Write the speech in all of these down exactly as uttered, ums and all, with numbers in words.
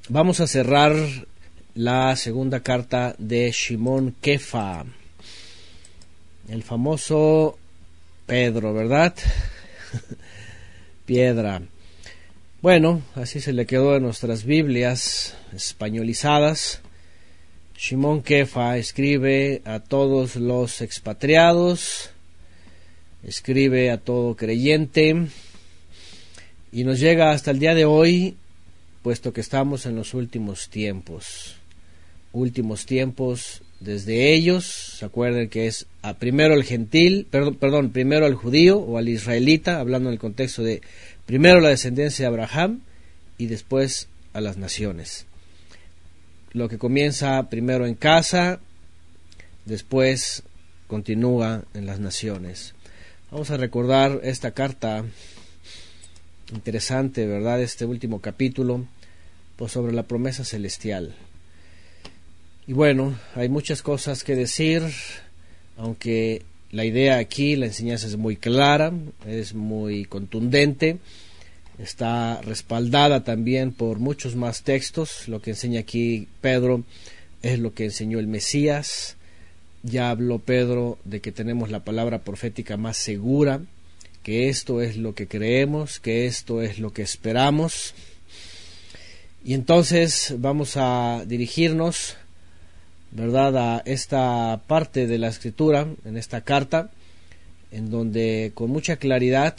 vamos a cerrar la segunda carta de Shimon Kefa, el famoso Pedro, ¿verdad? Piedra. Bueno, así se le quedó en nuestras Biblias españolizadas. Shimon Kefa escribe a todos los expatriados, escribe a todo creyente, y nos llega hasta el día de hoy, puesto que estamos en los últimos tiempos. Últimos tiempos desde ellos, se acuerdan que es a primero el gentil, perdón, perdón, primero al judío o al israelita, hablando en el contexto de primero la descendencia de Abraham y después a las naciones. Lo que comienza primero en casa, después continúa en las naciones. Vamos a recordar esta carta interesante, ¿verdad? Este último capítulo, pues sobre la promesa celestial. Y bueno, hay muchas cosas que decir, aunque la idea aquí, la enseñanza es muy clara, es muy contundente, está respaldada también por muchos más textos. Lo que enseña aquí Pedro es lo que enseñó el Mesías. Ya habló Pedro de que tenemos la palabra profética más segura, que esto es lo que creemos, que esto es lo que esperamos. Y entonces vamos a dirigirnos, ¿verdad?, a esta parte de la escritura, en esta carta, en donde con mucha claridad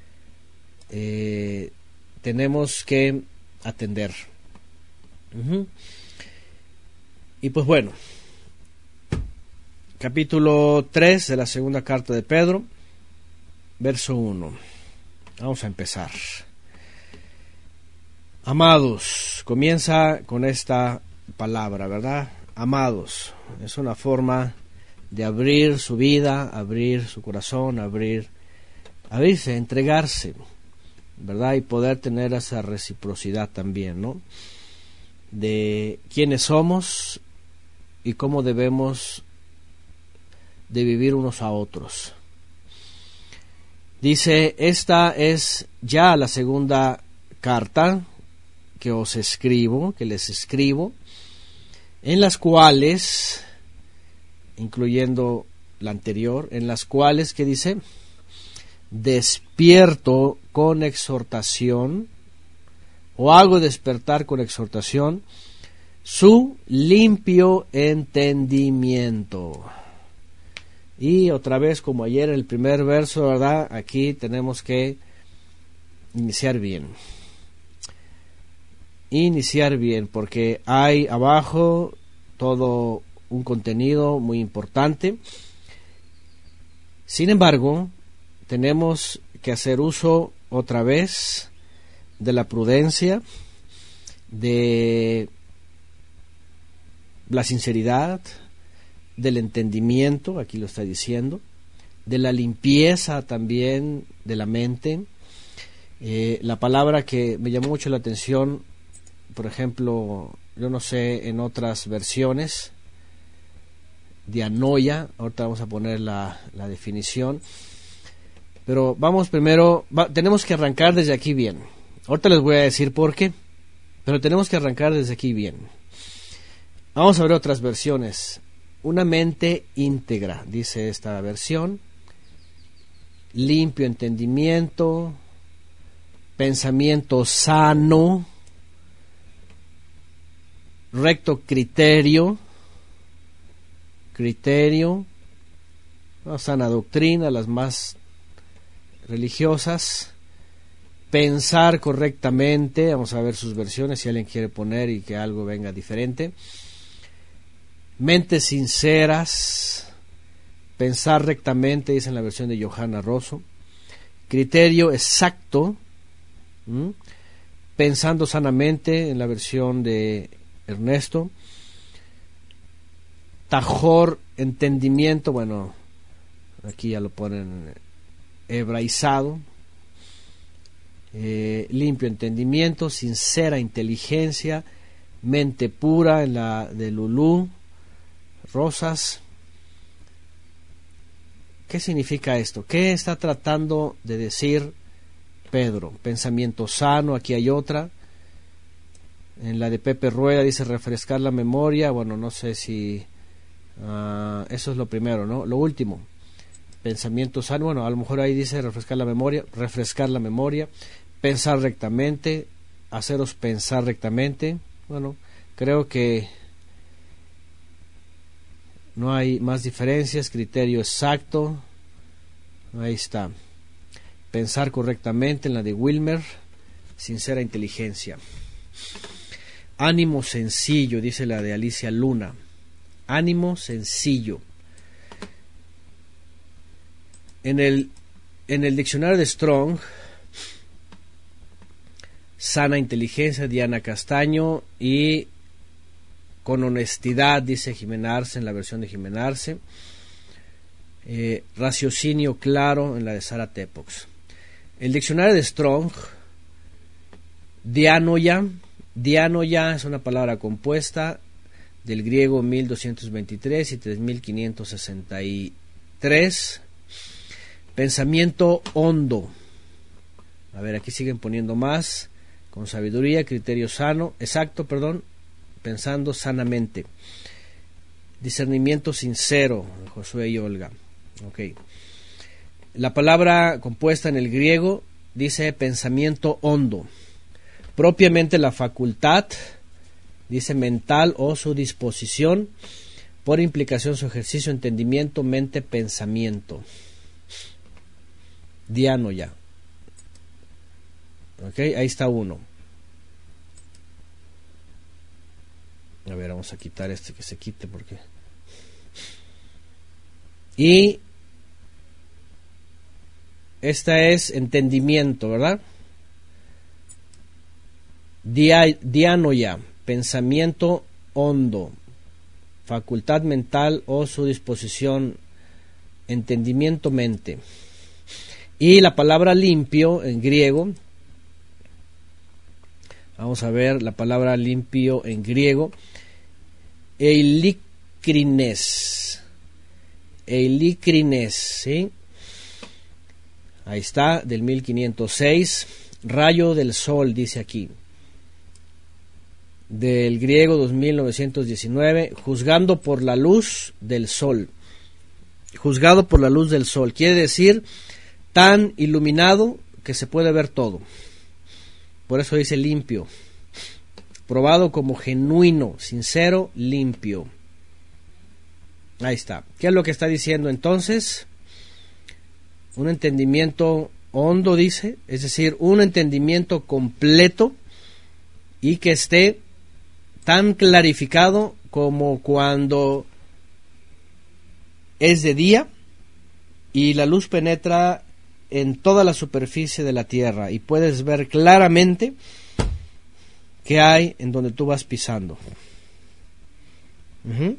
eh, tenemos que atender. Uh-huh. Y pues bueno, capítulo tres de la segunda carta de Pedro, verso uno. Vamos a empezar. Amados, comienza con esta palabra, ¿verdad? Amados, es una forma de abrir su vida, abrir su corazón, abrir, abrirse, entregarse, ¿verdad? Y poder tener esa reciprocidad también, ¿no? De quiénes somos y cómo debemos de vivir unos a otros. Dice, esta es ya la segunda carta que os escribo, que les escribo, en las cuales, incluyendo la anterior, en las cuales, ¿qué dice? Despierto con exhortación, o hago despertar con exhortación, su limpio entendimiento. Y otra vez, como ayer en el primer verso, ¿verdad? Aquí tenemos que iniciar bien. Iniciar bien, porque hay abajo todo un contenido muy importante. Sin embargo, tenemos que hacer uso otra vez de la prudencia, de la sinceridad, del entendimiento, aquí lo está diciendo, de la limpieza también de la mente. Eh, la palabra que me llamó mucho la atención, por ejemplo, yo no sé en otras versiones, dianoia, ahorita vamos a poner la, la definición, pero vamos primero, va, tenemos que arrancar desde aquí bien. Ahorita les voy a decir por qué, pero tenemos que arrancar desde aquí bien. Vamos a ver otras versiones. Una mente íntegra, dice esta versión, limpio entendimiento, pensamiento sano, recto criterio, criterio, ¿no? Sana doctrina, las más religiosas, pensar correctamente, vamos a ver sus versiones si alguien quiere poner y que algo venga diferente, mentes sinceras, pensar rectamente, dice en la versión de Johanna Rosso, criterio exacto, ¿m? Pensando sanamente en la versión de Ernesto, tajor entendimiento, bueno, aquí ya lo ponen hebraizado, eh, limpio entendimiento, sincera inteligencia, mente pura en la de Lulú, Rosas. ¿Qué significa esto? ¿Qué está tratando de decir Pedro? Pensamiento sano, aquí hay otra. En la de Pepe Rueda dice refrescar la memoria. Bueno, no sé si uh, eso es lo primero, ¿no? Lo último, pensamiento sano. Bueno, a lo mejor ahí dice refrescar la memoria, refrescar la memoria, pensar rectamente, haceros pensar rectamente. Bueno, creo que no hay más diferencias. Criterio exacto, ahí está. Pensar correctamente en la de Wilmer. Sincera inteligencia. Ánimo sencillo, dice la de Alicia Luna. Ánimo sencillo. En el, en el diccionario de Strong, sana inteligencia, Diana Castaño, y con honestidad, dice Jimena Arce, en la versión de Jimena Arce. Eh, raciocinio claro, en la de Sara Tepox. El diccionario de Strong, dianoia, dianoia es una palabra compuesta del griego mil doscientos veintitrés y tres mil quinientos sesenta y tres. Pensamiento hondo. A ver, aquí siguen poniendo más. Con sabiduría, criterio sano, exacto, perdón, pensando sanamente. Discernimiento sincero, Josué y Olga. Okay. La palabra compuesta en el griego dice pensamiento hondo. Propiamente la facultad, dice mental o su disposición, por implicación su ejercicio, entendimiento, mente, pensamiento. Dianoia. Ok, ahí está uno. A ver, vamos a quitar este, que se quite porque... Y esta es entendimiento, ¿verdad? Dia, dianoia, pensamiento hondo, facultad mental o su disposición, entendimiento, mente. Y la palabra limpio en griego, vamos a ver la palabra limpio en griego, eilikrines, eilikrines, ¿sí? Ahí está, del mil quinientos seis, rayo del sol, dice aquí. Del griego dos mil novecientos diecinueve, juzgando por la luz del sol. Juzgado por la luz del sol, quiere decir tan iluminado que se puede ver todo. Por eso dice limpio. Probado como genuino, sincero, limpio. Ahí está. ¿Qué es lo que está diciendo entonces? Un entendimiento hondo, dice, es decir, un entendimiento completo y que esté tan clarificado como cuando es de día y la luz penetra en toda la superficie de la tierra y puedes ver claramente qué hay en donde tú vas pisando. Uh-huh.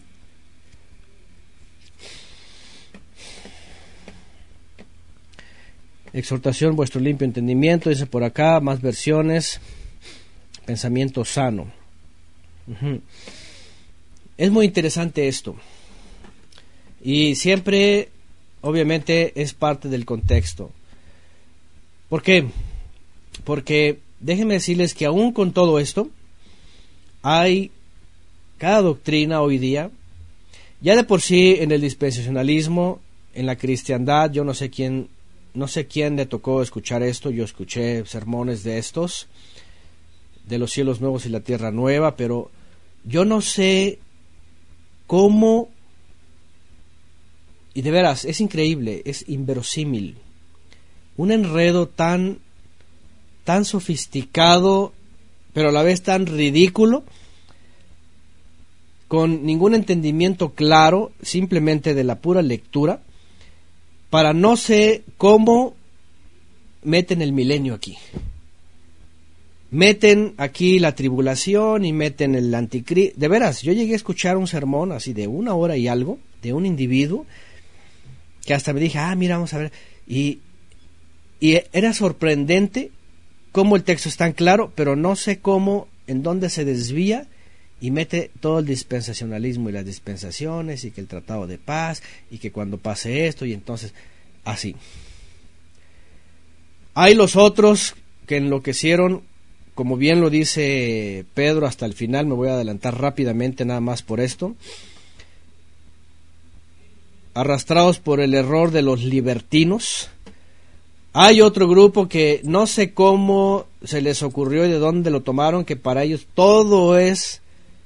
Exhortación, vuestro limpio entendimiento, dice por acá, más versiones, pensamiento sano. Uh-huh. Es muy interesante esto. Y siempre, obviamente, es parte del contexto. ¿Por qué? Porque déjenme decirles que aún con todo esto, hay cada doctrina hoy día, ya de por sí en el dispensacionalismo, en la cristiandad, yo no sé quién, no sé quién le tocó escuchar esto, yo escuché sermones de estos, de los cielos nuevos y la tierra nueva, pero yo no sé cómo, y de veras, es increíble, es inverosímil, un enredo tan, tan sofisticado, pero a la vez tan ridículo, con ningún entendimiento claro, simplemente de la pura lectura, para no sé cómo meten el milenio aquí. Meten aquí la tribulación y meten el anticristo. De veras, yo llegué a escuchar un sermón así de una hora y algo, de un individuo, que hasta me dije, ah, mira, vamos a ver, y, y era sorprendente cómo el texto es tan claro, pero no sé cómo, en dónde se desvía y mete todo el dispensacionalismo y las dispensaciones y que el tratado de paz y que cuando pase esto y entonces así. Hay los otros que enloquecieron como bien lo dice Pedro hasta el final, me voy a adelantar rápidamente nada más por esto, arrastrados por el error de los libertinos. Hay otro grupo que no sé cómo se les ocurrió y de dónde lo tomaron, que para ellos todo es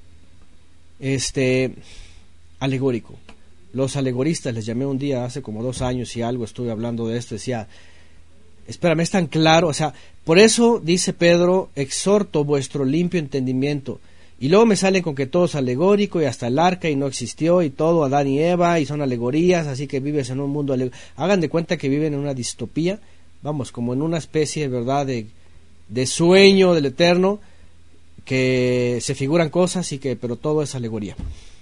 este alegórico. Los alegoristas les llamé un día, hace como dos años y algo estuve hablando de esto, decía, espérame, es tan claro, o sea, por eso dice Pedro, exhorto vuestro limpio entendimiento. Y luego me salen con que todo es alegórico y hasta el arca y no existió y todo, Adán y Eva, y son alegorías, así que vives en un mundo alegórico. Hagan de cuenta que viven en una distopía, vamos, como en una especie, ¿verdad?, de, de sueño del Eterno, que se figuran cosas y que, pero todo es alegoría.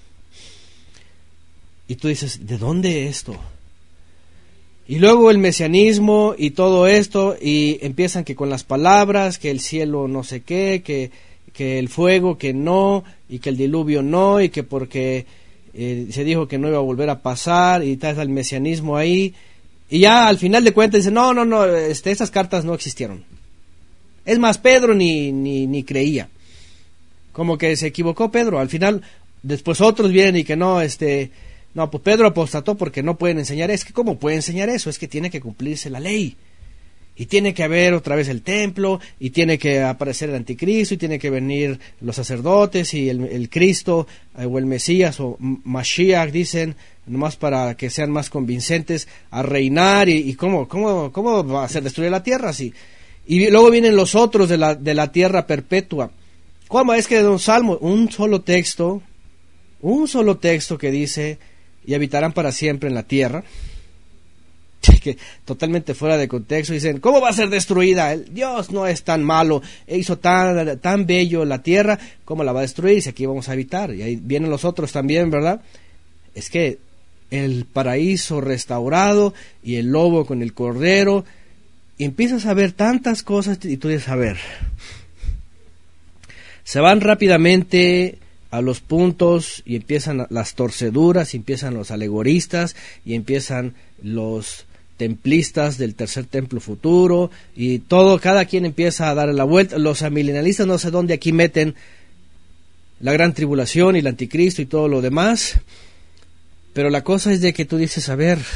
Y tú dices, ¿de dónde esto? Y luego el mesianismo y todo esto, y empiezan que con las palabras, que el cielo no sé qué, que, que el fuego que no, y que el diluvio no, y que porque eh, se dijo que no iba a volver a pasar, y está el mesianismo ahí, y ya al final de cuentas dicen, no, no, no, este, estas cartas no existieron. Es más, Pedro ni, ni, ni creía. Como que se equivocó Pedro, al final, después otros vienen y que no, este... No, pues Pedro apostató porque no pueden enseñar. Es que ¿cómo puede enseñar eso? Es que tiene que cumplirse la ley. Y tiene que haber otra vez el templo, y tiene que aparecer el anticristo, y tiene que venir los sacerdotes, y el, el Cristo, eh, o el Mesías, o Mashiach, dicen, nomás para que sean más convincentes, a reinar, y, y ¿cómo, cómo, cómo va a hacer destruir la tierra así? Y luego vienen los otros de la, de la tierra perpetua. ¿Cómo es que de un salmo, un solo texto, un solo texto que dice... y habitarán para siempre en la tierra, que totalmente fuera de contexto, dicen, ¿cómo va a ser destruida? El Dios no es tan malo, hizo tan, tan bello la tierra, ¿cómo la va a destruir? Si aquí vamos a habitar, y ahí vienen los otros también, ¿verdad? Es que el paraíso restaurado, y el lobo con el cordero, y empiezas a ver tantas cosas, y tú dices, a ver, se van rápidamente a los puntos, y empiezan las torceduras, y empiezan los alegoristas, y empiezan los templistas del tercer templo futuro, y todo, cada quien empieza a dar la vuelta. Los amilenialistas no sé dónde aquí meten la gran tribulación y el anticristo y todo lo demás, pero la cosa es de que tú dices, a ver,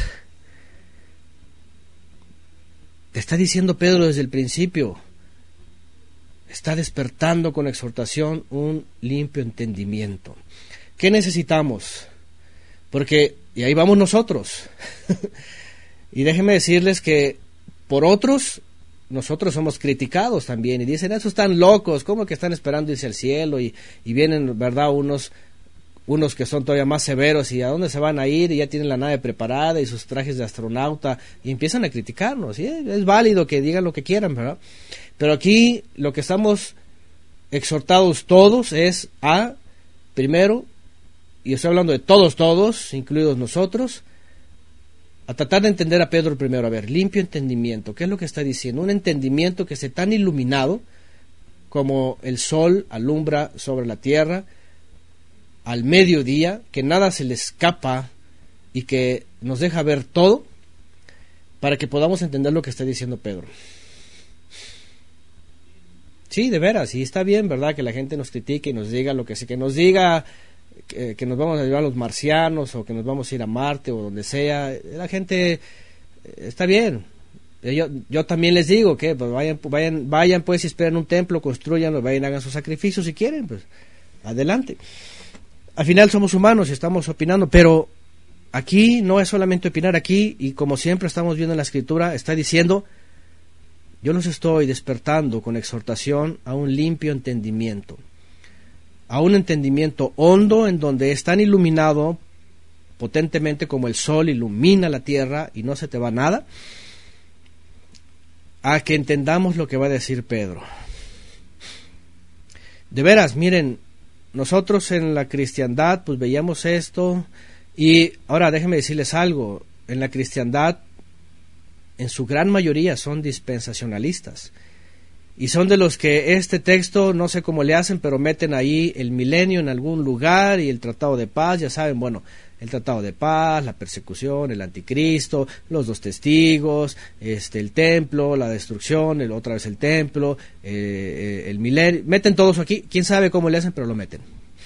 te está diciendo Pedro desde el principio, está despertando con exhortación un limpio entendimiento. ¿Qué necesitamos? Porque, y ahí vamos nosotros. Y déjenme decirles que por otros, nosotros somos criticados también. Y dicen, esos están locos, ¿cómo que están esperando irse al cielo? Y, y vienen, ¿verdad?, unos, unos que son todavía más severos. ¿Y a dónde se van a ir? Y ya tienen la nave preparada y sus trajes de astronauta. Y empiezan a criticarnos. Y es válido que digan lo que quieran, ¿verdad? Pero aquí lo que estamos exhortados todos es a, primero, y estoy hablando de todos, todos, incluidos nosotros, a tratar de entender a Pedro primero. A ver, limpio entendimiento, ¿qué es lo que está diciendo? Un entendimiento que esté tan iluminado como el sol alumbra sobre la tierra al mediodía, que nada se le escapa y que nos deja ver todo, para que podamos entender lo que está diciendo Pedro. Sí, de veras, y está bien, ¿verdad?, que la gente nos critique y nos diga lo que sea, que nos diga que, que nos vamos a llevar a los marcianos, o que nos vamos a ir a Marte, o donde sea. La gente, está bien. Yo, yo también les digo que pues vayan, vayan, vayan pues, y esperen un templo, construyanlo, vayan, hagan sus sacrificios si quieren, pues adelante. Al final somos humanos y estamos opinando, pero aquí no es solamente opinar, aquí, y como siempre estamos viendo en la Escritura, está diciendo, yo los estoy despertando con exhortación a un limpio entendimiento, a un entendimiento hondo en donde es tan iluminado potentemente como el sol ilumina la tierra y no se te va nada, a que entendamos lo que va a decir Pedro. De veras, miren, nosotros en la cristiandad pues veíamos esto, y ahora déjenme decirles algo, en la cristiandad en su gran mayoría son dispensacionalistas, y son de los que este texto, no sé cómo le hacen, pero meten ahí el milenio en algún lugar, y el tratado de paz, ya saben, bueno, el tratado de paz, la persecución, el anticristo, los dos testigos, este, el templo, la destrucción, el, otra vez el templo, eh, el milenio, meten todo eso aquí, quién sabe cómo le hacen, pero lo meten.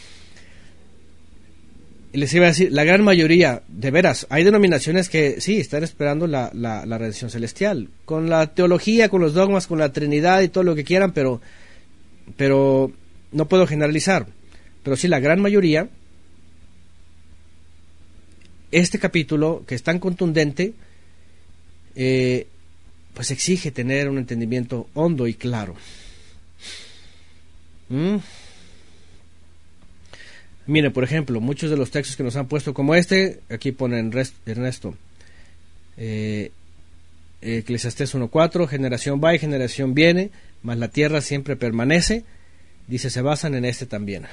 Y les iba a decir, la gran mayoría, de veras, hay denominaciones que sí, están esperando la, la, la redención celestial, con la teología, con los dogmas, con la Trinidad y todo lo que quieran, pero, pero no puedo generalizar. Pero sí, la gran mayoría, este capítulo, que es tan contundente, eh, pues exige tener un entendimiento hondo y claro. ¿Mm? Mire, por ejemplo, muchos de los textos que nos han puesto como este, aquí pone Ernesto, eh, Eclesiastés uno cuatro, generación va y generación viene, mas la tierra siempre permanece, dice, se basan en este también.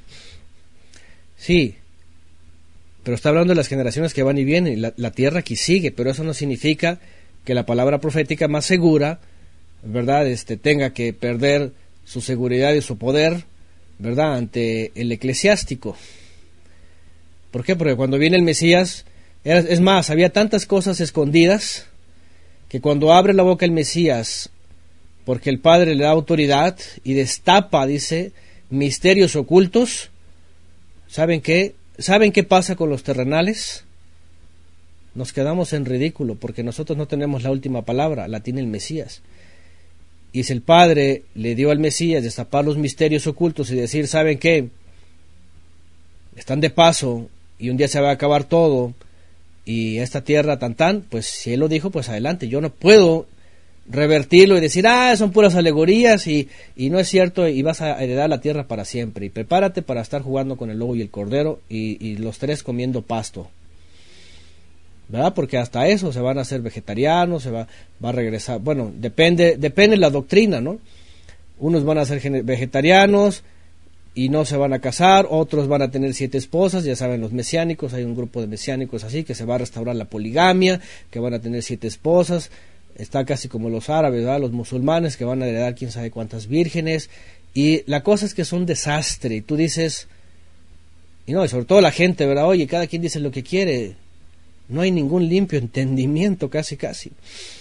Sí, pero está hablando de las generaciones que van y vienen, la, la tierra aquí sigue, pero eso no significa que la palabra profética más segura, ¿verdad?, este, tenga que perder su seguridad y su poder, ¿verdad?, ante el eclesiástico. ¿Por qué? Porque cuando viene el Mesías, era, es más, había tantas cosas escondidas, que cuando abre la boca el Mesías, porque el Padre le da autoridad, y destapa, dice, misterios ocultos, ¿saben qué? ¿Saben qué pasa con los terrenales? Nos quedamos en ridículo, porque nosotros no tenemos la última palabra, la tiene el Mesías. Y si el Padre le dio al Mesías destapar los misterios ocultos y decir, ¿saben qué? Están de paso y un día se va a acabar todo y esta tierra tan tan, pues si Él lo dijo, pues adelante. Yo no puedo revertirlo y decir, ah, son puras alegorías y, y no es cierto y vas a heredar la tierra para siempre. Y prepárate para estar jugando con el lobo y el cordero y, y los tres comiendo pasto. ¿Verdad? Porque hasta eso se van a hacer vegetarianos, se va, va a regresar, bueno, depende, depende de la doctrina, ¿no? Unos van a ser vegetarianos y no se van a casar, otros van a tener siete esposas, ya saben los mesiánicos, hay un grupo de mesiánicos así, que se va a restaurar la poligamia, que van a tener siete esposas, está casi como los árabes, ¿verdad?, los musulmanes, que van a heredar quién sabe cuántas vírgenes, y la cosa es que es un desastre, y tú dices, y no, y sobre todo la gente, ¿verdad?, oye, cada quien dice lo que quiere. No hay ningún limpio entendimiento, casi, casi.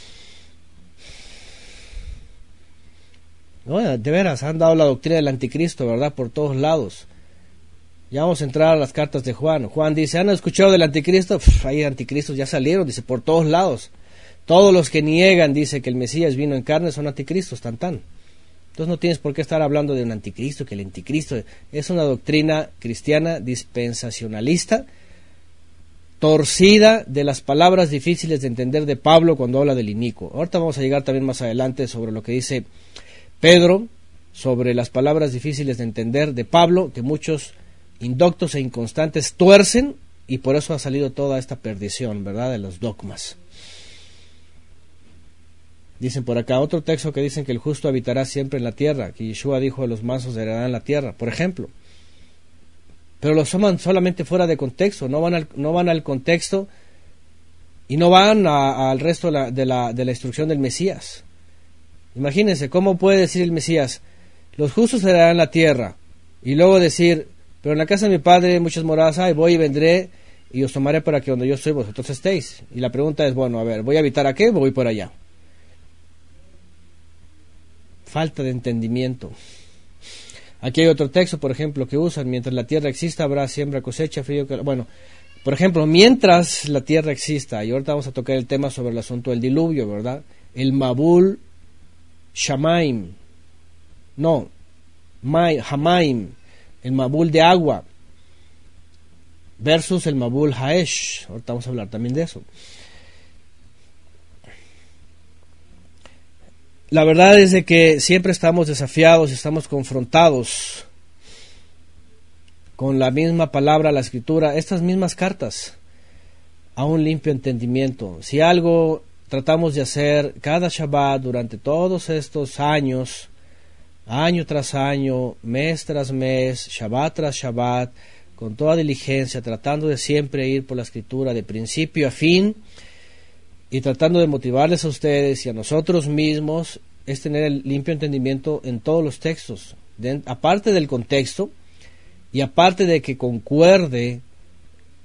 No, de veras, han dado la doctrina del anticristo, ¿verdad?, por todos lados. Ya vamos a entrar a las cartas de Juan. Juan dice, ¿han escuchado del anticristo? Pff, hay anticristos, ya salieron, dice, por todos lados. Todos los que niegan, dice, que el Mesías vino en carne son anticristos, tan tan. Entonces no tienes por qué estar hablando de un anticristo, que el anticristo es una doctrina cristiana dispensacionalista, torcida de las palabras difíciles de entender de Pablo cuando habla del inicuo. Ahorita vamos a llegar también más adelante sobre lo que dice Pedro, sobre las palabras difíciles de entender de Pablo, que muchos indoctos e inconstantes tuercen, y por eso ha salido toda esta perdición, ¿verdad?, de los dogmas. Dicen por acá otro texto que dicen que el justo habitará siempre en la tierra, que Yeshua dijo de los mansos heredarán la tierra, por ejemplo. Pero los toman solamente fuera de contexto, no van al, no van al contexto y no van a, a, al resto de la, de, la, de la instrucción del Mesías. Imagínense, ¿cómo puede decir el Mesías, los justos heredarán la tierra? Y luego decir, pero en la casa de mi padre muchas moradas hay, voy y vendré y os tomaré para que donde yo estoy vosotros estéis. Y la pregunta es, bueno, a ver, ¿voy a habitar aquí o voy por allá? Falta de entendimiento. Aquí hay otro texto, por ejemplo, que usan, mientras la tierra exista habrá siembra, cosecha, frío, calor. Bueno, por ejemplo, mientras la tierra exista, y ahorita vamos a tocar el tema sobre el asunto del diluvio, ¿verdad? El Mabul Shamaim, no, Mai, Hamaim, el Mabul de agua, versus el Mabul Haesh, ahorita vamos a hablar también de eso. La verdad es de que siempre estamos desafiados, estamos confrontados con la misma palabra, la escritura, estas mismas cartas, a un limpio entendimiento. Si algo tratamos de hacer cada Shabbat durante todos estos años, año tras año, mes tras mes, Shabbat tras Shabbat, con toda diligencia, tratando de siempre ir por la escritura de principio a fin, y tratando de motivarles a ustedes y a nosotros mismos, es tener el limpio entendimiento en todos los textos, de, aparte del contexto y aparte de que concuerde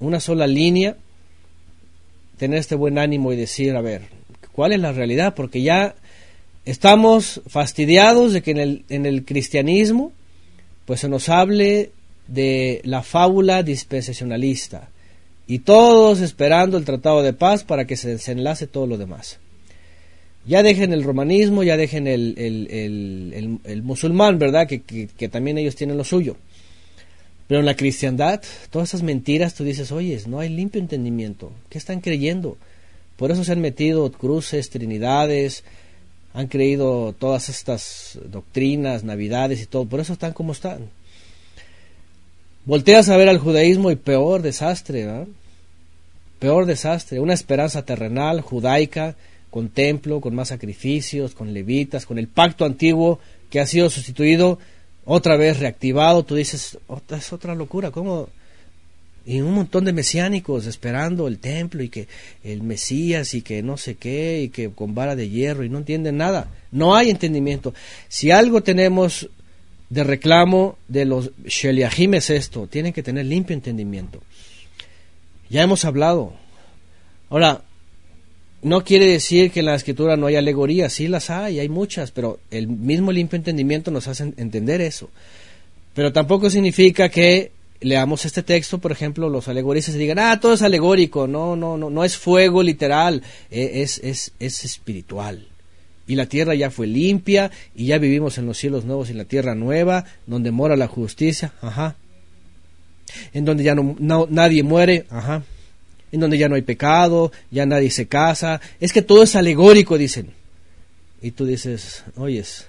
una sola línea, tener este buen ánimo y decir, a ver, ¿cuál es la realidad? Porque ya estamos fastidiados de que en el, en el cristianismo pues se nos hable de la fábula dispensacionalista y todos esperando el tratado de paz para que se desenlace todo lo demás. Ya dejen el romanismo, ya dejen el, el, el, el, el musulmán, ¿verdad? Que, que, que también ellos tienen lo suyo. Pero en la cristiandad, todas esas mentiras, tú dices, oye, no hay limpio entendimiento. ¿Qué están creyendo? Por eso se han metido cruces, trinidades, han creído todas estas doctrinas, navidades y todo. Por eso están como están. Volteas a ver al judaísmo y peor desastre, ¿verdad? Peor desastre. Una esperanza terrenal, judaica, con templo, con más sacrificios, con levitas, con el pacto antiguo que ha sido sustituido, otra vez reactivado. Tú dices, otra, es otra locura, ¿cómo? Y un montón de mesiánicos esperando el templo y que el Mesías y que no sé qué y que con vara de hierro y no entienden nada. No hay entendimiento. Si algo tenemos de reclamo de los Sheliachim es esto, tienen que tener limpio entendimiento. Ya hemos hablado. Ahora, no quiere decir que en la escritura no hay alegorías, sí las hay, hay muchas, pero el mismo limpio entendimiento nos hace entender eso. Pero tampoco significa que leamos este texto, por ejemplo, los alegoristas digan, ah, todo es alegórico, no, no, no, no es fuego literal, es, es, es espiritual. Y la tierra ya fue limpia, y ya vivimos en los cielos nuevos y en la tierra nueva, donde mora la justicia, ajá. En donde ya no, no nadie muere, ajá. En donde ya no hay pecado, ya nadie se casa. Es que todo es alegórico, dicen. Y tú dices, oyes,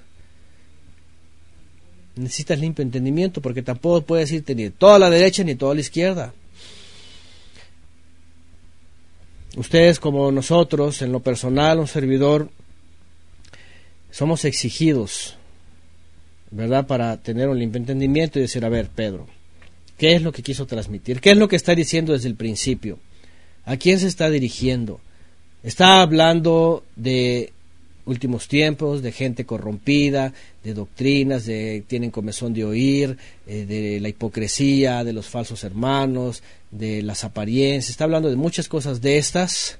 necesitas limpio entendimiento, porque tampoco puedes irte ni toda a la derecha ni toda a la izquierda. Ustedes como nosotros, en lo personal, un servidor, somos exigidos, ¿verdad?, para tener un limpio entendimiento y decir, a ver, Pedro, ¿qué es lo que quiso transmitir? ¿Qué es lo que está diciendo desde el principio? ¿A quién se está dirigiendo? Está hablando de últimos tiempos, de gente corrompida, de doctrinas, de tienen comezón de oír, eh, de la hipocresía, de los falsos hermanos, de las apariencias. Está hablando de muchas cosas de estas.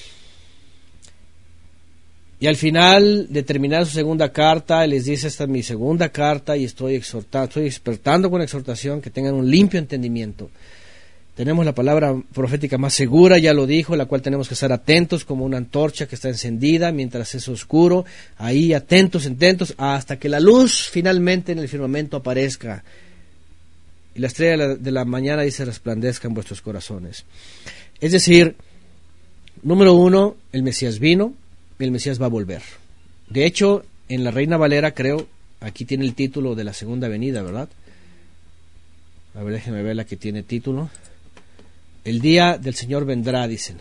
Y al final de terminar su segunda carta, les dice, esta es mi segunda carta y estoy exhortando, estoy despertando con exhortación que tengan un limpio entendimiento. Tenemos la palabra profética más segura, ya lo dijo, la cual tenemos que estar atentos como una antorcha que está encendida mientras es oscuro, ahí atentos, atentos, hasta que la luz finalmente en el firmamento aparezca. Y la estrella de la, de la mañana dice resplandezca en vuestros corazones. Es decir, número uno, el Mesías vino y el Mesías va a volver. De hecho, en la Reina Valera, creo, aquí tiene el título de la segunda venida, ¿verdad? A ver, déjenme ver la que tiene título. El día del Señor vendrá, dicen.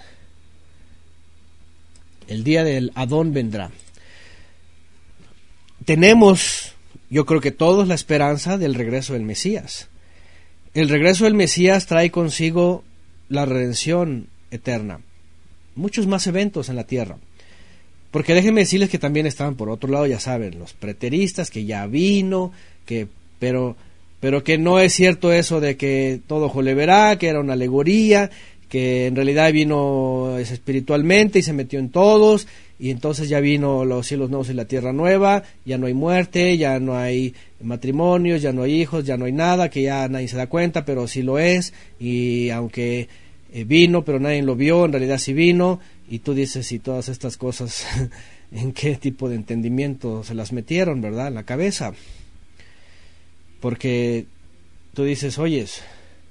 El día del Adón vendrá. Tenemos, yo creo que todos, la esperanza del regreso del Mesías. El regreso del Mesías trae consigo la redención eterna. Muchos más eventos en la tierra. Porque déjenme decirles que también estaban por otro lado, ya saben, los preteristas, que ya vino, que pero... pero que no es cierto eso de que todo ojo le verá, que era una alegoría, que en realidad vino espiritualmente y se metió en todos, y entonces ya vino los cielos nuevos y la tierra nueva, ya no hay muerte, ya no hay matrimonios, ya no hay hijos, ya no hay nada, que ya nadie se da cuenta, pero sí lo es, y aunque eh, vino, pero nadie lo vio, en realidad sí vino, y tú dices, y todas estas cosas, ¿en qué tipo de entendimiento se las metieron, verdad?, en la cabeza? Porque tú dices, oyes,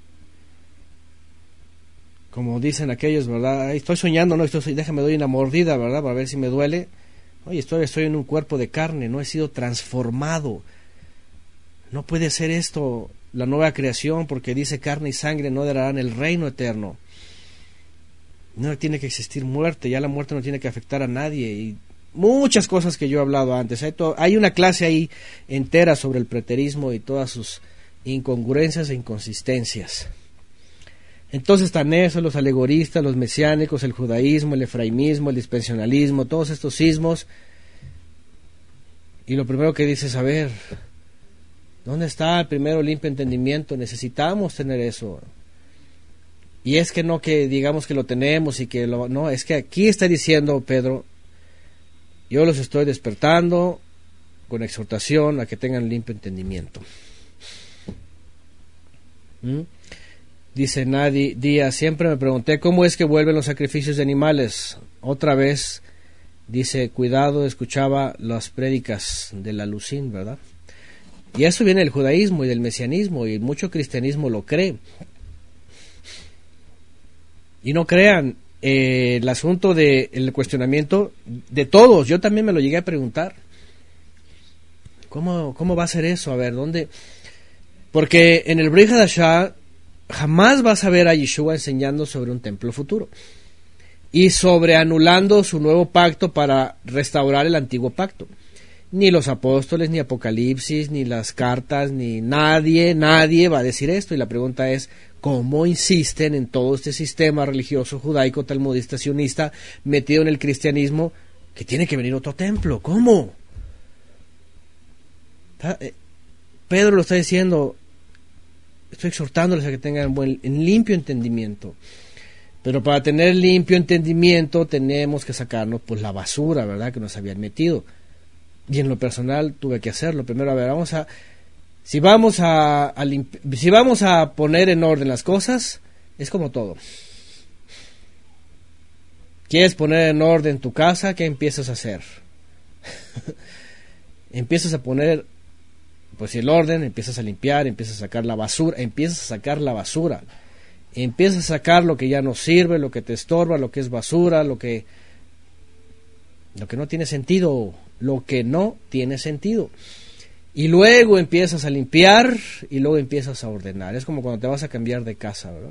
como dicen aquellos, ¿verdad? Estoy soñando, no, estoy, déjame doy una mordida, ¿verdad? Para ver si me duele. Oye, estoy, estoy en un cuerpo de carne, no he sido transformado. No puede ser esto la nueva creación, porque dice carne y sangre no darán el reino eterno. No tiene que existir muerte, ya la muerte no tiene que afectar a nadie, y muchas cosas que yo he hablado antes. Hay, to- hay una clase ahí entera sobre el preterismo y todas sus incongruencias e inconsistencias. Entonces están eso, los alegoristas, los mesiánicos, el judaísmo, el efraimismo, el dispensacionalismo, todos estos sismos. Y lo primero que dices, a ver, ¿dónde está el primero limpio entendimiento? Necesitamos tener eso. Y es que no que digamos que lo tenemos y que lo... No, es que aquí está diciendo Pedro, yo los estoy despertando con exhortación a que tengan limpio entendimiento. ¿Mm? Dice Nadie Díaz, siempre me pregunté cómo es que vuelven los sacrificios de animales. Otra vez, dice, cuidado, escuchaba las prédicas de la Lucín, ¿verdad? Y eso viene del judaísmo y del mesianismo, y mucho cristianismo lo cree. Y no crean, eh, el asunto del cuestionamiento de todos, yo también me lo llegué a preguntar. ¿Cómo, cómo va a ser eso? A ver, ¿dónde? Porque en el Brit Hadashah jamás vas a ver a Yeshua enseñando sobre un templo futuro y sobre anulando su nuevo pacto para restaurar el antiguo pacto. Ni los apóstoles, ni Apocalipsis, ni las cartas, ni nadie, nadie va a decir esto. Y la pregunta es, ¿cómo insisten en todo este sistema religioso judaico, talmudista, sionista, metido en el cristianismo, que tiene que venir otro templo? ¿Cómo? Pedro lo está diciendo, estoy exhortándoles a que tengan buen, en limpio entendimiento. Pero para tener limpio entendimiento tenemos que sacarnos pues la basura, ¿verdad?, que nos habían metido. Y en lo personal tuve que hacerlo. Primero, a ver, vamos a si vamos a, a limpi- si vamos a poner en orden las cosas, es como todo. ¿Quieres poner en orden tu casa? ¿Qué empiezas a hacer? Empiezas a poner pues el orden, empiezas a limpiar, empiezas a sacar la basura, empiezas a sacar la basura. Empiezas a sacar lo que ya no sirve, lo que te estorba, lo que es basura, lo que lo que no tiene sentido, lo que no tiene sentido. Y luego empiezas a limpiar y luego empiezas a ordenar. Es como cuando te vas a cambiar de casa, ¿verdad?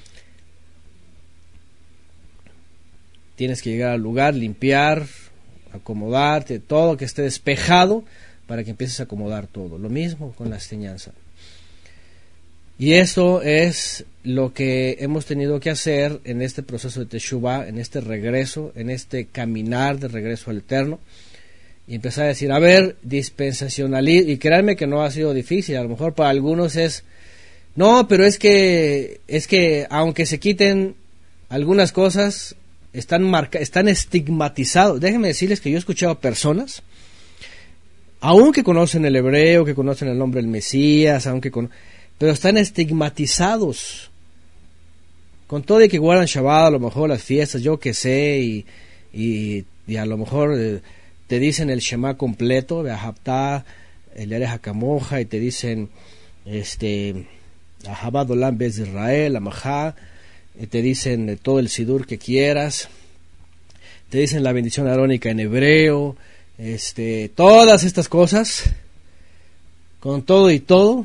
Tienes que llegar al lugar, limpiar, acomodarte, todo que esté despejado para que empieces a acomodar todo. Lo mismo con la enseñanza. Y eso es lo que hemos tenido que hacer en este proceso de Teshuvah, en este regreso, en este caminar de regreso al Eterno. Y empezar a decir, a ver, dispensacionalismo, y créanme que no ha sido difícil, a lo mejor para algunos es, no, pero es que, es que aunque se quiten algunas cosas, están marca, están estigmatizados. Déjenme decirles que yo he escuchado personas, aun que conocen el hebreo, que conocen el nombre del Mesías, aunque con, pero están estigmatizados, con todo y que guardan Shabbat, a lo mejor las fiestas, yo que sé, y, y, y a lo mejor eh, te dicen el Shema completo, Be'ahavta, el Ereja Kamoja, y te dicen, este, Ahabat Olam Bez Israel, Amajá, y te dicen eh, todo el Sidur que quieras, te dicen la bendición arónica en hebreo, este, todas estas cosas, con todo y todo,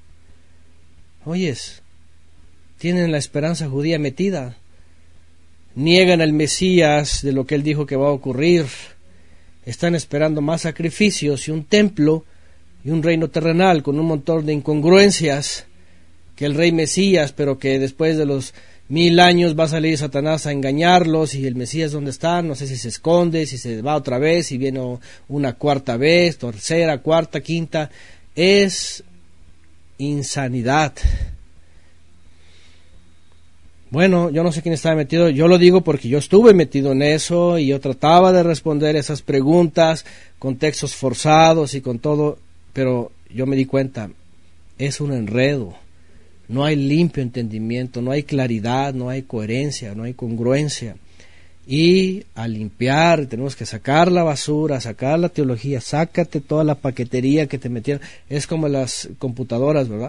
oyes, tienen la esperanza judía metida, niegan al Mesías de lo que él dijo que va a ocurrir, están esperando más sacrificios y un templo y un reino terrenal con un montón de incongruencias que el rey Mesías, pero que después de los mil años va a salir Satanás a engañarlos, y el Mesías ¿dónde está? No sé si se esconde, si se va otra vez, si viene una cuarta vez, tercera, cuarta, quinta. Es insanidad. Bueno, yo no sé quién estaba metido, yo lo digo porque yo estuve metido en eso y yo trataba de responder esas preguntas con textos forzados y con todo, pero yo me di cuenta, es un enredo, no hay limpio entendimiento, no hay claridad, no hay coherencia, no hay congruencia. Y al limpiar tenemos que sacar la basura, sacar la teología, sácate toda la paquetería que te metieron, es como las computadoras, ¿verdad?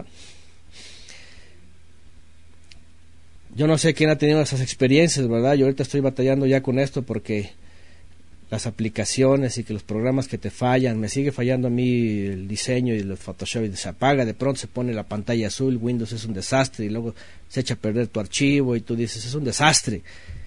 Yo no sé quién ha tenido esas experiencias, ¿verdad? Yo ahorita estoy batallando ya con esto porque las aplicaciones y que los programas que te fallan, me sigue fallando a mí el diseño y el Photoshop y se apaga, de pronto se pone la pantalla azul, Windows es un desastre y luego se echa a perder tu archivo y tú dices, es un desastre.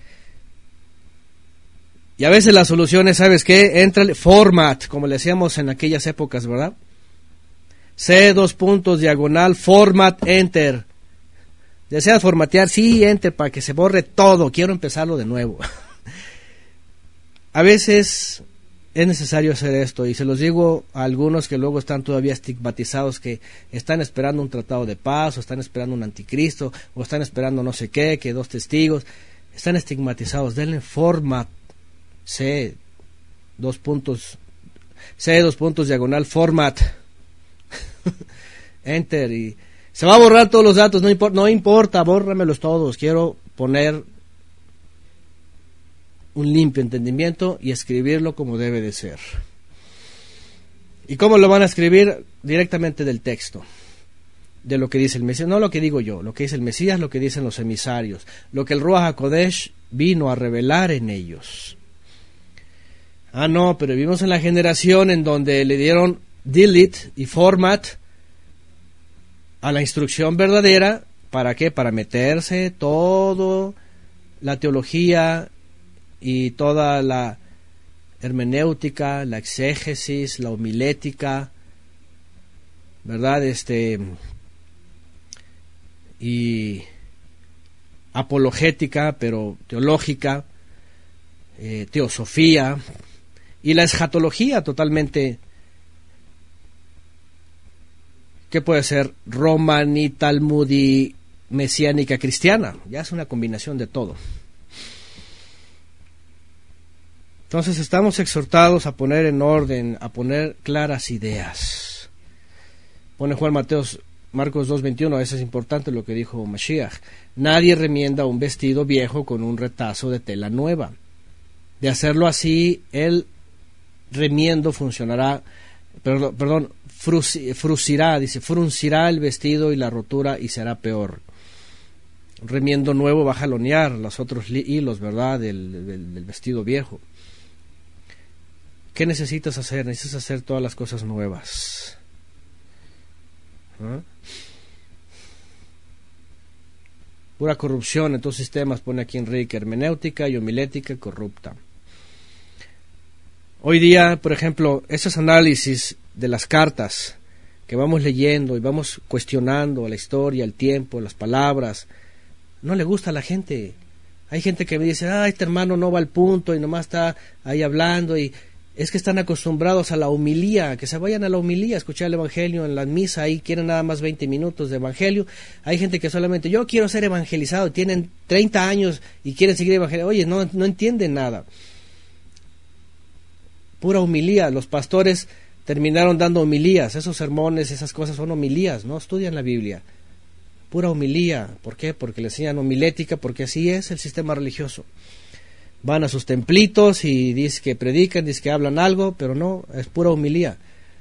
Y a veces la solución es, ¿sabes qué? Entrale, format, como le decíamos en aquellas épocas, ¿verdad? C, dos puntos, diagonal, format, enter. ¿Deseas formatear? Sí, enter, para que se borre todo. Quiero empezarlo de nuevo. A veces es necesario hacer esto, y se los digo a algunos que luego están todavía estigmatizados, que están esperando un tratado de paz, o están esperando un anticristo, o están esperando no sé qué, que dos testigos. Están estigmatizados. Denle forma. C, dos puntos, C, dos puntos, diagonal, format. Enter, y se va a borrar todos los datos, no importa, no importa, bórramelos todos. Quiero poner un limpio entendimiento y escribirlo como debe de ser. ¿Y cómo lo van a escribir? Directamente del texto, de lo que dice el Mesías, no lo que digo yo, lo que dice el Mesías, lo que dicen los emisarios, lo que el Ruach HaKodesh vino a revelar en ellos. Ah, no, pero vivimos en la generación en donde le dieron delete y format a la instrucción verdadera. ¿Para qué? Para meterse todo la teología y toda la hermenéutica, la exégesis, la homilética, ¿verdad? Este y apologética, pero teológica, eh, teosofía, y la escatología totalmente, que puede ser romani, talmudi, mesiánica, cristiana. Ya es una combinación de todo. Entonces estamos exhortados a poner en orden, a poner claras ideas. Pone Juan Mateos, Marcos dos veintiuno, eso es importante lo que dijo Mashiach. Nadie remienda un vestido viejo con un retazo de tela nueva. De hacerlo así, el remiendo funcionará, perdón, perdón fruncirá, dice, fruncirá el vestido y la rotura y será peor. Remiendo nuevo va a jalonear los otros hilos, ¿verdad?, del, del, del vestido viejo. ¿Qué necesitas hacer? Necesitas hacer todas las cosas nuevas. ¿Ah? Pura corrupción en tus sistemas, pone aquí Enrique, hermenéutica y homilética corrupta. Hoy día, por ejemplo, esos análisis de las cartas que vamos leyendo y vamos cuestionando la historia, el tiempo, las palabras, no le gusta a la gente. Hay gente que me dice, ah, este hermano no va al punto y nomás está ahí hablando, y es que están acostumbrados a la homilía, que se vayan a la homilía, a escuchar el evangelio en la misa, ahí quieren nada más veinte minutos de evangelio. Hay gente que solamente, yo quiero ser evangelizado, tienen treinta años y quieren seguir evangelizando. Oye, no, no entienden nada. Pura homilía. Los pastores terminaron dando homilías, esos sermones, esas cosas son homilías, no estudian la Biblia. Pura homilía. ¿Por qué? Porque le enseñan homilética, porque así es el sistema religioso. Van a sus templitos y dicen que predican, dicen que hablan algo, pero no, es pura homilía.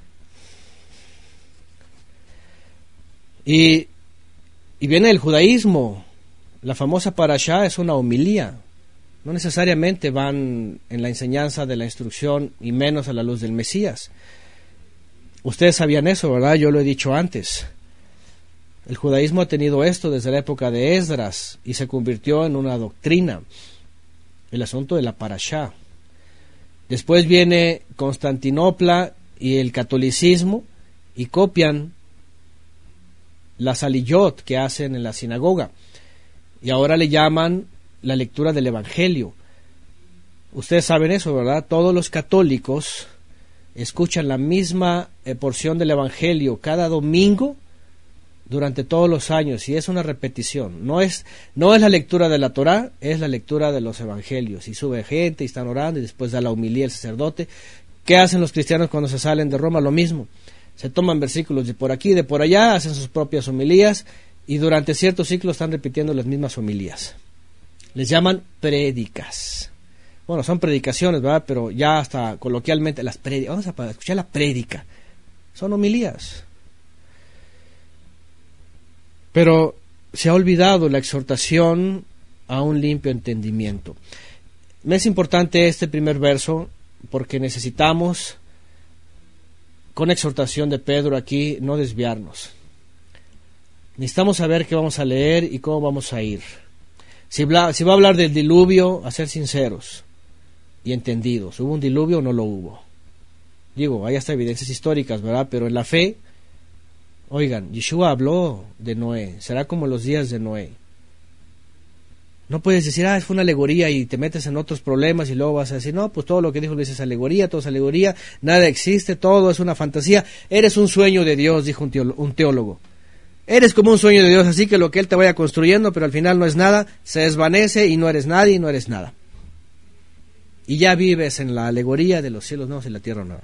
Y, y viene el judaísmo. La famosa parashá es una homilía. No necesariamente van en la enseñanza de la instrucción, y menos a la luz del Mesías. Ustedes sabían eso, ¿verdad? Yo lo he dicho antes. El judaísmo ha tenido esto desde la época de Esdras y se convirtió en una doctrina. El asunto de la parashá. Después viene Constantinopla y el catolicismo y copian las aliyot que hacen en la sinagoga. Y ahora le llaman la lectura del Evangelio. Ustedes saben eso, ¿verdad? Todos los católicos escuchan la misma eh, porción del Evangelio cada domingo durante todos los años, y es una repetición. No es, no es la lectura de la Torá, es la lectura de los Evangelios. Y sube gente y están orando y después da la homilía el sacerdote. ¿Qué hacen los cristianos cuando se salen de Roma? Lo mismo. Se toman versículos de por aquí, de por allá, hacen sus propias homilías y durante ciertos ciclos están repitiendo las mismas homilías. Les llaman prédicas. Bueno, son predicaciones, ¿verdad? Pero ya hasta coloquialmente las prédicas. Vamos a escuchar la prédica. Son homilías. Pero se ha olvidado la exhortación a un limpio entendimiento. Me es importante este primer verso porque necesitamos, con exhortación de Pedro aquí, no desviarnos. Necesitamos saber qué vamos a leer y cómo vamos a ir. Si, bla, si va a hablar del diluvio, a ser sinceros y entendidos. ¿Hubo un diluvio o no lo hubo? Digo, hay hasta evidencias históricas, ¿verdad? Pero en la fe, oigan, Yeshua habló de Noé. Será como los días de Noé. No puedes decir, ah, fue una alegoría y te metes en otros problemas y luego vas a decir, no, pues todo lo que dijo Luis es alegoría, todo es alegoría, nada existe, todo es una fantasía. Eres un sueño de Dios, dijo un teólogo. Un teólogo. Eres como un sueño de Dios, así que lo que Él te vaya construyendo, pero al final no es nada, se desvanece y no eres nadie y no eres nada. Y ya vives en la alegoría de los cielos nuevos y la tierra nueva.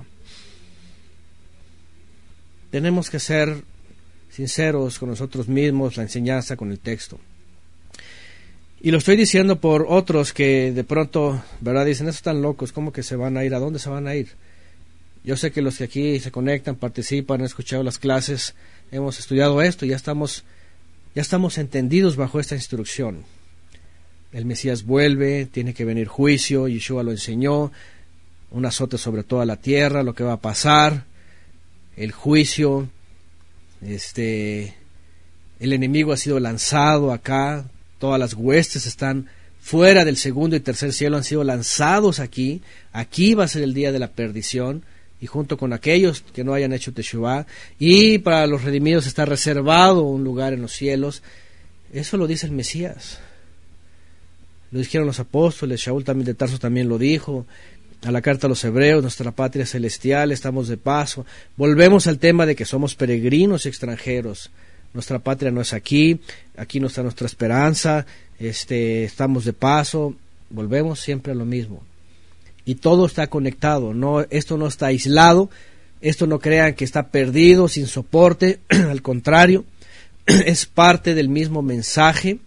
Tenemos que ser sinceros con nosotros mismos, la enseñanza, con el texto. Y lo estoy diciendo por otros que de pronto, ¿verdad? Dicen, esos están locos, ¿cómo que se van a ir? ¿A dónde se van a ir? Yo sé que los que aquí se conectan, participan, han escuchado las clases, hemos estudiado esto, ya estamos, ya estamos entendidos bajo esta instrucción. El Mesías vuelve, tiene que venir juicio, Yeshua lo enseñó, un azote sobre toda la tierra, lo que va a pasar, el juicio, este, el enemigo ha sido lanzado acá, todas las huestes están fuera del segundo y tercer cielo, han sido lanzados aquí, aquí va a ser el día de la perdición, y junto con aquellos que no hayan hecho Teshuvá, y para los redimidos está reservado un lugar en los cielos. Eso lo dice el Mesías. Lo dijeron los apóstoles, Shaul también de Tarso también lo dijo, a la carta a los hebreos, nuestra patria celestial, estamos de paso. Volvemos al tema de que somos peregrinos y extranjeros. Nuestra patria no es aquí, aquí no está nuestra esperanza, este, estamos de paso, volvemos siempre a lo mismo. Y todo está conectado, no, esto no está aislado, esto no crean que está perdido, sin soporte, al contrario, es parte del mismo mensaje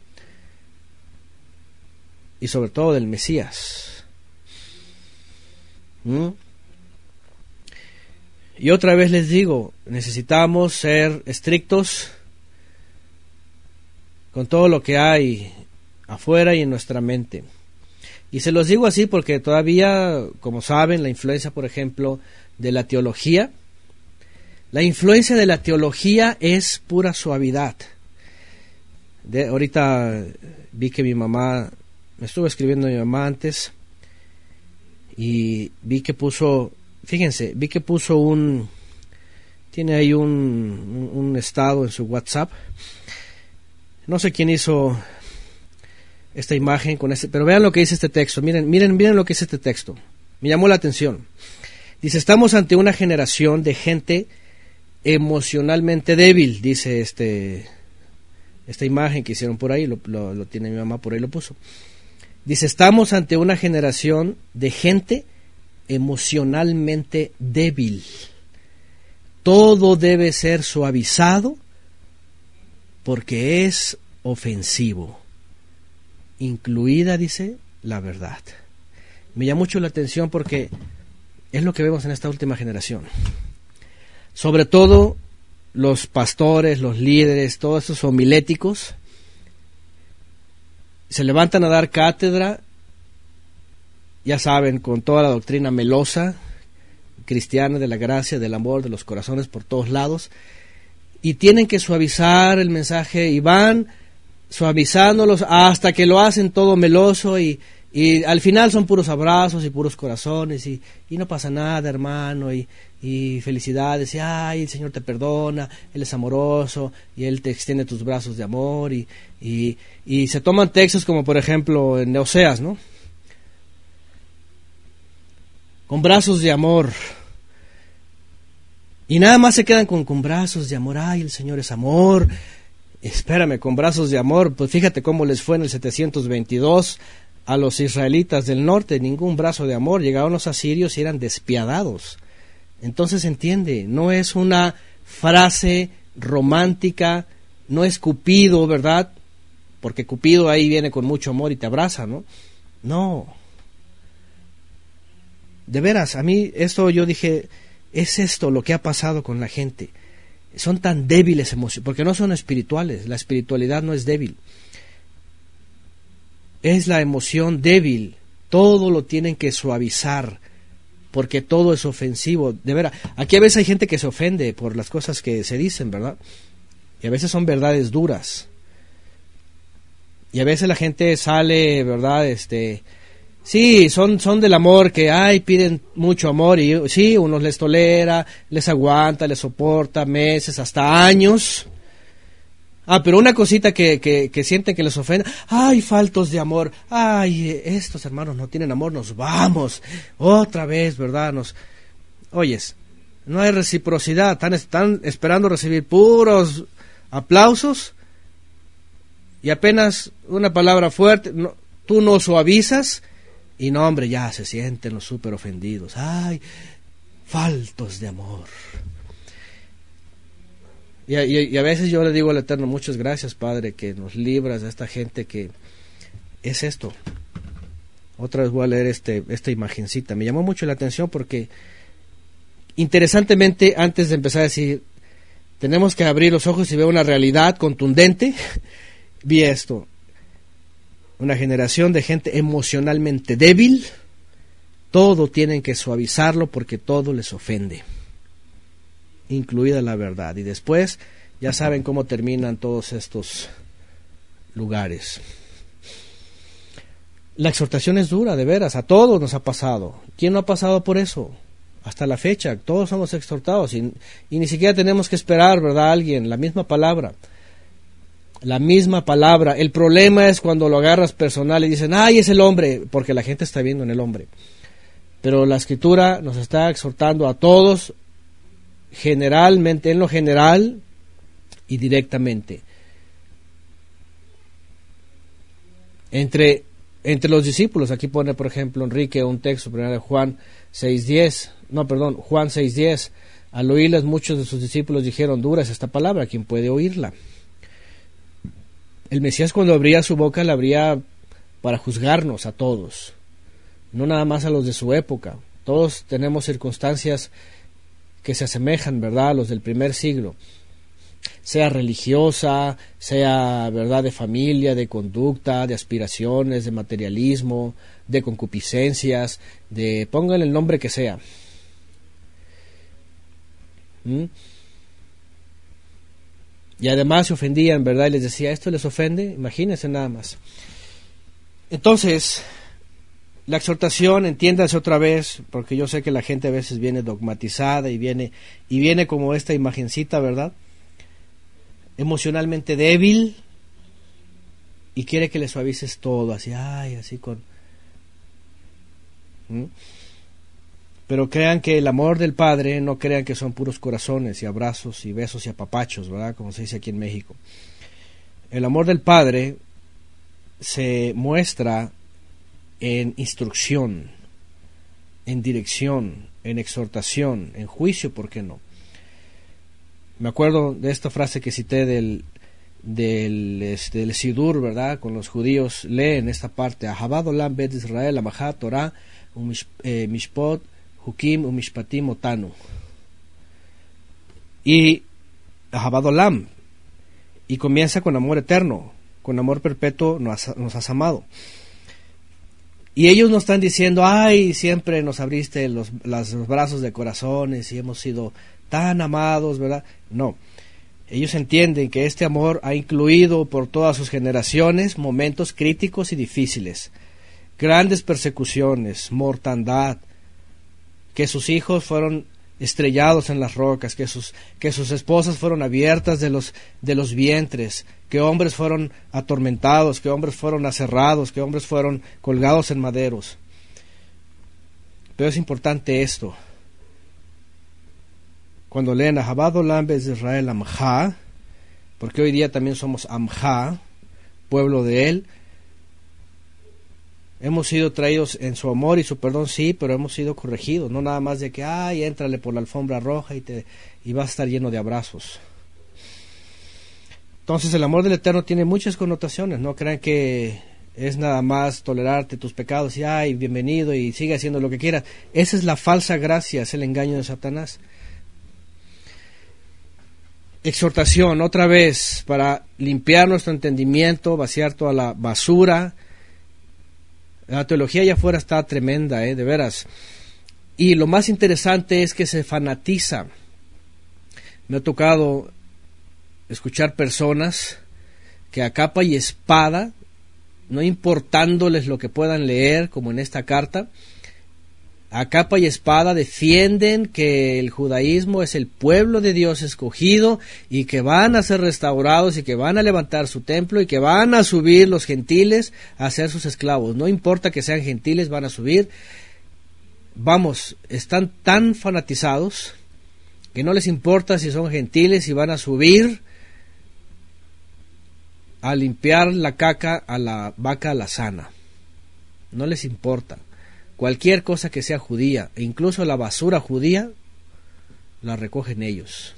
y sobre todo del Mesías. ¿Mm? Y otra vez les digo, necesitamos ser estrictos con todo lo que hay afuera y en nuestra mente. Y se los digo así porque todavía, como saben, la influencia, por ejemplo, de la teología, la influencia de la teología es pura suavidad. De, ahorita vi que mi mamá, me estuvo escribiendo mi mamá antes, y vi que puso, fíjense, vi que puso un, tiene ahí un, un, un estado en su WhatsApp. No sé quién hizo esta imagen con este, pero vean lo que dice este texto, miren, miren, miren lo que dice este texto, me llamó la atención. Dice, estamos ante una generación de gente emocionalmente débil, dice este, esta imagen que hicieron por ahí, lo, lo, lo tiene mi mamá, por ahí lo puso. Dice, estamos ante una generación de gente emocionalmente débil. Todo debe ser suavizado porque es ofensivo, incluida, dice, la verdad. Me llama mucho la atención porque es lo que vemos en esta última generación. Sobre todo los pastores, los líderes, todos esos homiléticos, se levantan a dar cátedra, ya saben, con toda la doctrina melosa, cristiana, de la gracia, del amor, de los corazones por todos lados, y tienen que suavizar el mensaje y van suavizándolos hasta que lo hacen todo meloso y, y al final son puros abrazos y puros corazones y, y no pasa nada, hermano, y, y felicidades, y ay, el Señor te perdona, Él es amoroso y Él te extiende tus brazos de amor y, y, y se toman textos como por ejemplo en Oseas, ¿no? Con brazos de amor. Y nada más se quedan con, con brazos de amor. Ay, el Señor es amor. Espérame, con brazos de amor. Pues fíjate cómo les fue en el setecientos veintidós a los israelitas del norte. Ningún brazo de amor. Llegaron los asirios y eran despiadados. Entonces entiende, no es una frase romántica, no es Cupido, ¿verdad? Porque Cupido ahí viene con mucho amor y te abraza, ¿no? No. De veras, a mí esto yo dije, es esto lo que ha pasado con la gente. Son tan débiles emociones, porque no son espirituales. La espiritualidad no es débil. Es la emoción débil. Todo lo tienen que suavizar, porque todo es ofensivo. De veras, aquí a veces hay gente que se ofende por las cosas que se dicen, ¿verdad? Y a veces son verdades duras. Y a veces la gente sale, ¿verdad? Este... Sí, son, son del amor que, ay, piden mucho amor y sí, uno les tolera, les aguanta, les soporta meses, hasta años. Ah, pero una cosita que, que, que sienten que les ofende. Ay, faltos de amor. Ay, estos hermanos no tienen amor, nos vamos. Otra vez, ¿verdad? Nos... Oyes, no hay reciprocidad. Están, están esperando recibir puros aplausos. Y apenas una palabra fuerte, no, tú no suavizas. Y no, hombre, ya se sienten los súper ofendidos. Ay, faltos de amor. Y, y, y a veces yo le digo al Eterno, muchas gracias, Padre, que nos libras de esta gente que es esto. Otra vez voy a leer este, esta imagencita. Me llamó mucho la atención porque, interesantemente, antes de empezar a decir, tenemos que abrir los ojos y ver una realidad contundente, vi esto. Una generación de gente emocionalmente débil, todo tienen que suavizarlo porque todo les ofende, incluida la verdad. Y después ya saben cómo terminan todos estos lugares. La exhortación es dura, de veras, a todos nos ha pasado. ¿Quién no ha pasado por eso? Hasta la fecha, todos somos exhortados y, y ni siquiera tenemos que esperar, ¿verdad? A alguien, la misma palabra. La misma palabra. El problema es cuando lo agarras personal y dicen, ay, es el hombre, porque la gente está viendo en el hombre. Pero la Escritura nos está exhortando a todos, generalmente, en lo general y directamente. Entre, entre los discípulos, aquí pone, por ejemplo, Enrique, un texto, primero de Juan seis diez, no, perdón, Juan seis diez, al oírlas muchos de sus discípulos dijeron, dura es esta palabra, ¿quién puede oírla? El Mesías cuando abría su boca la abría para juzgarnos a todos, no nada más a los de su época. Todos tenemos circunstancias que se asemejan, ¿verdad?, a los del primer siglo, sea religiosa, sea, ¿verdad?, de familia, de conducta, de aspiraciones, de materialismo, de concupiscencias, de pónganle el nombre que sea. ¿Mm? Y además se ofendían, ¿verdad? Y les decía, ¿esto les ofende? Imagínense nada más. Entonces, la exhortación, entiéndanse otra vez, porque yo sé que la gente a veces viene dogmatizada y viene, y viene como esta imagencita, ¿verdad? Emocionalmente débil y quiere que le suavices todo, así, ay, así con... ¿Mm? Pero crean que el amor del Padre, no crean que son puros corazones y abrazos y besos y apapachos, ¿verdad? Como se dice aquí en México. El amor del Padre se muestra en instrucción, en dirección, en exhortación, en juicio, ¿por qué no? Me acuerdo de esta frase que cité del, del, este, del Sidur, ¿verdad? Con los judíos leen esta parte, Ahabad Olam Bet Israel, Amajá, Torah, Mishpot, Hukim umishpatim otanu. Y Ahabad Olam, y comienza con amor eterno, con amor perpetuo nos, nos has amado. Y ellos no están diciendo, ay, siempre nos abriste los, las, los brazos de corazones y hemos sido tan amados, ¿verdad? No, ellos entienden que este amor ha incluido por todas sus generaciones momentos críticos y difíciles, grandes persecuciones, mortandad, que sus hijos fueron estrellados en las rocas, que sus, que sus esposas fueron abiertas de los, de los vientres, que hombres fueron atormentados, que hombres fueron aserrados, que hombres fueron colgados en maderos. Pero es importante esto. Cuando leen Ahabad Olam Bet Israel Amja, porque hoy día también somos Amja, pueblo de él, hemos sido traídos en su amor y su perdón, sí, pero hemos sido corregidos, no nada más de que, ay, éntrale por la alfombra roja y, te, y vas a estar lleno de abrazos. Entonces el amor del Eterno tiene muchas connotaciones, no crean que es nada más tolerarte tus pecados y, ay, bienvenido y sigue haciendo lo que quieras. Esa es la falsa gracia, es el engaño de Satanás. Exhortación, otra vez, para limpiar nuestro entendimiento, vaciar toda la basura. La teología allá afuera está tremenda, ¿eh? De veras. Y lo más interesante es que se fanatiza. Me ha tocado escuchar personas que a capa y espada, no importándoles lo que puedan leer, como en esta carta, a capa y espada defienden que el judaísmo es el pueblo de Dios escogido y que van a ser restaurados y que van a levantar su templo y que van a subir los gentiles a ser sus esclavos. No importa que sean gentiles, van a subir. Vamos, están tan fanatizados que no les importa si son gentiles y van a subir a limpiar la caca a la vaca alazana. No les importa. Cualquier cosa que sea judía, e incluso la basura judía, la recogen ellos.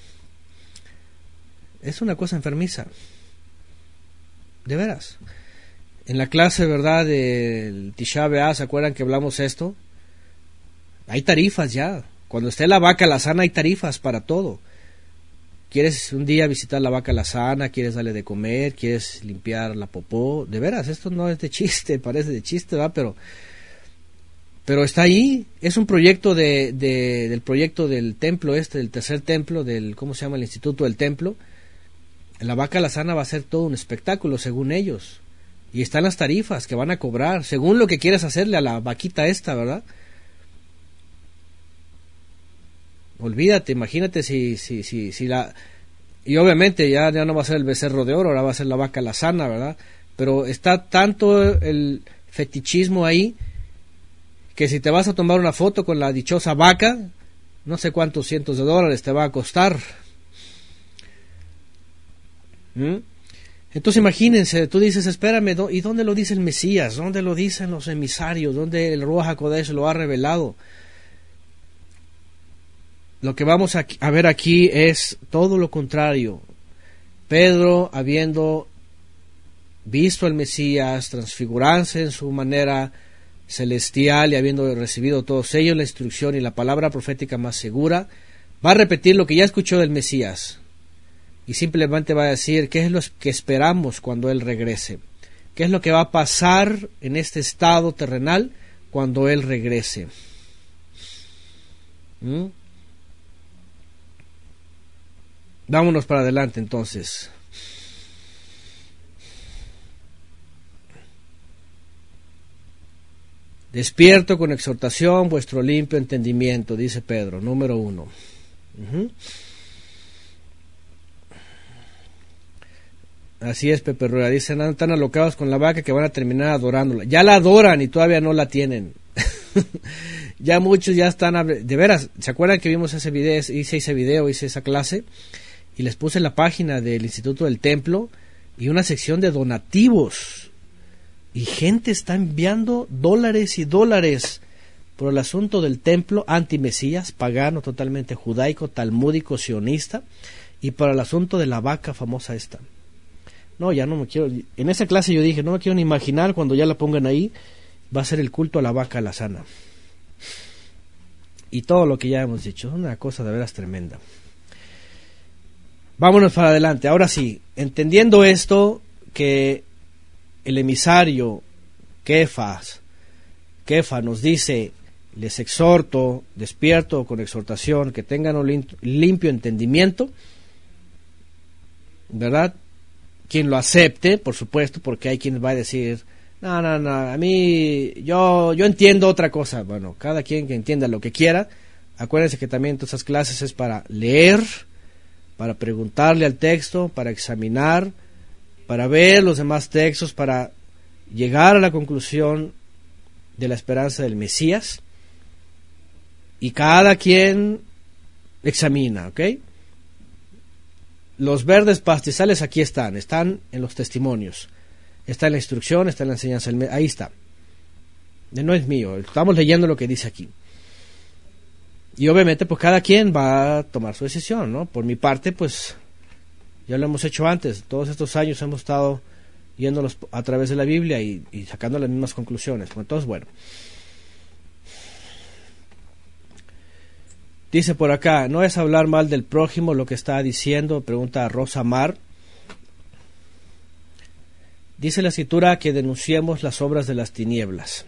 Es una cosa enfermiza. De veras. En la clase, ¿verdad?, del Tisha B'Av, ¿se acuerdan que hablamos esto? Hay tarifas ya. Cuando esté la vaca alazana hay tarifas para todo. ¿Quieres un día visitar la vaca alazana? ¿Quieres darle de comer? ¿Quieres limpiar la popó? De veras, esto no es de chiste, parece de chiste, ¿verdad? Pero... Pero está ahí, es un proyecto de, de, del proyecto del templo este, del tercer templo, del, ¿cómo se llama? El Instituto del Templo. La vaca alazana va a ser todo un espectáculo, según ellos. Y están las tarifas que van a cobrar, según lo que quieras hacerle a la vaquita esta, ¿verdad? Olvídate, imagínate si, si, si, si la... Y obviamente ya, ya no va a ser el becerro de oro, ahora va a ser la vaca alazana, ¿verdad? Pero está tanto el fetichismo ahí, que si te vas a tomar una foto con la dichosa vaca, no sé cuántos cientos de dólares te va a costar. ¿Mm? Entonces imagínense, tú dices, espérame, ¿y dónde lo dice el Mesías? ¿Dónde lo dicen los emisarios? ¿Dónde el Ruach HaKodesh lo ha revelado? Lo que vamos a, a ver aquí es todo lo contrario. Pedro, habiendo visto al Mesías transfigurarse en su manera celestial y habiendo recibido todos ellos la instrucción y la palabra profética más segura, va a repetir lo que ya escuchó del Mesías y simplemente va a decir qué es lo que esperamos cuando Él regrese, qué es lo que va a pasar en este estado terrenal cuando Él regrese. ¿Mm? Vámonos para adelante entonces. Despierto con exhortación vuestro limpio entendimiento, dice Pedro, número uno. Uh-huh. Así es, Pepe Rueda, dicen, andan tan alocados con la vaca que van a terminar adorándola. Ya la adoran y todavía no la tienen. Ya muchos ya están, de veras, ¿se acuerdan que vimos ese video, hice ese video, hice esa clase? Y les puse la página del Instituto del Templo y una sección de donativos. Y gente está enviando dólares y dólares por el asunto del templo anti-mesías, pagano, totalmente judaico, talmúdico, sionista, y por el asunto de la vaca famosa esta. No, ya no me quiero... En esa clase yo dije, no me quiero ni imaginar cuando ya la pongan ahí, va a ser el culto a la vaca alazana. Y todo lo que ya hemos dicho, es una cosa de veras tremenda. Vámonos para adelante. Ahora sí, entendiendo esto, que el emisario Kefas, Kefa nos dice, les exhorto, despierto con exhortación, que tengan un limpio entendimiento, ¿verdad? Quien lo acepte, por supuesto, porque hay quien va a decir, no, no, no, a mí, yo, yo entiendo otra cosa. Bueno, cada quien que entienda lo que quiera. Acuérdense que también todas esas clases es para leer, para preguntarle al texto, para examinar, para ver los demás textos, para llegar a la conclusión de la esperanza del Mesías, y cada quien examina, ¿ok? Los verdes pastizales aquí están, están en los testimonios, está en la instrucción, está en la enseñanza, ahí está. No es mío, estamos leyendo lo que dice aquí. Y obviamente pues cada quien va a tomar su decisión, ¿no? Por mi parte, pues ya lo hemos hecho antes, todos estos años hemos estado yéndolos a través de la Biblia y, y sacando las mismas conclusiones. Entonces, bueno. Dice por acá, no es hablar mal del prójimo lo que está diciendo, pregunta Rosa Mar. Dice la Escritura que denunciemos las obras de las tinieblas.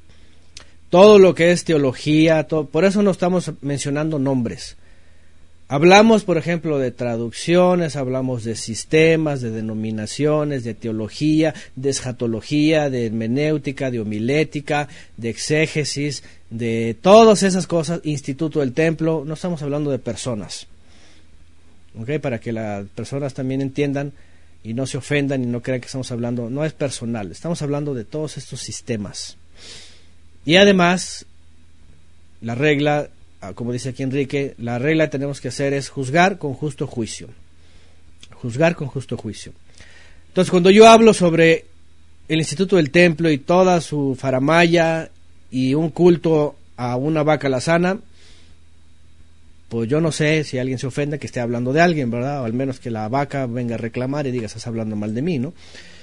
Todo lo que es teología, todo, por eso no estamos mencionando nombres. Hablamos, por ejemplo, de traducciones, hablamos de sistemas, de denominaciones, de teología, de escatología, de hermenéutica, de homilética, de exégesis, de todas esas cosas, Instituto del Templo. No estamos hablando de personas, ¿ok? Para que las personas también entiendan y no se ofendan y no crean que estamos hablando, no es personal, estamos hablando de todos estos sistemas. Y además, la regla, como dice aquí Enrique, la regla que tenemos que hacer es juzgar con justo juicio. Juzgar con justo juicio. Entonces, cuando yo hablo sobre el Instituto del Templo y toda su faramaya y un culto a una vaca alazana, pues yo no sé si alguien se ofenda que esté hablando de alguien, ¿verdad? O al menos que la vaca venga a reclamar y diga, estás hablando mal de mí, ¿no?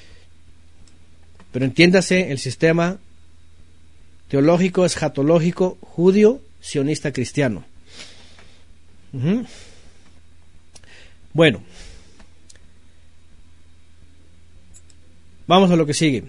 Pero entiéndase el sistema teológico, escatológico, judío, sionista cristiano. Uh-huh. Bueno, vamos a lo que sigue.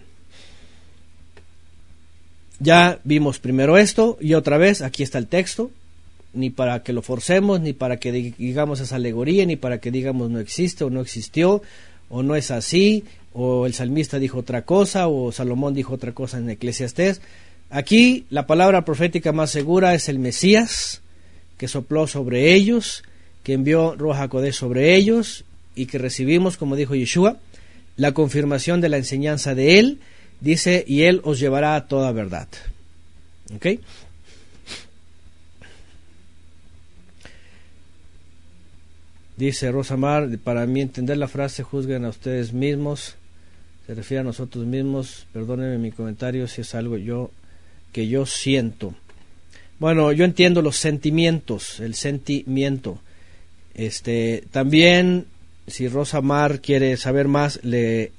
Ya vimos primero esto y otra vez aquí está el texto, ni para que lo forcemos, ni para que digamos es alegoría, ni para que digamos no existe o no existió o no es así, o el salmista dijo otra cosa o Salomón dijo otra cosa en Eclesiastés. Aquí la palabra profética más segura es el Mesías, que sopló sobre ellos, que envió Ruach HaKodesh sobre ellos, y que recibimos, como dijo Yeshua, la confirmación de la enseñanza de él. Dice, y él os llevará a toda verdad. ¿Ok? Dice Rosamar, para mí entender la frase, juzguen a ustedes mismos, se refiere a nosotros mismos. Perdónenme mi comentario si es algo yo que yo siento. Bueno, yo entiendo los sentimientos, el sentimiento. Este, también, si Rosa Mar quiere saber más, le,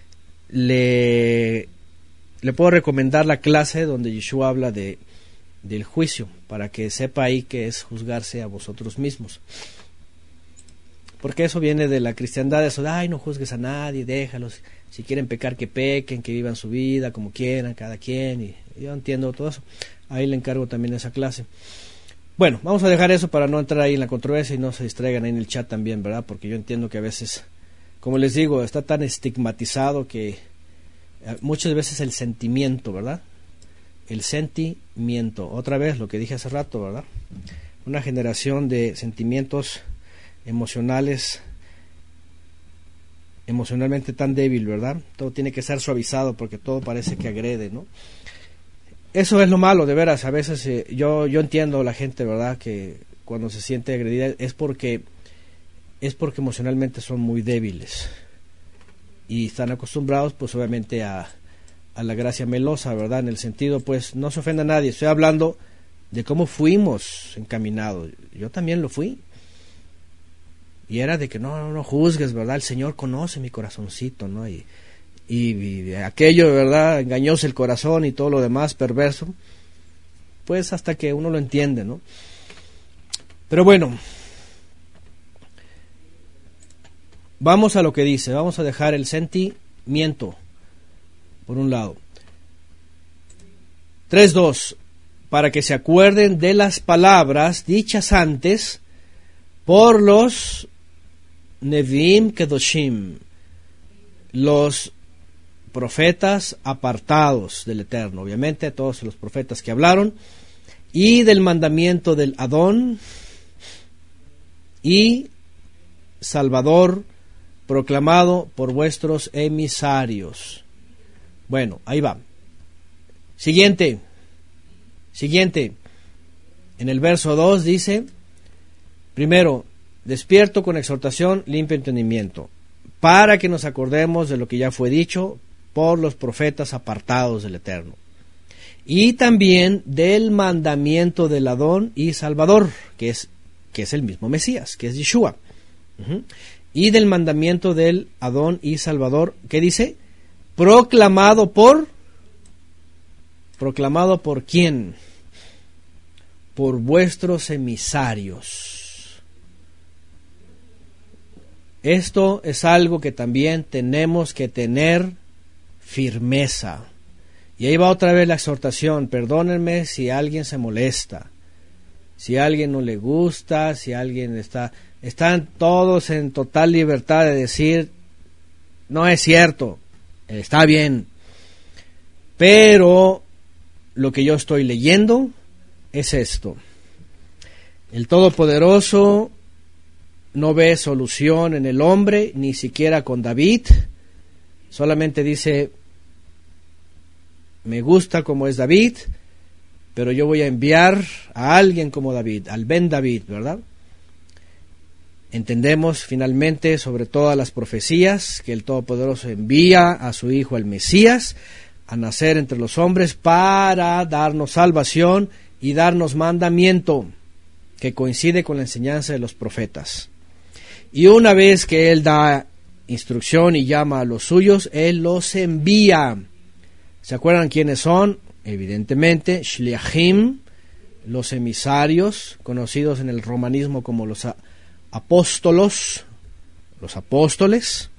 le, le puedo recomendar la clase donde Yeshua habla de, del juicio, para que sepa ahí que es juzgarse a vosotros mismos. Porque eso viene de la cristiandad, eso de, ay, no juzgues a nadie, déjalos, si quieren pecar que pequen, que vivan su vida como quieran, cada quien, y yo entiendo todo eso. Ahí le encargo también esa clase. Bueno, vamos a dejar eso para no entrar ahí en la controversia y no se distraigan ahí en el chat también, ¿verdad? Porque yo entiendo que a veces, como les digo, está tan estigmatizado que muchas veces el sentimiento, ¿verdad? El sentimiento, otra vez lo que dije hace rato, ¿verdad? Una generación de sentimientos emocionales, emocionalmente tan débil, ¿verdad? Todo tiene que ser suavizado porque todo parece que agrede, ¿no? Eso es lo malo, de veras. A veces eh, yo yo entiendo a la gente, ¿verdad? Que cuando se siente agredida es porque es porque emocionalmente son muy débiles y están acostumbrados, pues obviamente a a la gracia melosa, ¿verdad? En el sentido, pues no se ofenda a nadie. Estoy hablando de cómo fuimos encaminados. Yo también lo fui. Y era de que no, no, no juzgues, ¿verdad? El Señor conoce mi corazoncito, ¿no? Y, y, y aquello, ¿verdad? Engañoso el corazón y todo lo demás perverso. Pues hasta que uno lo entiende, ¿no? Pero bueno, vamos a lo que dice. Vamos a dejar el sentimiento por un lado. tres dos. Para que se acuerden de las palabras dichas antes por los Nevi'im Kedoshim, los profetas apartados del Eterno, obviamente todos los profetas que hablaron, y del mandamiento del Adón y Salvador proclamado por vuestros emisarios. Bueno, ahí va. Siguiente, siguiente. En el verso dos dice, primero, despierto con exhortación, limpio entendimiento, para que nos acordemos de lo que ya fue dicho por los profetas apartados del Eterno. Y también del mandamiento del Adón y Salvador, que es, que es el mismo Mesías, que es Yeshua. Uh-huh. Y del mandamiento del Adón y Salvador, ¿qué dice? Proclamado por... ¿Proclamado por quién? Por vuestros emisarios. Esto es algo que también tenemos que tener firmeza. Y ahí va otra vez la exhortación. Perdónenme si alguien se molesta. Si a alguien no le gusta, si alguien está... Están todos en total libertad de decir, no es cierto, está bien. Pero lo que yo estoy leyendo es esto. El Todopoderoso no ve solución en el hombre, ni siquiera con David. Solamente dice, me gusta como es David, pero yo voy a enviar a alguien como David, al Ben David, ¿verdad? Entendemos finalmente sobre todas las profecías que el Todopoderoso envía a su Hijo el Mesías a nacer entre los hombres para darnos salvación y darnos mandamiento que coincide con la enseñanza de los profetas. Y una vez que Él da instrucción y llama a los suyos, Él los envía. ¿Se acuerdan quiénes son? Evidentemente, Shliachim, los emisarios, conocidos en el romanismo como los apóstolos, los apóstoles,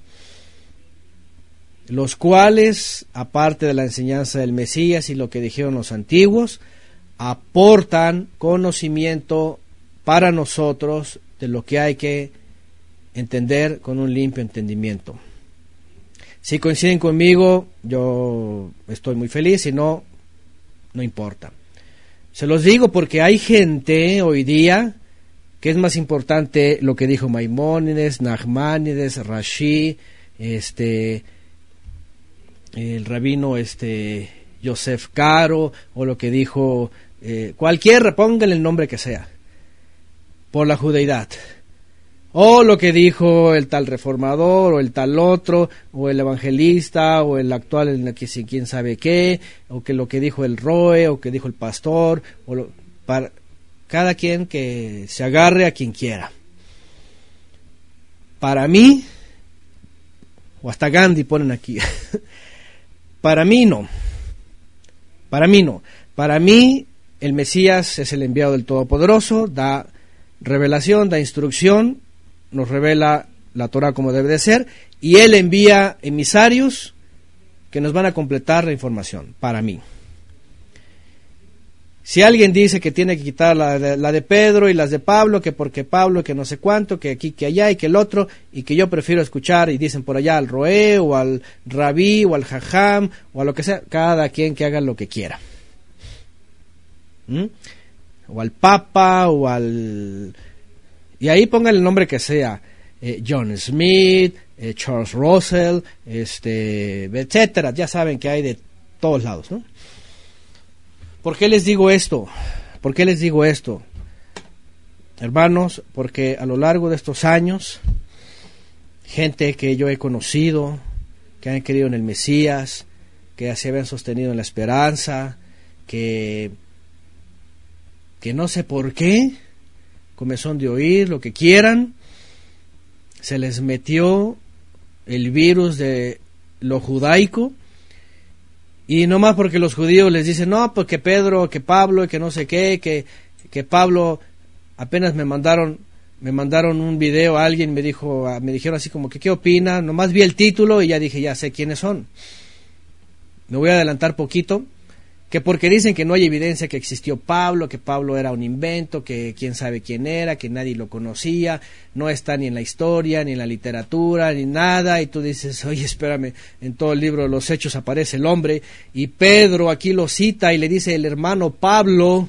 los cuales, aparte de la enseñanza del Mesías y lo que dijeron los antiguos, aportan conocimiento para nosotros de lo que hay que entender con un limpio entendimiento. Si coinciden conmigo, yo estoy muy feliz, si no, no importa. Se los digo porque hay gente hoy día que es más importante lo que dijo Maimónides, Nachmanides, Rashi, este, el rabino este, Yosef Caro, o lo que dijo eh, cualquier, pónganle el nombre que sea, por la judeidad. O lo que dijo el tal reformador, o el tal otro, o el evangelista, o el actual, el que quién sabe qué, o que lo que dijo el Roe, o que dijo el pastor, o lo, para, cada quien que se agarre a quien quiera. Para mí, o hasta Gandhi ponen aquí, para mí no, para mí no, para mí el Mesías es el enviado del Todopoderoso, da revelación, da instrucción, nos revela la Torah como debe de ser, y Él envía emisarios que nos van a completar la información, para mí. Si alguien dice que tiene que quitar la de, la de Pedro y las de Pablo, que porque Pablo, que no sé cuánto, que aquí, que allá y que el otro, y que yo prefiero escuchar, y dicen por allá al Roé, o al Rabí, o al Jajam, o a lo que sea, cada quien que haga lo que quiera. ¿Mm? O al Papa, o al... Y ahí pongan el nombre que sea, eh, John Smith, eh, Charles Russell, este, etcétera. Ya saben que hay de todos lados, ¿no? ¿Por qué les digo esto? ¿Por qué les digo esto? Hermanos, porque a lo largo de estos años, gente que yo he conocido, que han creído en el Mesías, que se habían sostenido en la esperanza, que, que no sé por qué, comezón de oír, lo que quieran, se les metió el virus de lo judaico, y no más porque los judíos les dicen, no, pues que Pedro, que Pablo, que no sé qué, que, que Pablo, apenas me mandaron, me mandaron un video, a alguien me dijo, me dijeron así como que qué opina, nomás vi el título y ya dije, ya sé quiénes son. Me voy a adelantar poquito, que porque dicen que no hay evidencia que existió Pablo, que Pablo era un invento, que quién sabe quién era, que nadie lo conocía, no está ni en la historia, ni en la literatura, ni nada, y tú dices, oye, espérame, en todo el libro de los Hechos aparece el hombre, y Pedro aquí lo cita y le dice el hermano Pablo,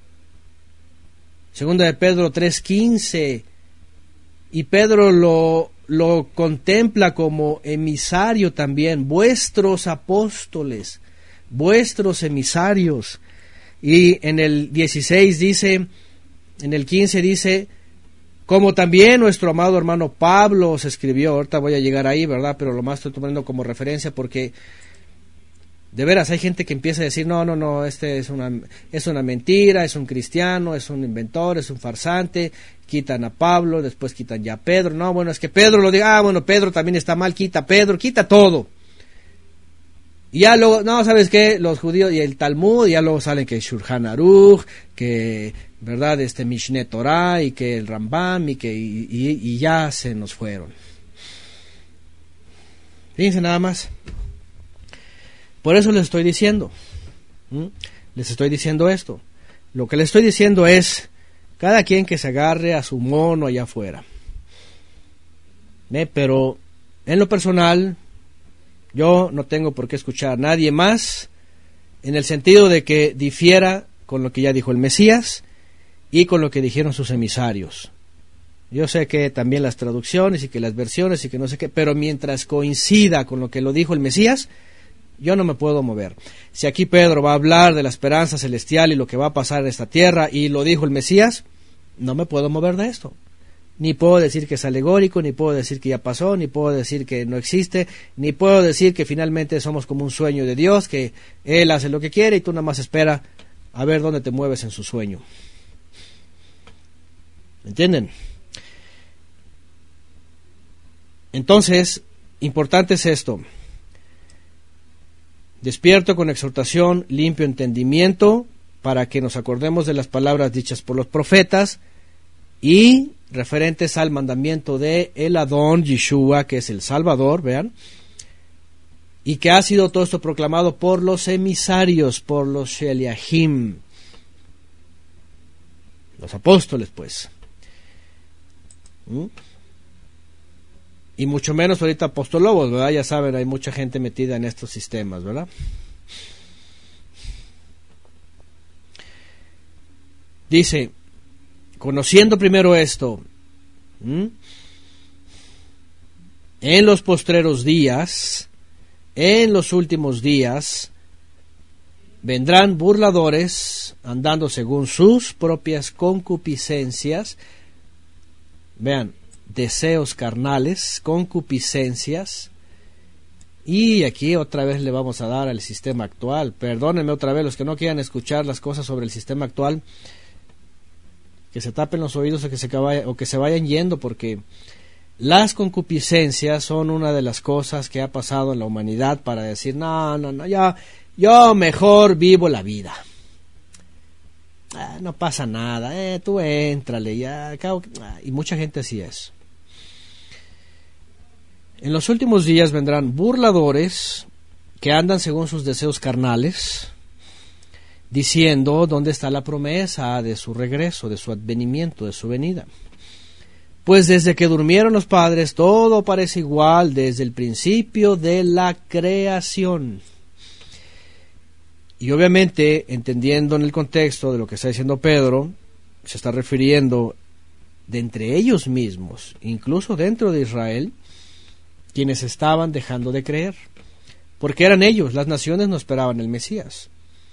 segunda de Pedro tres quince, y Pedro lo, lo contempla como emisario también, vuestros apóstoles, vuestros emisarios. Y en el dieciséis dice, en el quince dice, como también nuestro amado hermano Pablo os escribió. Ahorita voy a llegar ahí, ¿verdad? Pero lo más estoy tomando como referencia porque de veras hay gente que empieza a decir, no, no, no, este es una, es una mentira, es un cristiano, es un inventor, es un farsante. Quitan a Pablo, después quitan ya a Pedro. No, bueno, es que Pedro lo diga, ah, bueno, Pedro también está mal, quita a Pedro, quita todo. Y ya luego, no, ¿sabes qué? Los judíos y el Talmud, ya luego salen que Shulchan Aruch, que, ¿verdad? Este Mishneh Torah, y que el Rambam, y que, y, y, y ya se nos fueron. Fíjense nada más. Por eso les estoy diciendo, ¿Mm? les estoy diciendo esto. Lo que les estoy diciendo es Cada quien que se agarre a su mono allá afuera. ¿Eh? Pero en lo personal, yo no tengo por qué escuchar a nadie más, en el sentido de que difiera con lo que ya dijo el Mesías y con lo que dijeron sus emisarios. Yo sé que también las traducciones y que las versiones y que no sé qué, pero mientras coincida con lo que lo dijo el Mesías, yo no me puedo mover. Si aquí Pedro va a hablar de la esperanza celestial y lo que va a pasar en esta tierra y lo dijo el Mesías, no me puedo mover de esto. Ni puedo decir que es alegórico, ni puedo decir que ya pasó, ni puedo decir que no existe, ni puedo decir que finalmente somos como un sueño de Dios, que Él hace lo que quiere y tú nada más espera a ver dónde te mueves en su sueño. ¿Entienden? Entonces, importante es esto. Despierto con exhortación, limpio entendimiento, para que nos acordemos de las palabras dichas por los profetas y referentes al mandamiento de el Adón Yeshua, que es el Salvador, vean, y que ha sido todo esto proclamado por los emisarios, por los Sheliahim, los apóstoles, pues. ¿Mm? Y mucho menos ahorita apostolobos, ¿verdad? Ya saben, hay mucha gente metida en estos sistemas, ¿verdad? Dice, conociendo primero esto, ¿m? en los postreros días, en los últimos días, vendrán burladores andando según sus propias concupiscencias. Vean, deseos carnales, concupiscencias, y aquí otra vez le vamos a dar al sistema actual. Perdónenme otra vez los que no quieran escuchar las cosas sobre el sistema actual, que se tapen los oídos o que se, vaya, o que se vayan yendo, porque las concupiscencias son una de las cosas que ha pasado en la humanidad para decir, no, no, no, ya, yo mejor vivo la vida. Ah, no pasa nada, eh, tú éntrale, ya, ah, y mucha gente así es. En los últimos días vendrán burladores que andan según sus deseos carnales, diciendo dónde está la promesa de su regreso, de su advenimiento, de su venida. Pues desde que durmieron los padres, todo parece igual desde el principio de la creación. Y obviamente, entendiendo en el contexto de lo que está diciendo Pedro, se está refiriendo de entre ellos mismos, incluso dentro de Israel, quienes estaban dejando de creer, porque eran ellos, las naciones no esperaban el Mesías,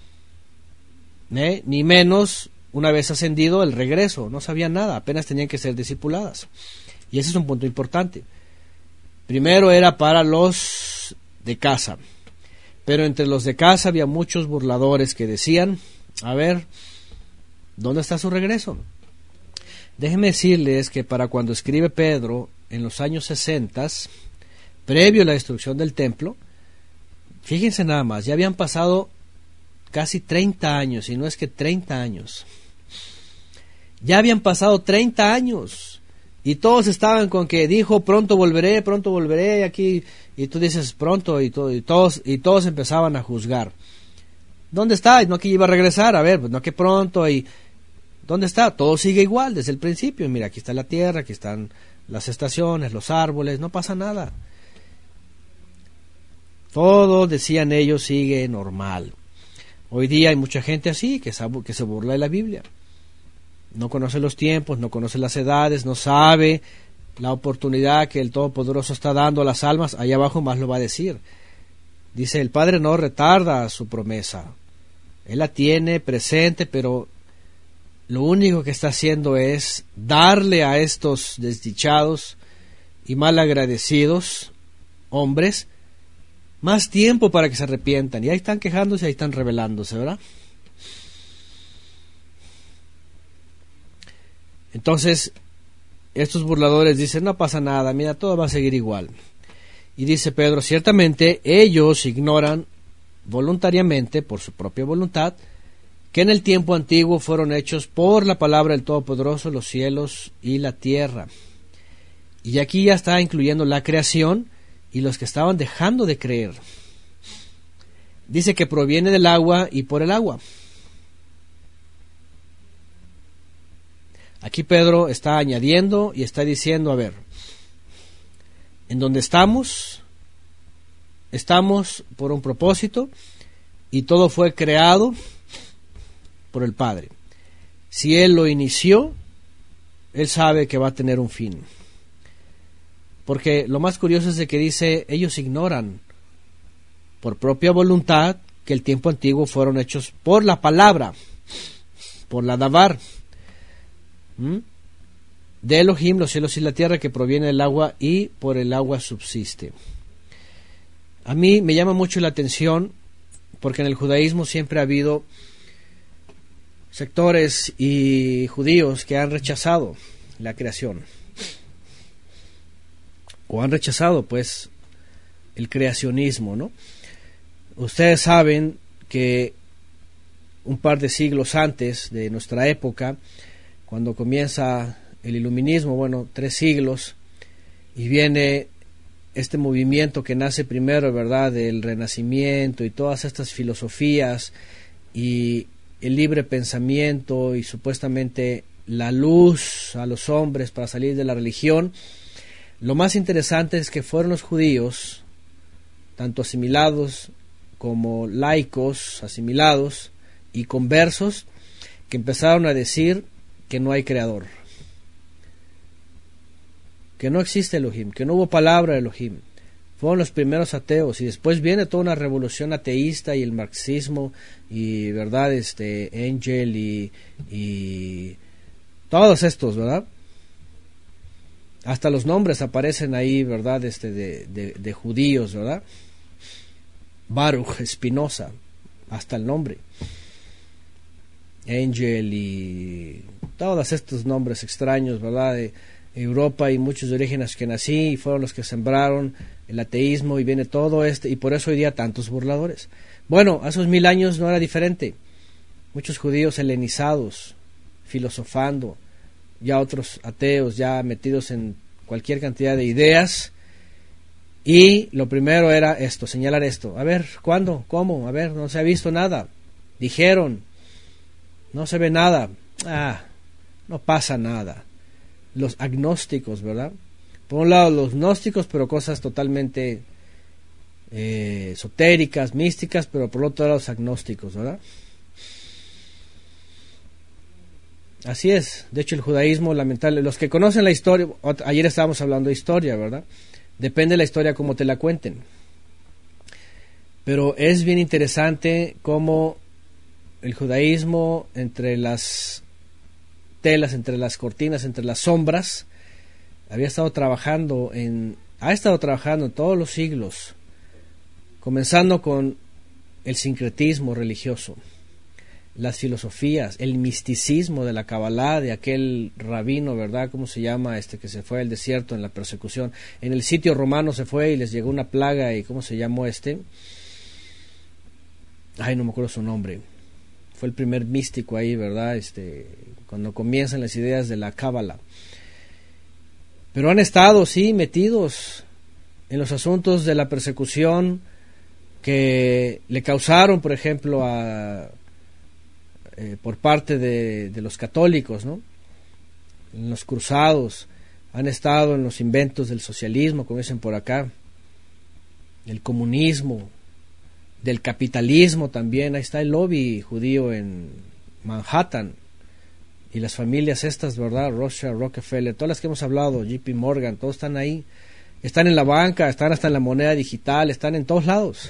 ¿Eh? ni menos una vez ascendido el regreso, no sabían nada, apenas tenían que ser discipuladas, y ese es un punto importante. Primero era para los de casa, pero entre los de casa había muchos burladores que decían, a ver, ¿dónde está su regreso? Déjenme decirles que para cuando escribe Pedro, en los años sesentas, previo a la destrucción del templo, fíjense nada más, ya habían pasado casi treinta años, y no es que treinta años, ya habían pasado treinta años, y todos estaban con que dijo, pronto volveré, pronto volveré, aquí, y tú dices, pronto, y, to- y todos y todos empezaban a juzgar. ¿Dónde está? No que iba a regresar, a ver, pues no que pronto, y ¿dónde está? Todo sigue igual desde el principio, mira, aquí está la tierra, aquí están las estaciones, los árboles, no pasa nada. Todo, decían ellos, sigue normal. Hoy día hay mucha gente así, que, sabe, que se burla de la Biblia. No conoce los tiempos, no conoce las edades, no sabe la oportunidad que el Todopoderoso está dando a las almas. Allá abajo más lo va a decir. Dice, el Padre no retarda su promesa. Él la tiene presente, pero lo único que está haciendo es darle a estos desdichados y malagradecidos hombres más tiempo para que se arrepientan. Y ahí están quejándose, ahí están rebelándose, ¿verdad? Entonces, estos burladores dicen, no pasa nada, mira, todo va a seguir igual. Y dice Pedro, ciertamente ellos ignoran voluntariamente, por su propia voluntad, que en el tiempo antiguo fueron hechos por la palabra del Todopoderoso los cielos y la tierra. Y aquí ya está incluyendo la creación y los que estaban dejando de creer. Dice que proviene del agua y por el agua. Aquí Pedro está añadiendo y está diciendo, a ver, en donde estamos, estamos por un propósito y todo fue creado por el Padre. Si Él lo inició, Él sabe que va a tener un fin. Porque lo más curioso es de que dice, ellos ignoran por propia voluntad que el tiempo antiguo fueron hechos por la palabra, por la davar, ¿Mm? de Elohim, los cielos y la tierra, que proviene del agua y por el agua subsiste. A mí me llama mucho la atención porque en el judaísmo siempre ha habido sectores y judíos que han rechazado la creación o han rechazado pues el creacionismo, ¿no? Ustedes saben que un par de siglos antes de nuestra época, cuando comienza el iluminismo, bueno, tres siglos, y viene este movimiento que nace primero, ¿verdad?, del Renacimiento y todas estas filosofías y el libre pensamiento y supuestamente la luz a los hombres para salir de la religión. Lo más interesante es que fueron los judíos, tanto asimilados como laicos, asimilados y conversos, que empezaron a decir que no hay creador, que no existe Elohim, que no hubo palabra de Elohim. Fueron los primeros ateos y después viene toda una revolución ateísta y el marxismo y, verdad, este Engel y, y todos estos, ¿verdad? Hasta los nombres aparecen ahí, ¿verdad? Este de, de, de judíos, ¿verdad? Baruch, Spinoza, hasta el nombre. Engel y todos estos nombres extraños, ¿verdad? De Europa y muchos de origen askenazí, y fueron los que sembraron el ateísmo y viene todo este, y por eso hoy día tantos burladores. Bueno, hace unos mil años no era diferente. Muchos judíos helenizados, filosofando, ya otros ateos, ya metidos en cualquier cantidad de ideas. Y lo primero era esto, señalar esto. A ver, ¿cuándo? ¿Cómo? A ver, no se ha visto nada. Dijeron, no se ve nada. Ah, no pasa nada. Los agnósticos, ¿verdad? Por un lado los gnósticos, pero cosas totalmente eh, esotéricas, místicas, pero por otro lado los agnósticos, ¿verdad? Así es. De hecho, el judaísmo, lamentable, los que conocen la historia, ayer estábamos hablando de historia, ¿verdad? Depende de la historia como te la cuenten. Pero es bien interesante cómo el judaísmo, entre las telas, entre las cortinas, entre las sombras, había estado trabajando en, ha estado trabajando en todos los siglos, comenzando con el sincretismo religioso, las filosofías, el misticismo de la Kabbalah, de aquel rabino, ¿verdad? ¿Cómo se llama? Este que se fue al desierto en la persecución. En el sitio romano se fue y les llegó una plaga, y ¿cómo se llamó este? Ay, no me acuerdo su nombre. Fue el primer místico ahí, ¿verdad? Este, cuando comienzan las ideas de la Kabbalah. Pero han estado, sí, metidos en los asuntos de la persecución que le causaron, por ejemplo, a Eh, por parte de, de los católicos, ¿no? En los cruzados, han estado en los inventos del socialismo, como dicen por acá, del comunismo, del capitalismo también. Ahí está el lobby judío en Manhattan y las familias estas, ¿verdad? Rothschild, Rockefeller, todas las que hemos hablado, J P Morgan, todos están ahí, están en la banca, están hasta en la moneda digital, están en todos lados.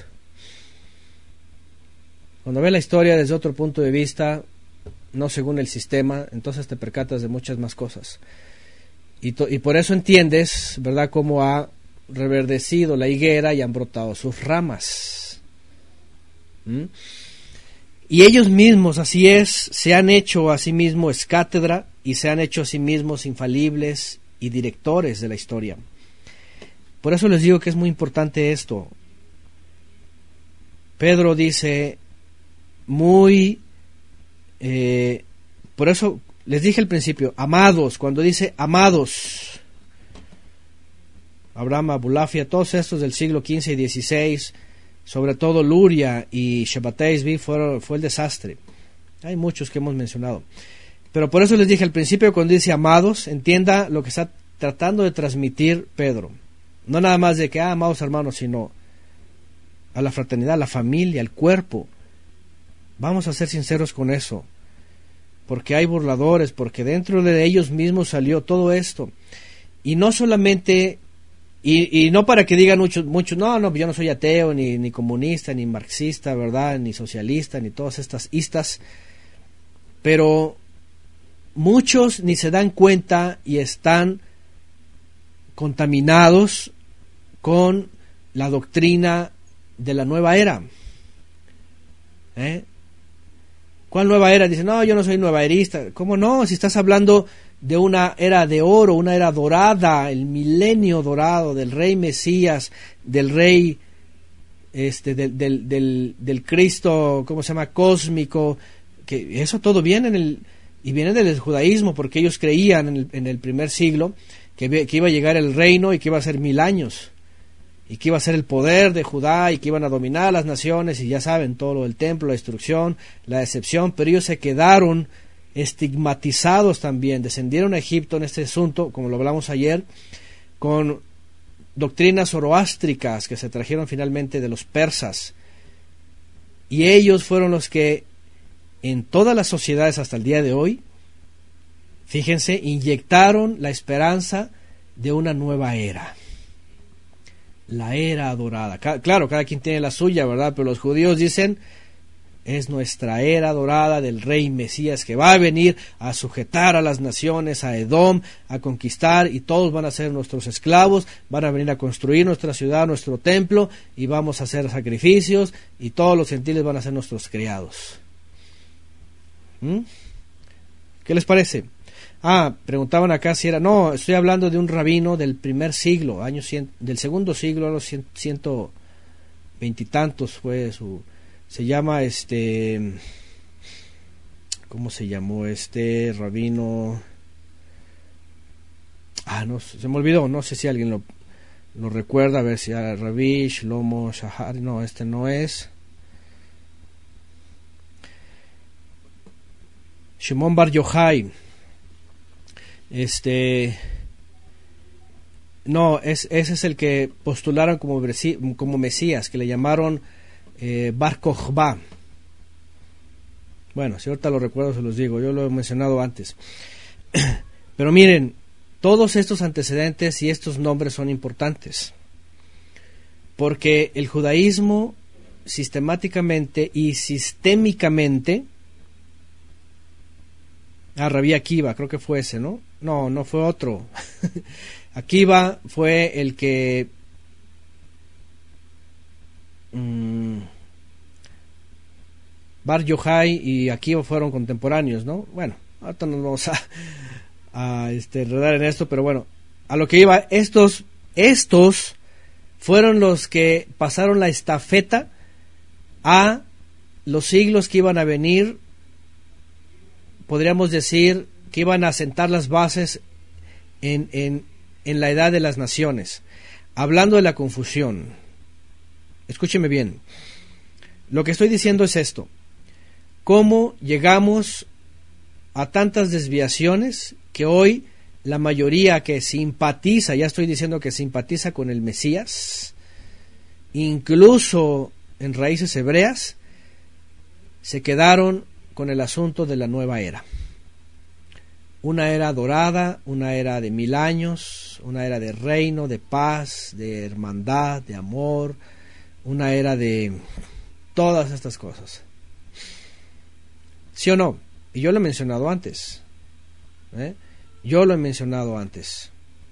Cuando ves la historia desde otro punto de vista, no según el sistema, entonces te percatas de muchas más cosas. Y, to- y por eso entiendes, ¿verdad?, cómo ha reverdecido la higuera y han brotado sus ramas. ¿Mm? Y ellos mismos, así es, se han hecho a sí mismos cátedra y se han hecho a sí mismos infalibles y directores de la historia. Por eso les digo que es muy importante esto. Pedro dice... muy eh, por eso les dije al principio, amados, cuando dice amados, Abraham, Abulafia, todos estos del siglo quince y dieciséis, sobre todo Luria y Shabbatai Zvi, fue, fue el desastre. Hay muchos que hemos mencionado, Pero por eso les dije al principio, cuando dice amados, entienda lo que está tratando de transmitir Pedro. No nada más de que, ah, amados hermanos, sino a la fraternidad, a la familia, al cuerpo. Vamos a ser sinceros con eso. Porque hay burladores, porque dentro de ellos mismos salió todo esto. Y no solamente, y, y no para que digan muchos, muchos, no, no, yo no soy ateo, ni, ni comunista, ni marxista, ¿verdad? Ni socialista, ni todas estas istas. Pero muchos ni se dan cuenta y están contaminados con la doctrina de la nueva era. ¿Eh? ¿Cuál nueva era? Dicen, no, yo no soy nuevaerista. ¿Cómo no? Si estás hablando de una era de oro, una era dorada, el milenio dorado del rey Mesías, del rey, este, del, del, del, del Cristo, ¿cómo se llama? Cósmico, que eso todo viene en el, y viene del judaísmo, porque ellos creían en el, en el primer siglo que, que iba a llegar el reino y que iba a ser mil años. Y que iba a ser el poder de Judá y que iban a dominar las naciones, y ya saben, todo lo del templo, la destrucción, la decepción, pero ellos se quedaron estigmatizados también, descendieron a Egipto en este asunto, como lo hablamos ayer, con doctrinas zoroástricas que se trajeron finalmente de los persas, y ellos fueron los que en todas las sociedades hasta el día de hoy, fíjense, inyectaron la esperanza de una nueva era. La era dorada. Claro, cada quien tiene la suya, ¿verdad? Pero los judíos dicen, es nuestra era dorada del rey Mesías que va a venir a sujetar a las naciones, a Edom, a conquistar, y todos van a ser nuestros esclavos, van a venir a construir nuestra ciudad, nuestro templo, y vamos a hacer sacrificios, y todos los gentiles van a ser nuestros criados. ¿Mm? ¿Qué les parece? Ah, preguntaban acá si era... No, estoy hablando de un rabino del primer siglo, año cien, del segundo siglo, a los cien, ciento veintitantos fue su... Se llama este... ¿Cómo se llamó este rabino? Ah, no, se me olvidó, no sé si alguien lo, lo recuerda, a ver si era Rabbi Shlomo Shahar, no, este no es... Shimon Bar Yochai. Este, no, es, ese es el que postularon como, como Mesías, que le llamaron eh, Bar Kokhba. Bueno, si ahorita lo recuerdo se los digo, yo lo he mencionado antes. Pero miren, todos estos antecedentes y estos nombres son importantes, porque el judaísmo sistemáticamente y sistémicamente... Ah, Rabí Akiva, creo que fue ese, ¿no? No, no fue otro. Akiva fue el que... Mmm, Bar Yochai y Akiva fueron contemporáneos, ¿no? Bueno, ahorita nos vamos a, a este, enredar en esto, pero bueno, a lo que iba, estos, estos fueron los que pasaron la estafeta a los siglos que iban a venir. Podríamos decir que iban a sentar las bases en, en, en la edad de las naciones. Hablando de la confusión, escúcheme bien, lo que estoy diciendo es esto: cómo llegamos a tantas desviaciones que hoy la mayoría que simpatiza, ya estoy diciendo que simpatiza con el Mesías, incluso en raíces hebreas, se quedaron con el asunto de la nueva era. Una era dorada, una era de mil años, una era de reino, de paz, de hermandad, de amor, una era de todas estas cosas. ¿Sí o no? Y yo lo he mencionado antes. ¿eh? Yo lo he mencionado antes.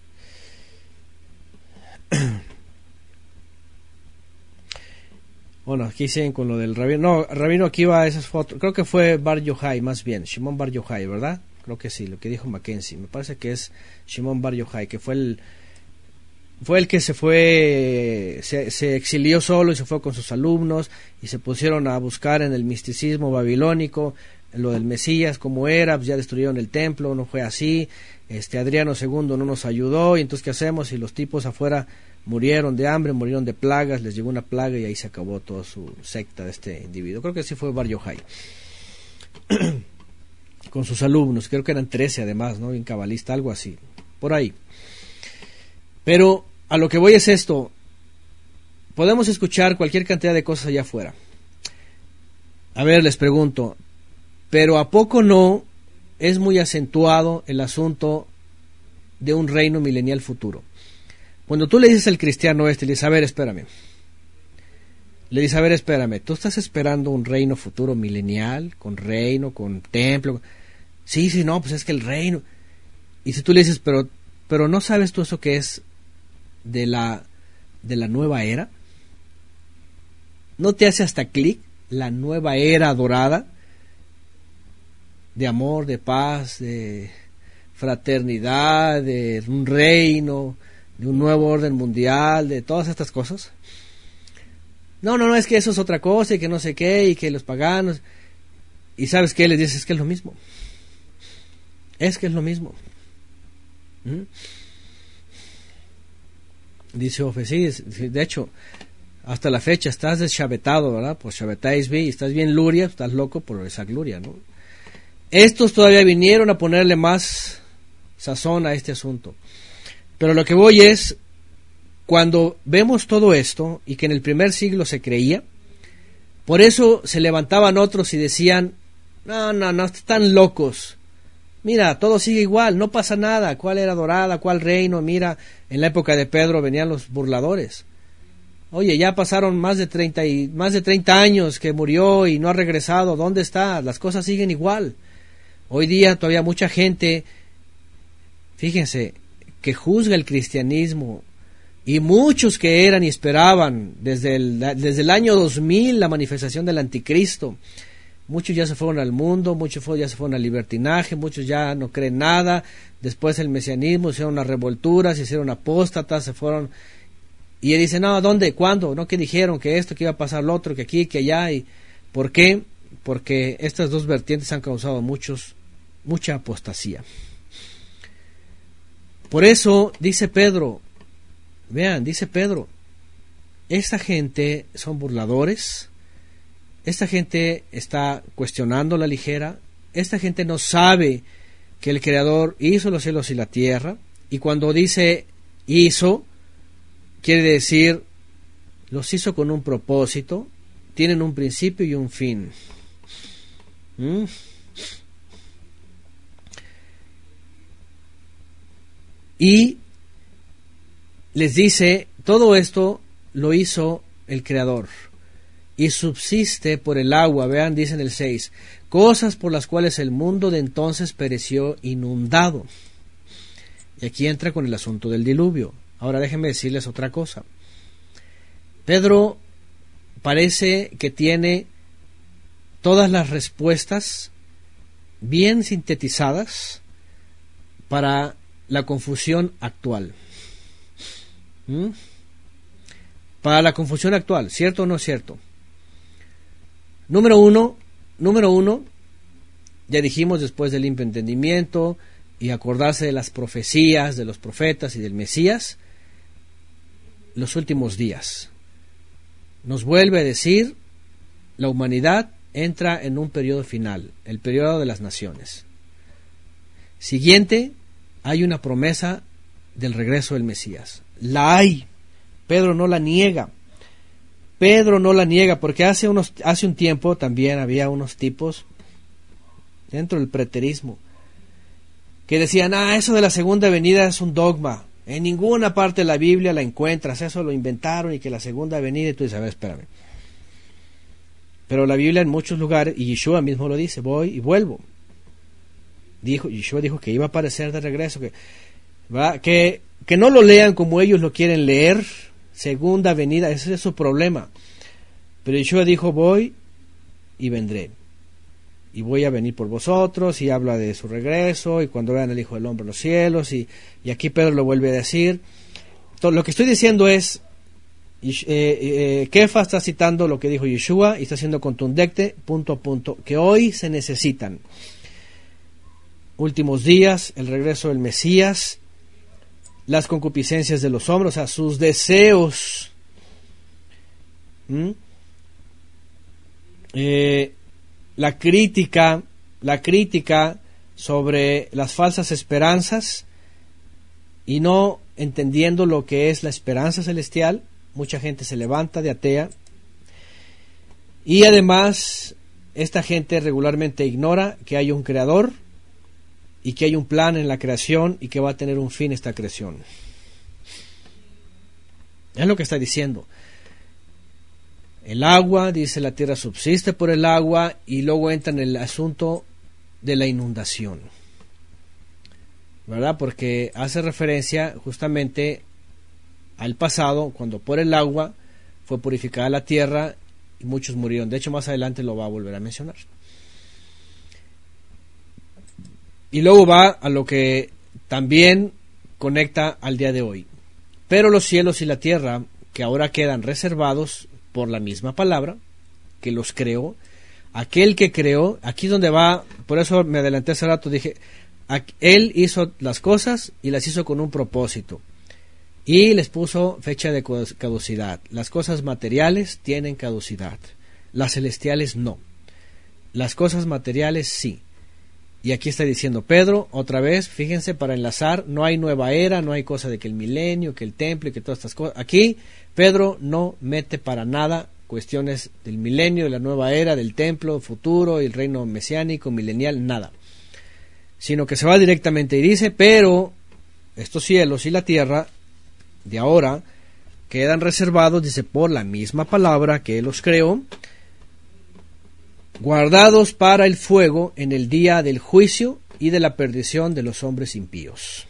Bueno, aquí siguen con lo del rabino. No, rabino Akiva, esas fotos. Creo que fue Bar Yochai, más bien. Shimon Bar Yochai, ¿verdad? Creo que sí, lo que dijo Mackenzie. Me parece que es Shimon Bar Yochai, que fue el fue el que se fue, se, se exilió solo y se fue con sus alumnos y se pusieron a buscar en el misticismo babilónico, en lo del Mesías, cómo era, pues ya destruyeron el templo, no fue así. Este Adriano segundo no nos ayudó, y entonces ¿qué hacemos? Y los tipos afuera murieron de hambre, murieron de plagas, les llegó una plaga y ahí se acabó toda su secta de este individuo. Creo que sí fue Bar Yochai. con sus alumnos, creo que eran trece además, ¿no? En cabalista, algo así, por ahí. Pero a lo que voy es esto: podemos escuchar cualquier cantidad de cosas allá afuera. A ver, les pregunto, ¿pero a poco no es muy acentuado el asunto de un reino milenial futuro? Cuando tú le dices al cristiano este, le dices, a ver, espérame. Le dices, a ver, espérame, ¿tú estás esperando un reino futuro milenial, con reino, con templo? Sí, sí, no, pues es que el reino... Y si tú le dices, pero, pero ¿no sabes tú eso que es de la, de la nueva era? ¿No te hace hasta clic la nueva era dorada? De amor, de paz, de fraternidad, de un reino, de un nuevo orden mundial, de todas estas cosas. No, no, no, es que eso es otra cosa y que no sé qué y que los paganos. Y ¿sabes qué? Les dices, es que es lo mismo. Es que es lo mismo. ¿Mm? Dice Ofe, sí, de hecho, hasta la fecha estás deschavetado, ¿verdad? Por Shabetais B, y estás bien luria, estás loco por esa gloria, ¿no? Estos todavía vinieron a ponerle más sazón a este asunto. Pero lo que voy es, cuando vemos todo esto, y que en el primer siglo se creía, por eso se levantaban otros y decían, no, no, no, están locos. Mira, todo sigue igual, no pasa nada. ¿Cuál era dorada? ¿Cuál reino? Mira, en la época de Pedro venían los burladores. Oye, ya pasaron más de treinta y más de treinta años que murió y no ha regresado. ¿Dónde está? Las cosas siguen igual. Hoy día todavía mucha gente, fíjense, que juzga el cristianismo, y muchos que eran y esperaban desde el, desde el año dos mil la manifestación del anticristo. Muchos ya se fueron al mundo, muchos ya se fueron al libertinaje, muchos ya no creen nada. Después el mesianismo, hicieron una revoltura, se hicieron apóstatas, se fueron. Y él dice, no, ¿dónde? ¿Cuándo? ¿No? ¿Qué dijeron? Que esto, que iba a pasar lo otro, que aquí, que allá. ¿Y por qué? Porque estas dos vertientes han causado muchos, mucha apostasía. Por eso dice Pedro, vean, dice Pedro, esta gente son burladores. Esta gente está cuestionando la ligera. Esta gente no sabe que el Creador hizo los cielos y la tierra. Y cuando dice hizo, quiere decir los hizo con un propósito. Tienen un principio y un fin. ¿Mm? Y les dice, todo esto lo hizo el Creador. Y subsiste por el agua, vean, dice en el seis, cosas por las cuales el mundo de entonces pereció inundado. Y aquí entra con el asunto del diluvio. Ahora déjenme decirles otra cosa. Pedro parece que tiene todas las respuestas bien sintetizadas para la confusión actual. ¿Mm? Para la confusión actual, ¿cierto o no cierto? Número uno, número uno, ya dijimos después del limpio entendimiento y acordarse de las profecías de los profetas y del Mesías, los últimos días. Nos vuelve a decir, la humanidad entra en un periodo final, el periodo de las naciones. Siguiente, hay una promesa del regreso del Mesías. La hay. Pedro no la niega. Pedro no la niega, porque hace unos hace un tiempo también había unos tipos dentro del preterismo que decían, ah, eso de la segunda venida es un dogma. En ninguna parte de la Biblia la encuentras, eso lo inventaron y que la segunda venida, y tú dices, a ver, espérame. Pero la Biblia en muchos lugares, y Yeshua mismo lo dice, voy y vuelvo. Dijo, Yeshua dijo que iba a aparecer de regreso, que, ¿verdad? que que no lo lean como ellos lo quieren leer, segunda venida, ese es su problema. Pero Yeshua dijo, voy y vendré. Y voy a venir por vosotros, y habla de su regreso, y cuando vean al Hijo del Hombre en los cielos, y, y aquí Pedro lo vuelve a decir. Todo, lo que estoy diciendo es, eh, eh, Kefa está citando lo que dijo Yeshua, y está siendo contundente, punto a punto, que hoy se necesitan. Últimos días, el regreso del Mesías, las concupiscencias de los hombres, o sea, sus deseos. ¿Mm? Eh, la crítica la crítica sobre las falsas esperanzas y no entendiendo lo que es la esperanza celestial. Mucha gente se levanta de atea y además esta gente regularmente ignora que hay un creador y que hay un plan en la creación y que va a tener un fin esta creación. Es lo que está diciendo. El agua, dice, la tierra subsiste por el agua, y luego entra en el asunto de la inundación, ¿verdad? Porque hace referencia justamente al pasado, cuando por el agua fue purificada la tierra y muchos murieron. De hecho, más adelante lo va a volver a mencionar. Y luego va a lo que también conecta al día de hoy. Pero los cielos y la tierra, que ahora quedan reservados por la misma palabra, que los creó, aquel que creó, aquí donde va, por eso me adelanté hace rato, dije, él hizo las cosas y las hizo con un propósito, y les puso fecha de caducidad. Las cosas materiales tienen caducidad, las celestiales no, las cosas materiales sí. Y aquí está diciendo Pedro, otra vez, fíjense, para enlazar, no hay nueva era, no hay cosa de que el milenio, que el templo y que todas estas cosas. Aquí Pedro no mete para nada cuestiones del milenio, de la nueva era, del templo, futuro, el reino mesiánico, milenial, nada. Sino que se va directamente y dice, pero estos cielos y la tierra de ahora quedan reservados, dice, por la misma palabra que Él los creó, guardados para el fuego en el día del juicio y de la perdición de los hombres impíos.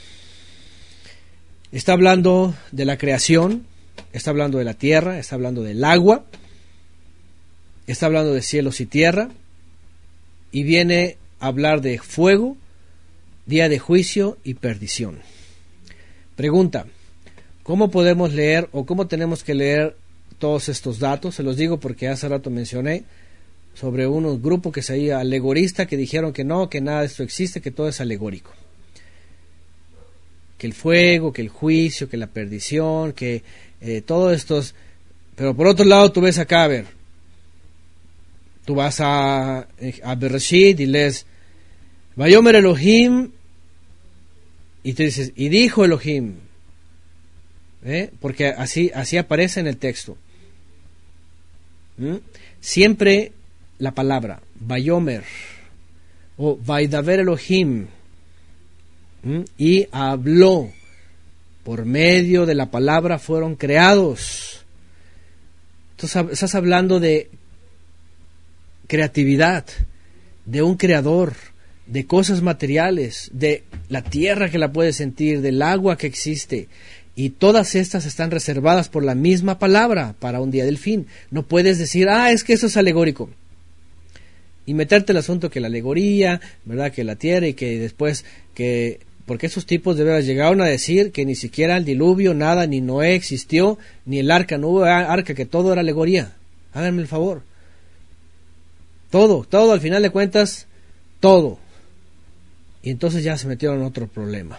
Está hablando de la creación, está hablando de la tierra, está hablando del agua, está hablando de cielos y tierra, y viene a hablar de fuego, día de juicio y perdición. Pregunta, ¿cómo podemos leer o cómo tenemos que leer todos estos datos? Se los digo porque hace rato mencioné sobre unos grupos que se veía alegorista, que dijeron que no, que nada de esto existe, que todo es alegórico. Que el fuego, que el juicio, que la perdición, que eh, todo estos... Pero por otro lado tú ves acá, a ver, tú vas a, a Bereshit y lees, Vayomer Elohim, y te dices, y dijo Elohim, ¿eh? Porque así, así aparece en el texto. ¿Mm? Siempre la palabra Vayomer o Vaidaber Elohim, ¿Mm? y habló, por medio de la palabra fueron creados. Entonces estás hablando de creatividad, de un creador, de cosas materiales, de la tierra que la puedes sentir, del agua que existe, y todas estas están reservadas por la misma palabra para un día del fin. No puedes decir, ah, es que eso es alegórico, y meterte el asunto que la alegoría, ¿verdad?, que la tierra, y que después que... Porque esos tipos de veras llegaron a decir que ni siquiera el diluvio, nada, ni Noé existió, ni el arca, no hubo arca, que todo era alegoría. Háganme el favor. Todo, todo, al final de cuentas, todo. Y entonces ya se metieron en otro problema.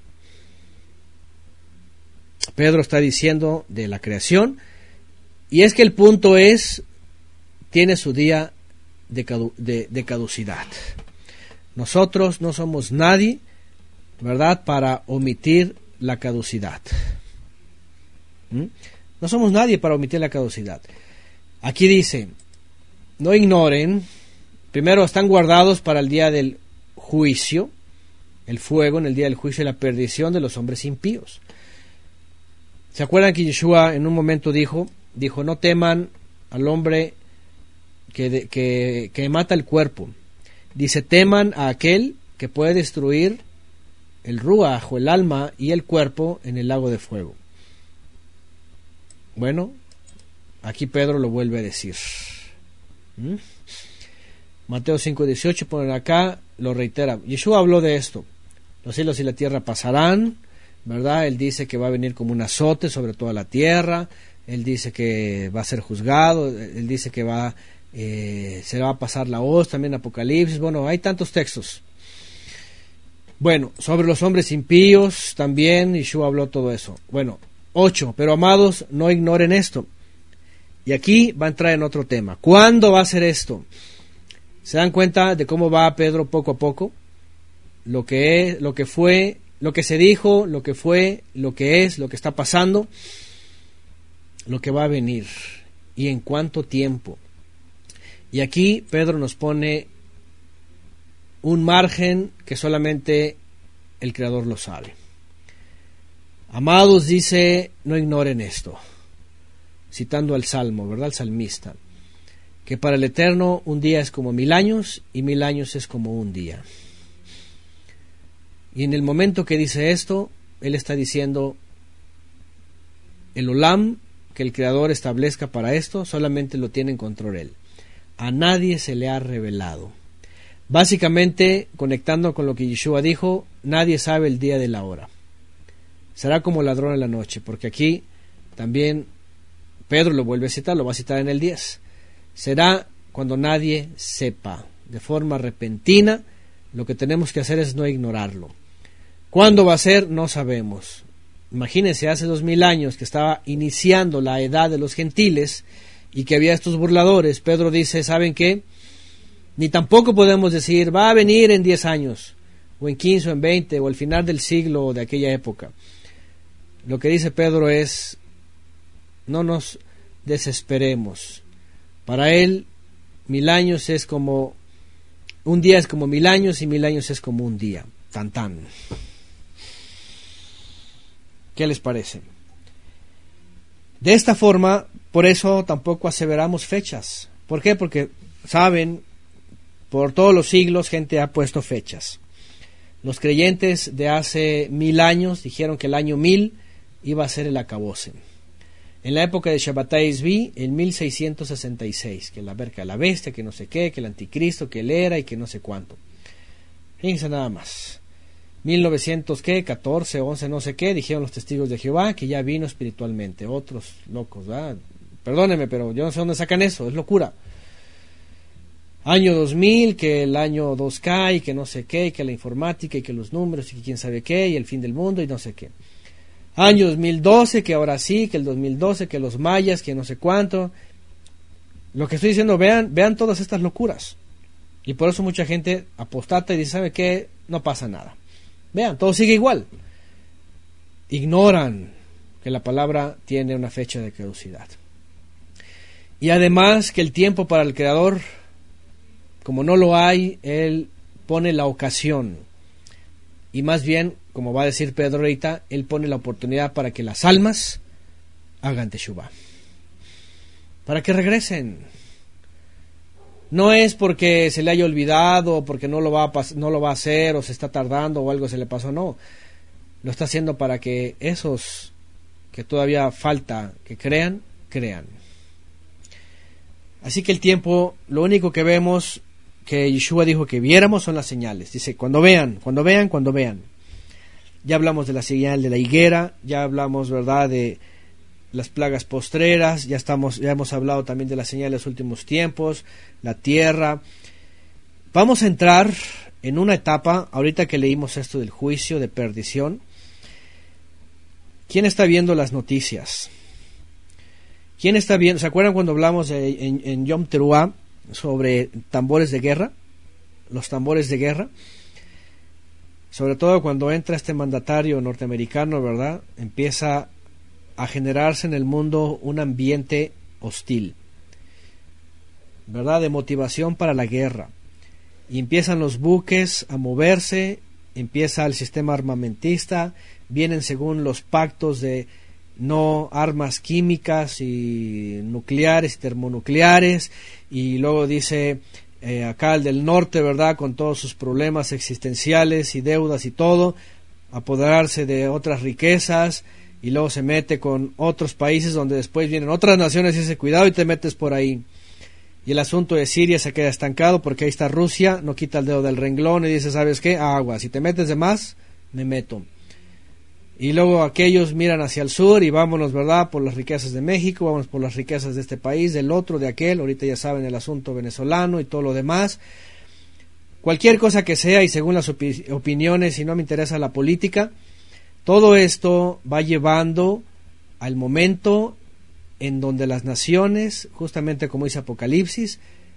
Pedro está diciendo de la creación, y es que el punto es, tiene su día de, cadu- de, de caducidad. Nosotros no somos nadie, ¿verdad?, para omitir la caducidad. ¿Mm? No somos nadie para omitir la caducidad. Aquí dice, no ignoren, primero están guardados para el día del juicio, el fuego en el día del juicio y la perdición de los hombres impíos. ¿Se acuerdan que Yeshua en un momento dijo, dijo, no teman al hombre que, de, que, que mata el cuerpo? Dice, teman a aquel que puede destruir el ruaj o el alma y el cuerpo en el lago de fuego. Bueno, aquí Pedro lo vuelve a decir. ¿Mm? Mateo cinco dieciocho, ponen acá, lo reitera. Yeshua habló de esto. Los cielos y la tierra pasarán, ¿verdad? Él dice que va a venir como un azote sobre toda la tierra. Él dice que va a ser juzgado. Él dice que va, eh, se va a pasar la hoz, también Apocalipsis. Bueno, hay tantos textos. Bueno, sobre los hombres impíos también Yeshua habló todo eso. Bueno, ocho, pero amados, no ignoren esto. Y aquí va a entrar en otro tema. ¿Cuándo va a ser esto? ¿Se dan cuenta de cómo va Pedro poco a poco? Lo que es, lo que fue, lo que se dijo, lo que fue, lo que es, lo que está pasando, lo que va a venir y en cuánto tiempo. Y aquí Pedro nos pone un margen que solamente el Creador lo sabe. Amados, dice, no ignoren esto, citando al Salmo, ¿verdad? El salmista, que para el Eterno un día es como mil años y mil años es como un día. Y en el momento que dice esto, él está diciendo, el Olam que el Creador establezca para esto, solamente lo tiene en control él. A nadie se le ha revelado. Básicamente, conectando con lo que Yeshua dijo, nadie sabe el día de la hora. Será como ladrón en la noche, porque aquí también Pedro lo vuelve a citar, lo va a citar en el diez. Será cuando nadie sepa, de forma repentina. Lo que tenemos que hacer es no ignorarlo. ¿Cuándo va a ser? No sabemos. Imagínense, hace dos mil años que estaba iniciando la edad de los gentiles y que había estos burladores. Pedro dice, ¿saben qué? Ni tampoco podemos decir, va a venir en diez años, o en quince, o en veinte, o al final del siglo de aquella época. Lo que dice Pedro es, no nos desesperemos. Para él, mil años es como, un día es como mil años y mil años es como un día. Tan tan. ¿Qué les parece? De esta forma, por eso tampoco aseveramos fechas. ¿Por qué? Porque, saben, por todos los siglos gente ha puesto fechas. Los creyentes de hace mil años dijeron que el año mil iba a ser el acabose. En la época de Shabbatai Zvi, en mil seiscientos sesenta y seis, que la verca de la bestia, que no sé qué, que el anticristo, que él era y que no sé cuánto. Fíjense nada más. mil novecientos catorce, once, no sé qué, dijeron los testigos de Jehová que ya vino espiritualmente. Otros locos, ¿verdad? Perdónenme, pero yo no sé dónde sacan eso, es locura. Año dos mil, que el año dos K, y que no sé qué, y que la informática, y que los números, y que quién sabe qué, y el fin del mundo, y no sé qué. Año dos mil doce, que ahora sí, que el dos mil doce, que los mayas, que no sé cuánto. Lo que estoy diciendo, vean, vean todas estas locuras. Y por eso mucha gente apostata y dice, ¿sabe qué? No pasa nada. Vean, todo sigue igual. Ignoran que la palabra tiene una fecha de caducidad. Y además que el tiempo para el Creador, como no lo hay, Él pone la ocasión. Y más bien, como va a decir Pedro ahorita, Él pone la oportunidad para que las almas hagan teshuvá. Para que regresen. No es porque se le haya olvidado, porque no lo va a pas- no lo va a hacer, o se está tardando, o algo se le pasó, no. Lo está haciendo para que esos que todavía falta que crean, crean. Así que el tiempo, lo único que vemos, que Yeshua dijo que viéramos, son las señales. Dice, cuando vean, cuando vean, cuando vean. Ya hablamos de la señal de la higuera, ya hablamos, ¿verdad?, de las plagas postreras, ya estamos, ya hemos hablado también de la señal de los últimos tiempos, la tierra. Vamos a entrar en una etapa, ahorita que leímos esto del juicio de perdición. ¿Quién está viendo las noticias? ¿Quién está viendo? ¿Se acuerdan cuando hablamos de, en, en Yom Teruah sobre tambores de guerra? Los tambores de guerra. Sobre todo cuando entra este mandatario norteamericano, ¿verdad? Empieza a generarse en el mundo un ambiente hostil, ¿verdad?, de motivación para la guerra. Y empiezan los buques a moverse, empieza el sistema armamentista, vienen según los pactos de no armas químicas y nucleares y termonucleares, y luego dice eh, acá el del norte, ¿verdad?, con todos sus problemas existenciales y deudas y todo, apoderarse de otras riquezas, y luego se mete con otros países donde después vienen otras naciones y dice, cuidado y te metes por ahí. Y el asunto de Siria se queda estancado porque ahí está Rusia, no quita el dedo del renglón y dice, ¿sabes qué? Agua, si te metes de más, me meto. Y luego aquellos miran hacia el sur y vámonos, ¿verdad?, por las riquezas de México, vámonos por las riquezas de este país, del otro, de aquel, ahorita ya saben el asunto venezolano y todo lo demás. Cualquier cosa que sea, y según las opi- opiniones, y no me interesa la política, todo esto va llevando al momento en donde las naciones, justamente como dice Apocalipsis,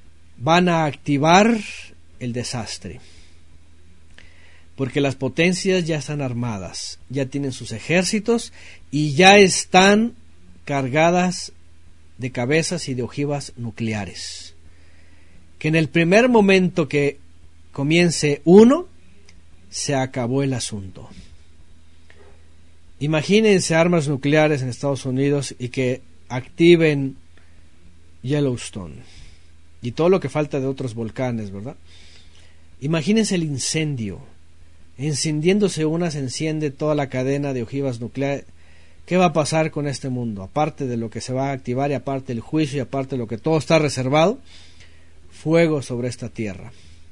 van a activar el desastre. Porque las potencias ya están armadas, ya tienen sus ejércitos y ya están cargadas de cabezas y de ojivas nucleares. Que en el primer momento que comience uno, se acabó el asunto. Imagínense armas nucleares en Estados Unidos y que activen Yellowstone y todo lo que falta de otros volcanes, ¿verdad? Imagínense el incendio. Encendiéndose una, se enciende toda la cadena de ojivas nucleares. ¿Qué va a pasar con este mundo? Aparte de lo que se va a activar y aparte el juicio y aparte de lo que todo está reservado, fuego sobre esta tierra.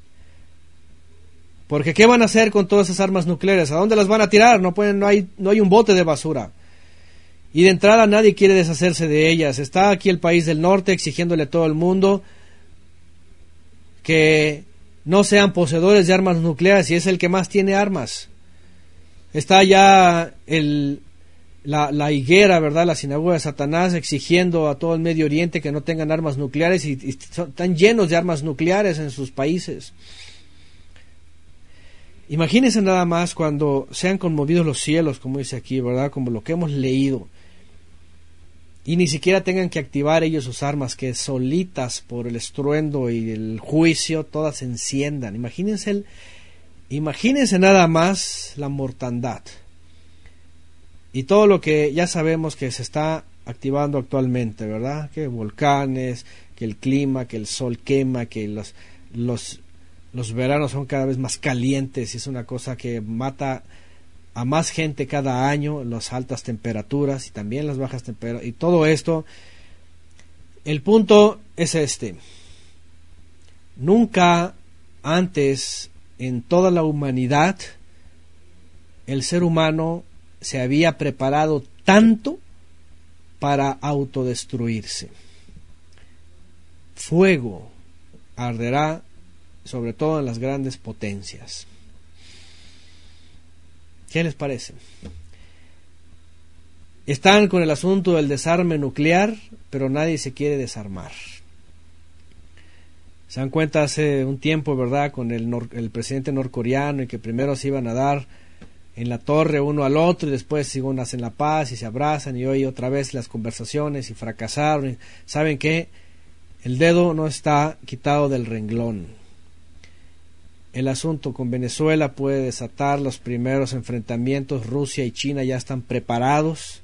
Porque ¿qué van a hacer con todas esas armas nucleares? ¿A dónde las van a tirar? No pueden, no hay, no hay un bote de basura. Y de entrada nadie quiere deshacerse de ellas. Está aquí el país del norte exigiéndole a todo el mundo que no sean poseedores de armas nucleares, y es el que más tiene armas. Está ya el, la, la higuera, ¿verdad? La sinagoga de Satanás exigiendo a todo el Medio Oriente que no tengan armas nucleares, y, y están llenos de armas nucleares en sus países. Imagínense nada más cuando sean conmovidos los cielos, como dice aquí, ¿verdad? Como lo que hemos leído. Y ni siquiera tengan que activar ellos sus armas, que solitas por el estruendo y el juicio todas se enciendan. Imagínense, el, imagínense nada más la mortandad. Y todo lo que ya sabemos que se está activando actualmente, ¿verdad? Que volcanes, que el clima, que el sol quema, que los... los Los veranos son cada vez más calientes y es una cosa que mata a más gente cada año, las altas temperaturas y también las bajas temperaturas y todo esto. El punto es este: nunca antes en toda la humanidad el ser humano se había preparado tanto para autodestruirse. Fuego arderá sobre todo en las grandes potencias. ¿Qué les parece? Están con el asunto del desarme nuclear, pero nadie se quiere desarmar. Se dan cuenta hace un tiempo, ¿verdad?, con el, nor- el presidente norcoreano, y que primero se iban a dar en la torre uno al otro y después según hacen la paz y se abrazan, y hoy otra vez las conversaciones y fracasaron. ¿Saben qué? El dedo no está quitado del renglón. El asunto con Venezuela puede desatar los primeros enfrentamientos. Rusia y China ya están preparados.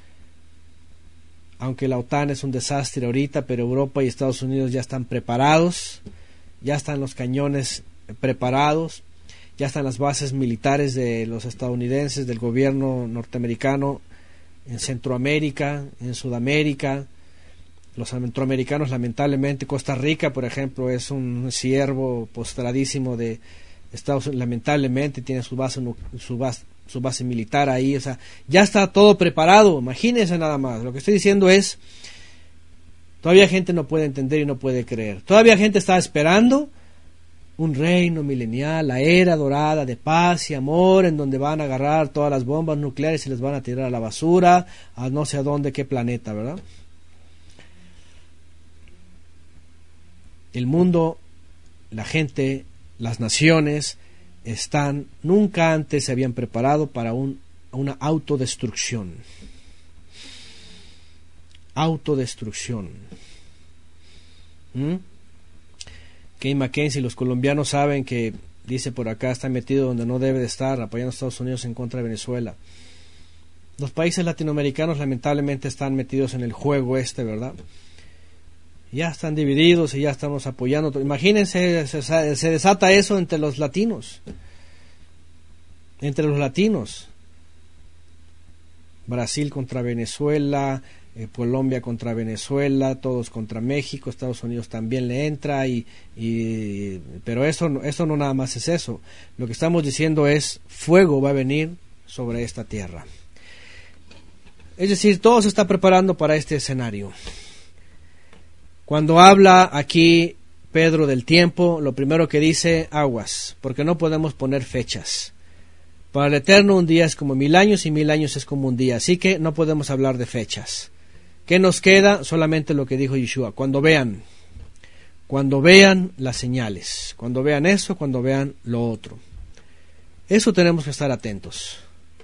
Aunque la OTAN es un desastre ahorita, pero Europa y Estados Unidos ya están preparados. Ya están los cañones preparados. Ya están las bases militares de los estadounidenses, del gobierno norteamericano en Centroamérica, en Sudamérica. Los centroamericanos, lamentablemente, Costa Rica, por ejemplo, es un siervo postradísimo de Estados Unidos, lamentablemente tiene su base, su base, su base militar ahí, o sea, ya está todo preparado, imagínense nada más. Lo que estoy diciendo es, todavía gente no puede entender y no puede creer, todavía gente está esperando un reino milenial, la era dorada de paz y amor, en donde van a agarrar todas las bombas nucleares y les van a tirar a la basura, a no sé a dónde, qué planeta, ¿verdad? El mundo, la gente, las naciones están, nunca antes se habían preparado para un, una autodestrucción. Autodestrucción. ¿Mm? Kay Mackenzie, los colombianos saben que, dice por acá, está metido donde no debe de estar, apoyando a Estados Unidos en contra de Venezuela. Los países latinoamericanos lamentablemente están metidos en el juego este, ¿verdad? Ya están divididos y ya estamos apoyando. Imagínense, se, se desata eso entre los latinos. Entre los latinos. Brasil contra Venezuela, eh, Colombia contra Venezuela, todos contra México, Estados Unidos también le entra, y, y pero eso, eso no nada más es eso. Lo que estamos diciendo es, fuego va a venir sobre esta tierra. Es decir, todo se está preparando para este escenario. Cuando habla aquí Pedro del tiempo, lo primero que dice, aguas, porque no podemos poner fechas. Para el Eterno un día es como mil años y mil años es como un día, así que no podemos hablar de fechas. ¿Qué nos queda? Solamente lo que dijo Yeshua. Cuando vean, cuando vean las señales, cuando vean eso, cuando vean lo otro. Eso tenemos que estar atentos.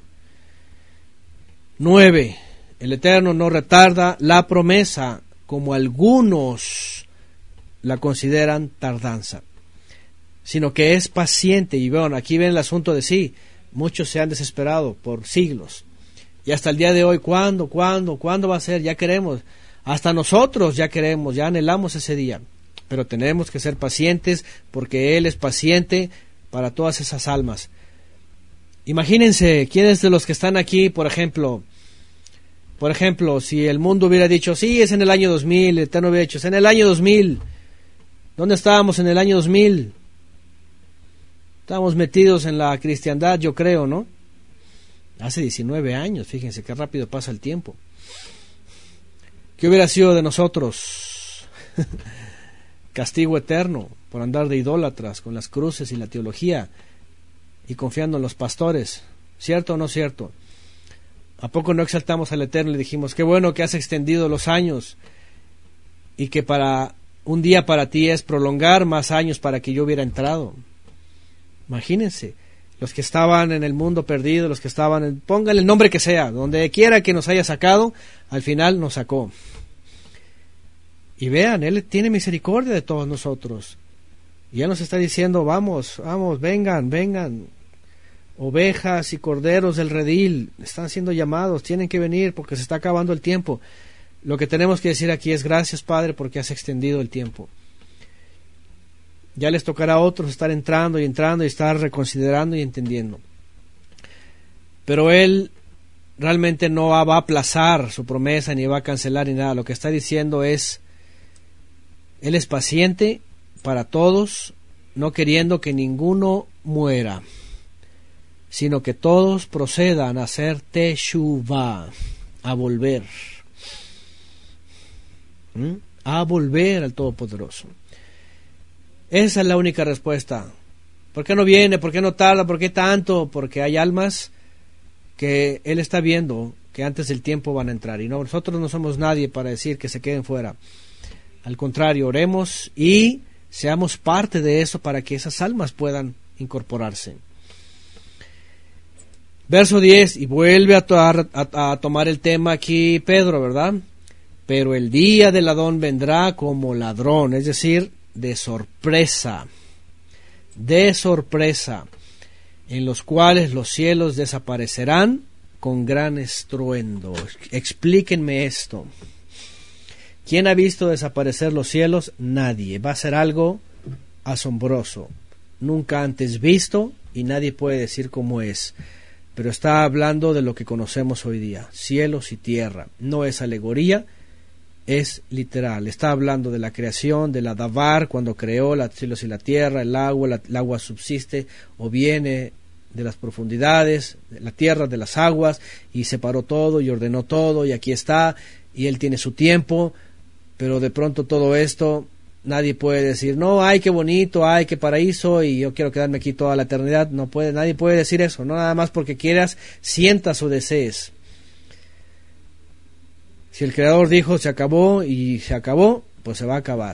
Nueve. El Eterno no retarda la promesa, como algunos la consideran tardanza, sino que es paciente. Y bueno, aquí ven el asunto de sí, muchos se han desesperado por siglos. Y hasta el día de hoy, ¿cuándo, cuándo, cuándo va a ser? Ya queremos, hasta nosotros ya queremos, ya anhelamos ese día. Pero tenemos que ser pacientes, porque Él es paciente para todas esas almas. Imagínense, ¿quiénes de los que están aquí, por ejemplo, por ejemplo, si el mundo hubiera dicho, sí, es en el año dos mil, el Eterno hubiera dicho, es en el año dos mil, ¿dónde estábamos en el año dos mil? Estábamos metidos en la cristiandad, yo creo, ¿no? Hace diecinueve años, fíjense qué rápido pasa el tiempo. ¿Qué hubiera sido de nosotros? Castigo eterno por andar de idólatras con las cruces y la teología y confiando en los pastores. ¿Cierto o no cierto? ¿A poco no exaltamos al Eterno y le dijimos, qué bueno que has extendido los años y que para un día para ti es prolongar más años para que yo hubiera entrado? Imagínense, los que estaban en el mundo perdido, los que estaban, en, póngale el nombre que sea, donde quiera que nos haya sacado, al final nos sacó. Y vean, Él tiene misericordia de todos nosotros. Y ya nos está diciendo, vamos, vamos, vengan, vengan. Ovejas y corderos del redil están siendo llamados, tienen que venir porque se está acabando el tiempo. Lo que tenemos que decir aquí es gracias, Padre, porque has extendido el tiempo. Ya les tocará a otros estar entrando y entrando y estar reconsiderando y entendiendo. Pero Él realmente no va a aplazar su promesa ni va a cancelar ni nada. Lo que está diciendo es, Él es paciente para todos, no queriendo que ninguno muera, sino que todos procedan a hacer teshuvah, a volver, ¿Mm? a volver al Todopoderoso. Esa es la única respuesta. ¿Por qué no viene? ¿Por qué no tarda? ¿Por qué tanto? Porque hay almas que Él está viendo que antes del tiempo van a entrar, y no, nosotros no somos nadie para decir que se queden fuera. Al contrario, oremos y seamos parte de eso para que esas almas puedan incorporarse. Verso diez, y vuelve a, to a, a tomar el tema aquí Pedro, ¿verdad? Pero el día del Adón vendrá como ladrón, es decir, de sorpresa, de sorpresa, en los cuales los cielos desaparecerán con gran estruendo. Explíquenme esto. ¿Quién ha visto desaparecer los cielos? Nadie. Va a ser algo asombroso, nunca antes visto, y nadie puede decir cómo es. Pero está hablando de lo que conocemos hoy día, cielos y tierra. No es alegoría, es literal. Está hablando de la creación, de la Davar, cuando creó los cielos y la tierra, el agua, la, el agua subsiste o viene de las profundidades, de la tierra, de las aguas, y separó todo y ordenó todo, y aquí está, y Él tiene su tiempo, pero de pronto todo esto, nadie puede decir, no, ay, qué bonito, ay, qué paraíso, y yo quiero quedarme aquí toda la eternidad. No puede, nadie puede decir eso, no nada más porque quieras, sientas o desees. Si el Creador dijo se acabó y se acabó, pues se va a acabar.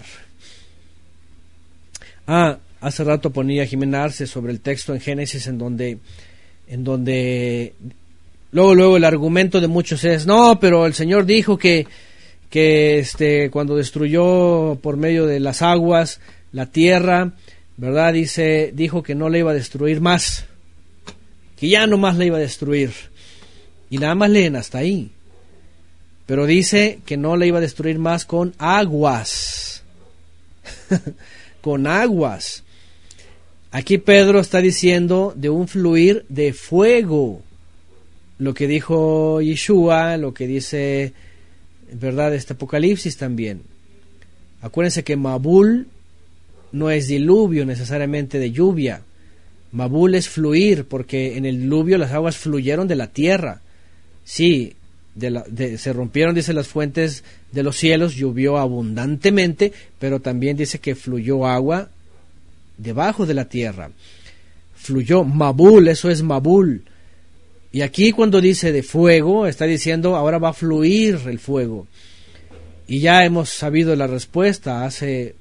Ah, hace rato ponía Jimena Arce sobre el texto en Génesis en donde, en donde, luego, luego el argumento de muchos es, no, pero el Señor dijo que que este cuando destruyó por medio de las aguas la tierra, ¿verdad? Dice, dijo que no la iba a destruir más, que ya no más la iba a destruir. Y nada más leen hasta ahí. Pero dice que no la iba a destruir más con aguas. Con aguas. Aquí Pedro está diciendo de un fluir de fuego. Lo que dijo Yeshua, lo que dice, ¿verdad?, este Apocalipsis también. Acuérdense que Mabul no es diluvio necesariamente de lluvia. Mabul es fluir, porque en el diluvio las aguas fluyeron de la tierra. Sí, de la, de, se rompieron, dice, las fuentes de los cielos, llovió abundantemente, pero también dice que fluyó agua debajo de la tierra. Fluyó Mabul, eso es Mabul. Y aquí cuando dice de fuego, está diciendo ahora va a fluir el fuego. Y ya hemos sabido la respuesta hace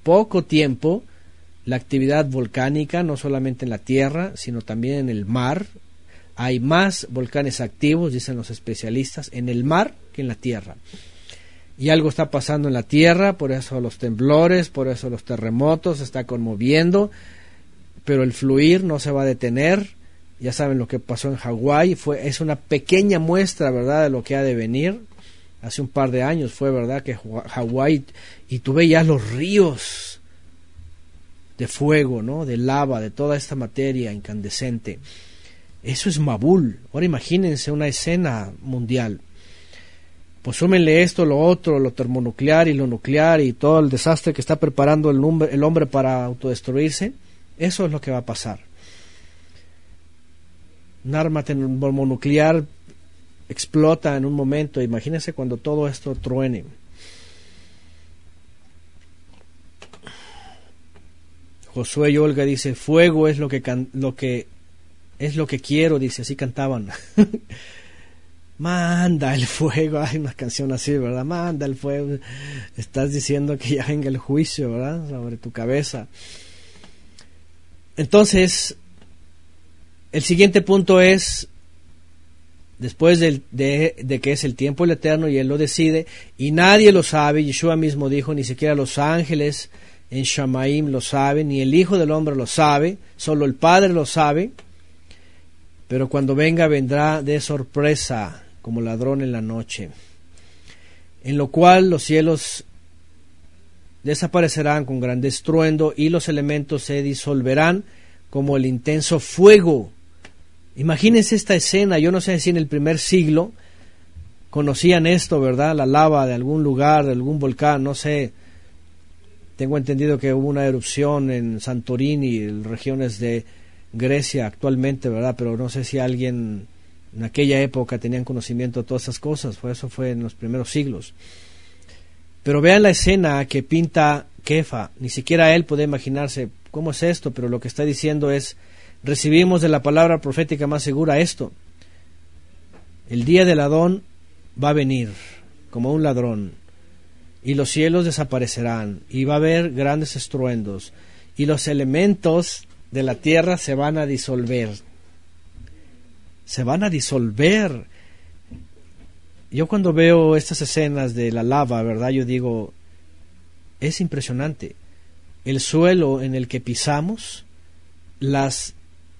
poco tiempo la actividad volcánica, no solamente en la tierra, sino también en el mar. Hay más volcanes activos, dicen los especialistas, en el mar que en la tierra. Y algo está pasando en la tierra, por eso los temblores, por eso los terremotos, se está conmoviendo, pero el fluir no se va a detener. Ya saben lo que pasó en Hawái, fue, es una pequeña muestra, ¿verdad?, de lo que ha de venir. Hace un par de años fue, ¿verdad?, que Hawái, y tú veías los ríos de fuego, ¿no?, de lava, de toda esta materia incandescente. Eso es Mabul. Ahora imagínense una escena mundial. Pues súmenle esto, lo otro, lo termonuclear y lo nuclear y todo el desastre que está preparando el hombre, el hombre para autodestruirse. Eso es lo que va a pasar. Un arma termonuclear explota en un momento. Imagínense cuando todo esto truene. Josué y Olga dice, fuego es lo que can- lo que es lo que quiero, dice, así cantaban. Manda el fuego, hay una canción así, ¿verdad? Manda el fuego. Estás diciendo que ya venga el juicio, ¿verdad?, sobre tu cabeza. Entonces, el siguiente punto es, después de, de, de que es el tiempo el eterno y Él lo decide, y nadie lo sabe, Yeshua mismo dijo, ni siquiera los ángeles en Shamaim lo saben, ni el Hijo del Hombre lo sabe, solo el Padre lo sabe, pero cuando venga vendrá de sorpresa, como ladrón en la noche, en lo cual los cielos desaparecerán con gran estruendo y los elementos se disolverán como el intenso fuego. Imagínense esta escena. Yo no sé si en el primer siglo conocían esto, ¿verdad? La lava de algún lugar, de algún volcán, no sé. Tengo entendido que hubo una erupción en Santorini, en regiones de Grecia actualmente, ¿verdad? Pero no sé si alguien en aquella época tenían conocimiento de todas esas cosas. Pues eso fue en los primeros siglos. Pero vean la escena que pinta Kefa. Ni siquiera él puede imaginarse cómo es esto, pero lo que está diciendo es, recibimos de la palabra profética más segura esto. El día del Adón va a venir como un ladrón, y los cielos desaparecerán, y va a haber grandes estruendos, y los elementos de la tierra se van a disolver. Se van a disolver. Yo cuando veo estas escenas de la lava, ¿verdad?, yo digo, es impresionante. El suelo en el que pisamos, las,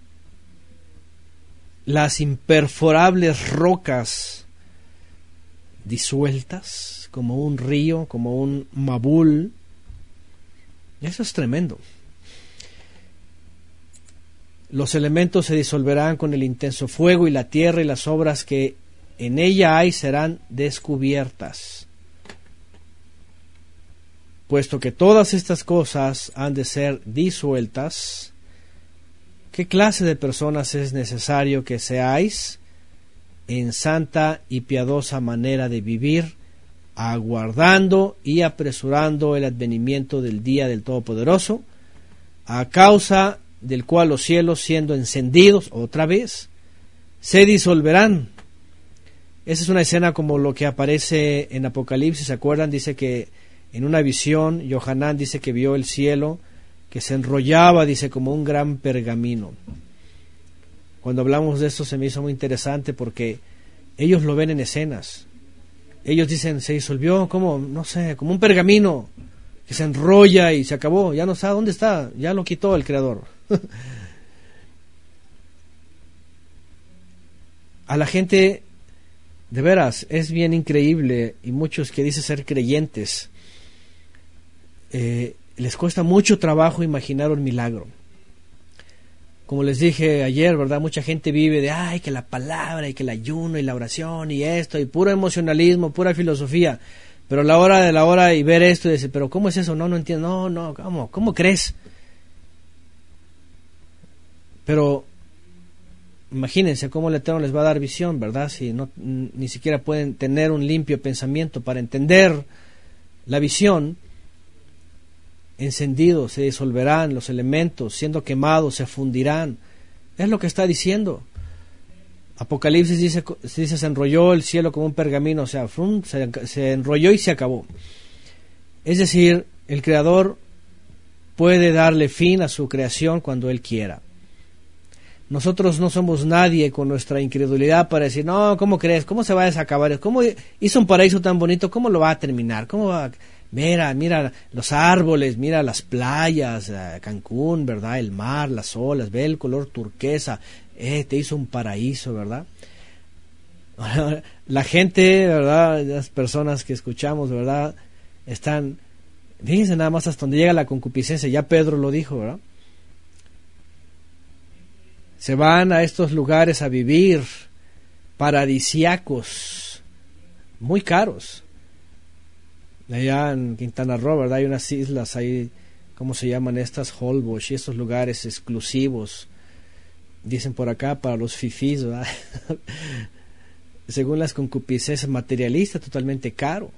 las imperforables rocas disueltas, como un río, como un Mabul. Eso es tremendo. Los elementos se disolverán con el intenso fuego, y la tierra y las obras que en ella hay serán descubiertas. Puesto que todas estas cosas han de ser disueltas, ¿qué clase de personas es necesario que seáis en santa y piadosa manera de vivir, aguardando y apresurando el advenimiento del día del Todopoderoso, a causa del cual los cielos, siendo encendidos otra vez, se disolverán? Esa es una escena como lo que aparece en Apocalipsis, ¿se acuerdan? Dice que en una visión, Yohanan dice que vio el cielo que se enrollaba, dice, como un gran pergamino. Cuando hablamos de esto se me hizo muy interesante porque ellos lo ven en escenas. Ellos dicen, se disolvió como, no sé, como un pergamino que se enrolla y se acabó, ya no sabe dónde está, ya lo quitó el Creador. A la gente, de veras, es bien increíble, y muchos que dicen ser creyentes, eh, les cuesta mucho trabajo imaginar un milagro. Como les dije ayer, ¿verdad? Mucha gente vive de, ay, que la palabra, y que el ayuno, y la oración, y esto, y puro emocionalismo, pura filosofía. Pero a la hora de la hora y ver esto y decir, pero ¿cómo es eso? No, no entiendo. No, no, ¿cómo? ¿Cómo crees? Pero imagínense cómo el Eterno les va a dar visión, ¿verdad? Si no, ni siquiera pueden tener un limpio pensamiento para entender la visión. Encendidos se disolverán los elementos, siendo quemados se fundirán. Es lo que está diciendo. Apocalipsis dice, dice se enrolló el cielo como un pergamino, o sea, frum, se, se enrolló y se acabó. Es decir, el Creador puede darle fin a su creación cuando Él quiera. Nosotros no somos nadie con nuestra incredulidad para decir, no, ¿cómo crees? ¿Cómo se va a desacabar? ¿Cómo hizo un paraíso tan bonito? ¿Cómo lo va a terminar? ¿Cómo va a... Mira, mira los árboles, mira las playas, Cancún, ¿verdad? El mar, las olas, ve el color turquesa, eh, te hizo un paraíso, ¿verdad? La gente, ¿verdad? Las personas que escuchamos, ¿verdad? Están, fíjense nada más hasta donde llega la concupiscencia, ya Pedro lo dijo, ¿verdad? Se van a estos lugares a vivir paradisiacos, muy caros. Allá en Quintana Roo, ¿verdad? Hay unas islas ahí, ¿cómo se llaman estas? Holbox y estos lugares exclusivos. Dicen por acá para los fifís, ¿verdad? Según las concupiscencias materialistas, totalmente caro.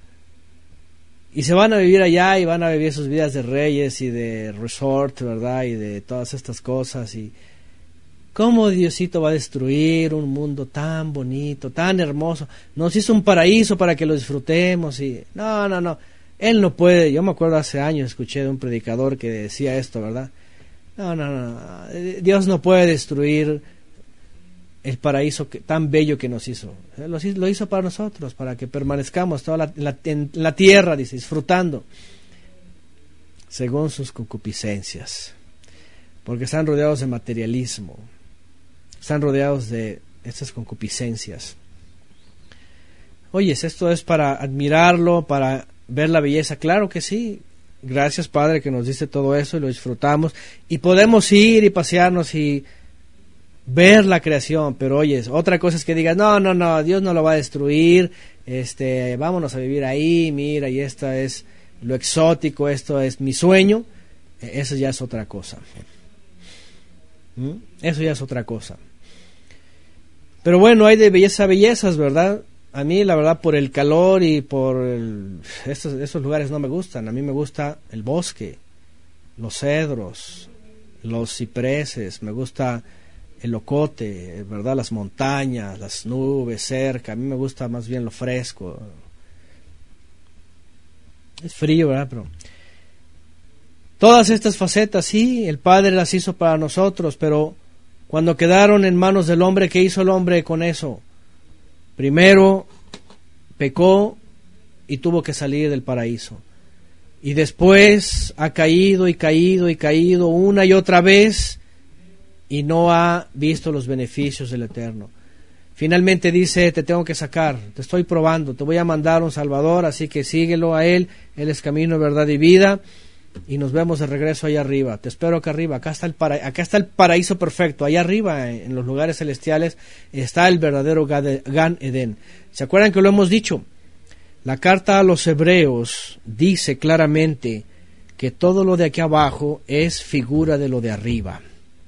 Y se van a vivir allá y van a vivir sus vidas de reyes y de resort, ¿verdad? Y de todas estas cosas. Y ¿cómo Diosito va a destruir un mundo tan bonito, tan hermoso? Nos hizo un paraíso para que lo disfrutemos y... No, no, no. Él no puede. Yo me acuerdo hace años, escuché de un predicador que decía esto, ¿verdad? No, no, no. Dios no puede destruir el paraíso que, tan bello que nos hizo. Lo, lo hizo para nosotros, para que permanezcamos toda la, la, en la tierra, dice, disfrutando, según sus concupiscencias. Porque están rodeados de materialismo. Están rodeados de estas concupiscencias. Oyes, esto es para admirarlo, para ver la belleza. Claro que sí. Gracias, Padre, que nos diste todo eso y lo disfrutamos. Y podemos ir y pasearnos y ver la creación. Pero oyes, otra cosa es que digas, no, no, no, Dios no lo va a destruir. Este, vámonos a vivir ahí, mira, y esto es lo exótico, esto es mi sueño. Eso ya es otra cosa. ¿Mm? Eso ya es otra cosa. Pero bueno, hay de belleza a bellezas, ¿verdad? A mí, la verdad, por el calor y por el, estos, estos lugares no me gustan. A mí me gusta el bosque, los cedros, los cipreses, me gusta el ocote, ¿verdad? Las montañas, las nubes cerca. A mí me gusta más bien lo fresco. Es frío, ¿verdad? Pero todas estas facetas, sí, el Padre las hizo para nosotros, pero cuando quedaron en manos del hombre, ¿qué hizo el hombre con eso? Primero pecó y tuvo que salir del paraíso. Y después ha caído y caído y caído una y otra vez y no ha visto los beneficios del Eterno. Finalmente dice, te tengo que sacar, te estoy probando, te voy a mandar un Salvador, así que síguelo a Él, Él es camino, verdad y vida. Y nos vemos de regreso allá arriba. Te espero acá arriba. Acá está el para, acá está el paraíso perfecto. Allá arriba, en los lugares celestiales, está el verdadero Gan Edén. ¿Se acuerdan que lo hemos dicho? La carta a los Hebreos dice claramente que todo lo de aquí abajo es figura de lo de arriba.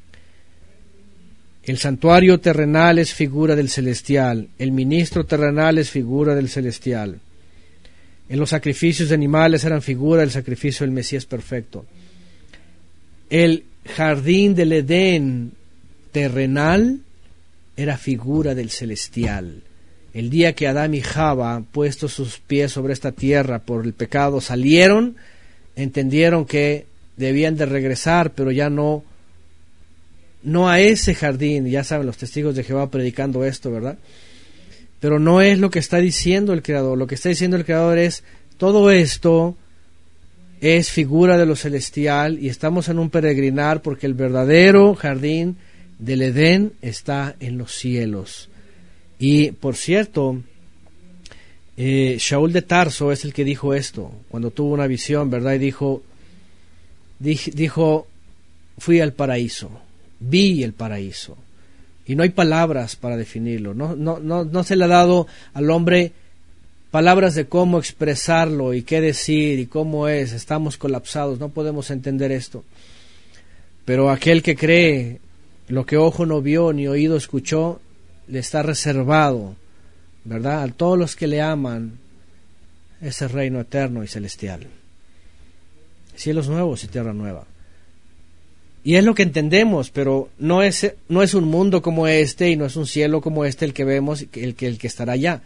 El santuario terrenal es figura del celestial. El ministro terrenal es figura del celestial. En los sacrificios de animales eran figura del sacrificio del Mesías perfecto. El jardín del Edén terrenal era figura del celestial. El día que Adán y Java, puestos sus pies sobre esta tierra por el pecado, salieron, entendieron que debían de regresar, pero ya no, no a ese jardín. Ya saben los testigos de Jehová predicando esto, ¿verdad? Pero no es lo que está diciendo el Creador. Lo que está diciendo el Creador es, todo esto es figura de lo celestial y estamos en un peregrinar porque el verdadero jardín del Edén está en los cielos. Y, por cierto, eh, Shaul de Tarso es el que dijo esto, cuando tuvo una visión, ¿verdad? Y dijo, dij, dijo, fui al paraíso, vi el paraíso. Y no hay palabras para definirlo. No, no, no, no se le ha dado al hombre palabras de cómo expresarlo y qué decir y cómo es. Estamos colapsados, no podemos entender esto. Pero aquel que cree lo que ojo no vio ni oído escuchó, le está reservado, ¿verdad? A todos los que le aman, ese reino eterno y celestial. Cielos nuevos y tierra nueva. Y es lo que entendemos, pero no es, no es un mundo como este y no es un cielo como este el que vemos, el que, el que estará allá.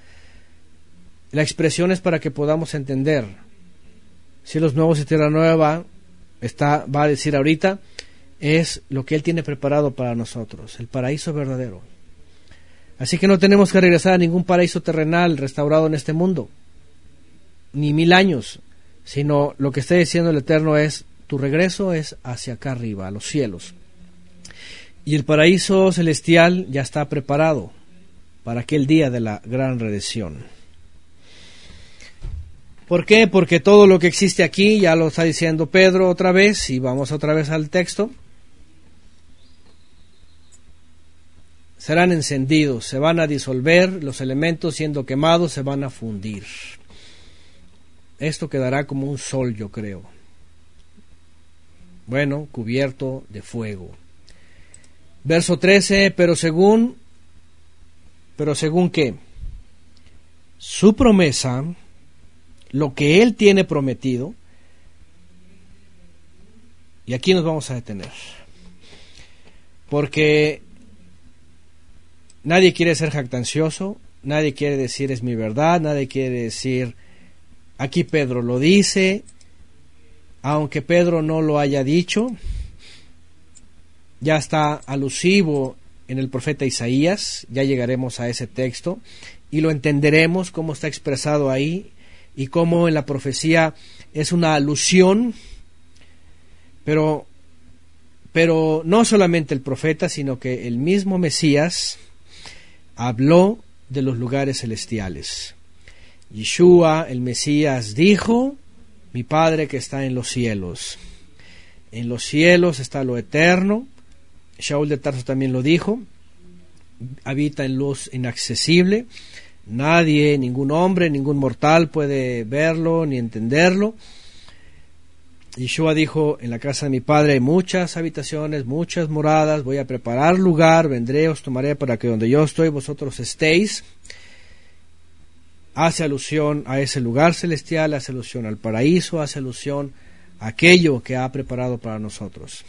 La expresión es para que podamos entender. Cielos nuevos y tierra nueva está, va a decir ahorita, es lo que Él tiene preparado para nosotros, el paraíso verdadero. Así que no tenemos que regresar a ningún paraíso terrenal restaurado en este mundo, ni mil años, sino lo que está diciendo el Eterno es, tu regreso es hacia acá arriba, a los cielos. Y el paraíso celestial ya está preparado para aquel día de la gran redención. ¿Por qué? Porque todo lo que existe aquí, ya lo está diciendo Pedro otra vez, y vamos otra vez al texto, serán encendidos, se van a disolver, los elementos siendo quemados se van a fundir. Esto quedará como un sol, yo creo. Bueno, cubierto de fuego. Verso trece, pero según, pero según qué, su promesa, lo que Él tiene prometido, y aquí nos vamos a detener, porque nadie quiere ser jactancioso, nadie quiere decir es mi verdad, nadie quiere decir, aquí Pedro lo dice, aunque Pedro no lo haya dicho, ya está alusivo en el profeta Isaías, ya llegaremos a ese texto, y lo entenderemos cómo está expresado ahí, y cómo en la profecía es una alusión, pero, pero no solamente el profeta, sino que el mismo Mesías habló de los lugares celestiales. Yeshua, el Mesías, dijo, mi Padre que está en los cielos. En los cielos está lo eterno. Shaul de Tarso también lo dijo, habita en luz inaccesible. Nadie, ningún hombre, ningún mortal puede verlo ni entenderlo. Yeshua dijo, en la casa de mi Padre hay muchas habitaciones, muchas moradas, voy a preparar lugar, vendré, os tomaré para que donde yo estoy vosotros estéis. Hace alusión a ese lugar celestial, hace alusión al paraíso, hace alusión a aquello que ha preparado para nosotros.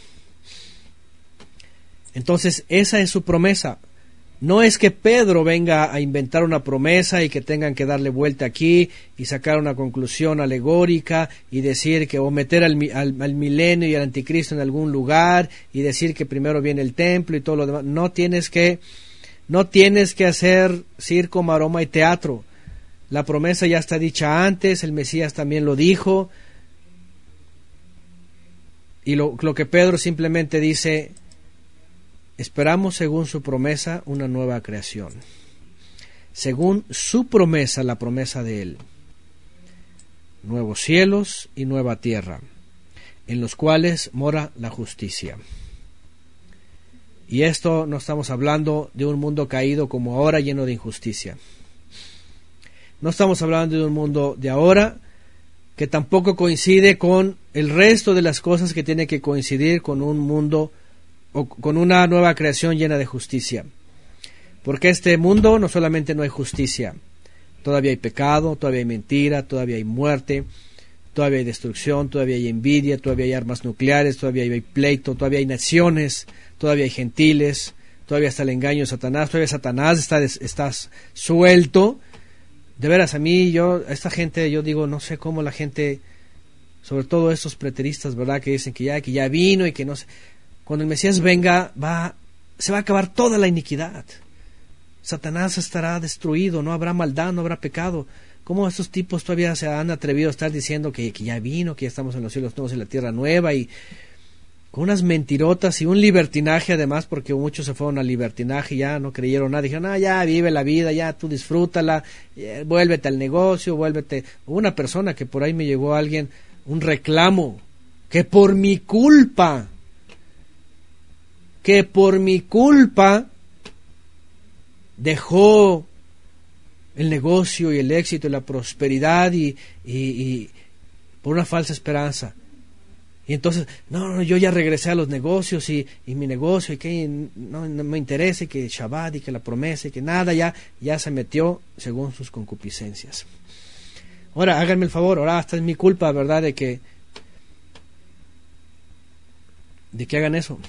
Entonces, esa es su promesa. No es que Pedro venga a inventar una promesa y que tengan que darle vuelta aquí y sacar una conclusión alegórica y decir que o meter al, al, al milenio y al anticristo en algún lugar y decir que primero viene el templo y todo lo demás. No tienes que, no tienes que hacer circo, maroma y teatro. La promesa ya está dicha antes, el Mesías también lo dijo. Y lo, lo que Pedro simplemente dice, esperamos según su promesa una nueva creación. Según su promesa, la promesa de Él. Nuevos cielos y nueva tierra, en los cuales mora la justicia. Y esto no estamos hablando de un mundo caído como ahora lleno de injusticia. No estamos hablando de un mundo de ahora que tampoco coincide con el resto de las cosas que tiene que coincidir con un mundo o con una nueva creación llena de justicia. Porque este mundo no solamente no hay justicia, todavía hay pecado, todavía hay mentira, todavía hay muerte, todavía hay destrucción, todavía hay envidia, todavía hay armas nucleares, todavía hay pleito, todavía hay naciones, todavía hay gentiles, todavía está el engaño de Satanás, todavía Satanás está, está suelto. De veras, a mí, yo, a esta gente, yo digo, no sé cómo la gente, sobre todo estos preteristas, ¿verdad?, que dicen que ya, que ya vino y que no sé. Cuando el Mesías venga, va, se va a acabar toda la iniquidad. Satanás estará destruido, no habrá maldad, no habrá pecado. ¿Cómo estos tipos todavía se han atrevido a estar diciendo que, que ya vino, que ya estamos en los cielos nuevos y la tierra nueva, y con unas mentirotas y un libertinaje además, porque muchos se fueron al libertinaje y ya no creyeron nada, dijeron, ah, ya vive la vida, ya tú disfrútala, eh, vuélvete al negocio, vuélvete. Hubo una persona que por ahí me llegó a alguien, un reclamo, que por mi culpa, que por mi culpa dejó el negocio y el éxito y la prosperidad y, y, y por una falsa esperanza. Y entonces, no, no, yo ya regresé a los negocios y, y mi negocio y que no, no me interesa y que Shabbat y que la promesa y que nada, ya, ya se metió según sus concupiscencias. Ahora, háganme el favor, ahora hasta es mi culpa, ¿verdad?, de que de que hagan eso.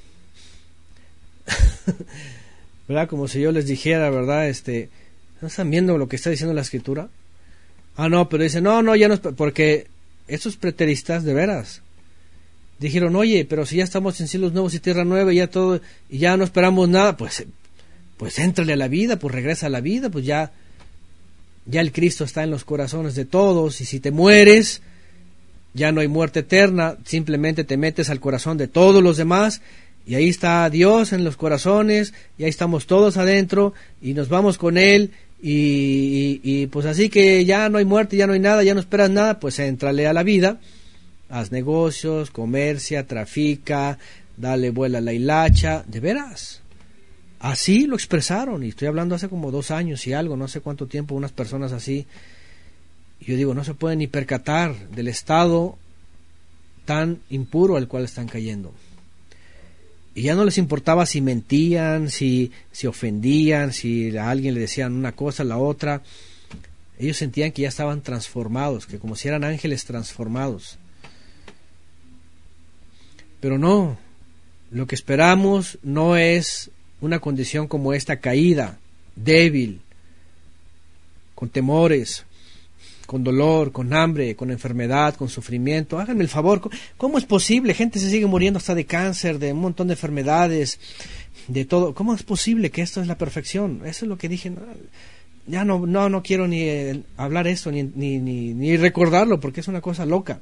¿Verdad? Como si yo les dijera, ¿verdad? Este, ¿no están viendo lo que está diciendo la Escritura? Ah, no, pero dicen, no, no, ya no es, porque estos preteristas, de veras, dijeron, oye, pero si ya estamos en cielos nuevos y tierra nueva y ya todo, y ya no esperamos nada, pues, pues éntrale a la vida, pues regresa a la vida, pues ya, ya el Cristo está en los corazones de todos, y si te mueres, ya no hay muerte eterna, simplemente te metes al corazón de todos los demás, y ahí está Dios en los corazones, y ahí estamos todos adentro, y nos vamos con Él, y, y, y pues así que ya no hay muerte, ya no hay nada, ya no esperas nada, pues éntrale a la vida, haz negocios, comercia, trafica, dale vuela a la hilacha, de veras. Así lo expresaron, y estoy hablando hace como dos años y algo, no sé cuánto tiempo, unas personas así. Y yo digo, no se pueden ni percatar del estado tan impuro al cual están cayendo. Y ya no les importaba si mentían, si, si ofendían, si a alguien le decían una cosa, la otra. Ellos sentían que ya estaban transformados, que como si eran ángeles transformados. Pero no, lo que esperamos no es una condición como esta, caída, débil, con temores, con dolor, con hambre, con enfermedad, con sufrimiento. Háganme el favor, ¿cómo es posible? Gente se sigue muriendo hasta de cáncer, de un montón de enfermedades, de todo. ¿Cómo es posible que esto es la perfección? Eso es lo que dije. No, ya no, no, no quiero ni eh, hablar esto, ni, ni, ni, ni recordarlo, porque es una cosa loca.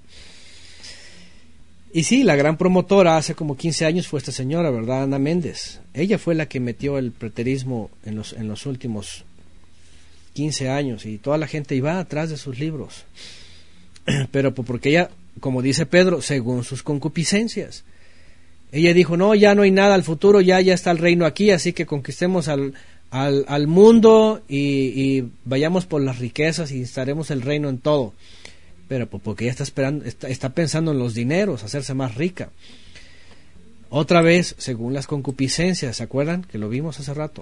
Y sí, la gran promotora hace como quince años fue esta señora, ¿verdad? Ana Méndez. Ella fue la que metió el preterismo en los, en los últimos quince años, y toda la gente iba atrás de sus libros. Pero porque ella, como dice Pedro, según sus concupiscencias. Ella dijo, no, ya no hay nada al futuro, ya, ya está el reino aquí, así que conquistemos al, al, al mundo y, y vayamos por las riquezas y instaremos el reino en todo. Pero porque ella está esperando, está, está pensando en los dineros, hacerse más rica. Otra vez, según las concupiscencias, ¿se acuerdan? Que lo vimos hace rato.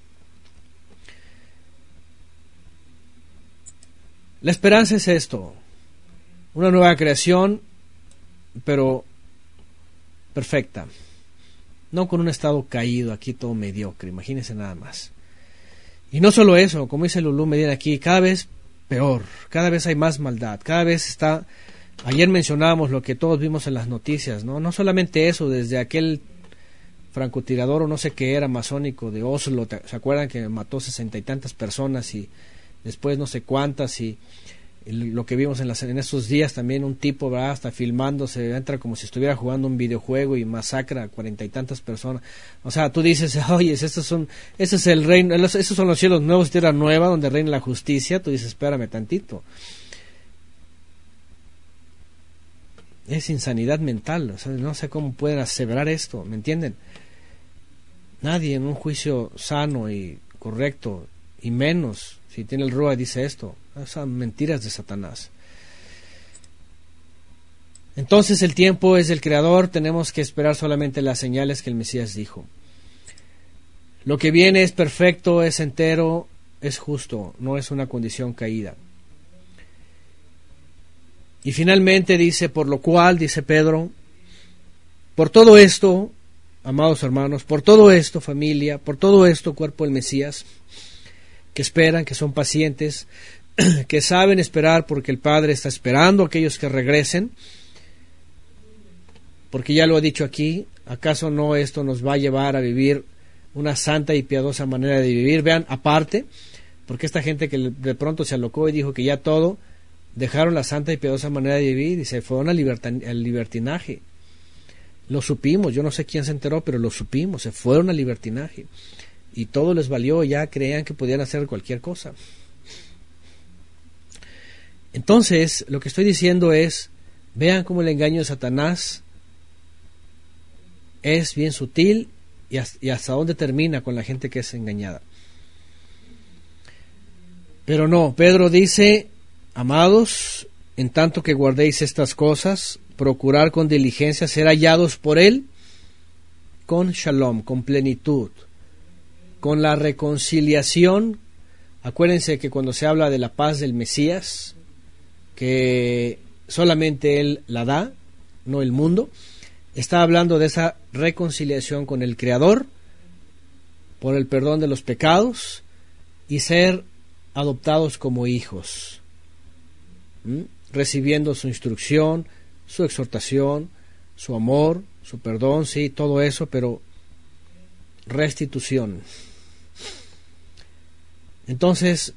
La esperanza es esto, una nueva creación, pero perfecta, no con un estado caído, aquí todo mediocre, imagínense nada más. Y no solo eso, como dice Lulú Medina aquí, cada vez peor, cada vez hay más maldad, cada vez está, ayer mencionábamos lo que todos vimos en las noticias, no, no solamente eso, desde aquel francotirador o no sé qué era, masónico de Oslo, ¿se acuerdan que mató sesenta y tantas personas y después no sé cuántas, y lo que vimos en, las, en estos días también, un tipo, ¿verdad?, hasta filmándose, entra como si estuviera jugando un videojuego y masacra a cuarenta y tantas personas. O sea, tú dices, oye, estos son, ese es el reino, esos son los cielos nuevos, tierra nueva, donde reina la justicia. Tú dices, espérame tantito. Es insanidad mental, o sea, no sé cómo pueden aseverar esto, ¿me entienden? Nadie en un juicio sano y correcto, y menos si tiene el Rúa, dice esto. Son mentiras de Satanás. Entonces el tiempo es del Creador, tenemos que esperar solamente las señales que el Mesías dijo. Lo que viene es perfecto, es entero, es justo, no es una condición caída. Y finalmente dice, por lo cual, dice Pedro, por todo esto, amados hermanos, por todo esto, familia, por todo esto, cuerpo del Mesías, que esperan, que son pacientes, que saben esperar porque el Padre está esperando a aquellos que regresen, porque ya lo ha dicho aquí, ¿acaso no esto nos va a llevar a vivir una santa y piadosa manera de vivir? Vean, aparte, porque esta gente que de pronto se alocó y dijo que ya todo, dejaron la santa y piadosa manera de vivir y se fueron al, libertin- al libertinaje. Lo supimos, yo no sé quién se enteró, pero lo supimos, se fueron al libertinaje. Y todo les valió, ya creían que podían hacer cualquier cosa. Entonces, lo que estoy diciendo es, vean cómo el engaño de Satanás es bien sutil y hasta, y hasta dónde termina con la gente que es engañada. Pero no, Pedro dice, amados, en tanto que guardéis estas cosas, procurar con diligencia ser hallados por Él con shalom, con plenitud, con la reconciliación. Acuérdense que cuando se habla de la paz del Mesías, que solamente Él la da, no el mundo, está hablando de esa reconciliación con el Creador, por el perdón de los pecados y ser adoptados como hijos, ¿Mm? recibiendo su instrucción, su exhortación, su amor, su perdón, sí, todo eso, pero restitución. Entonces,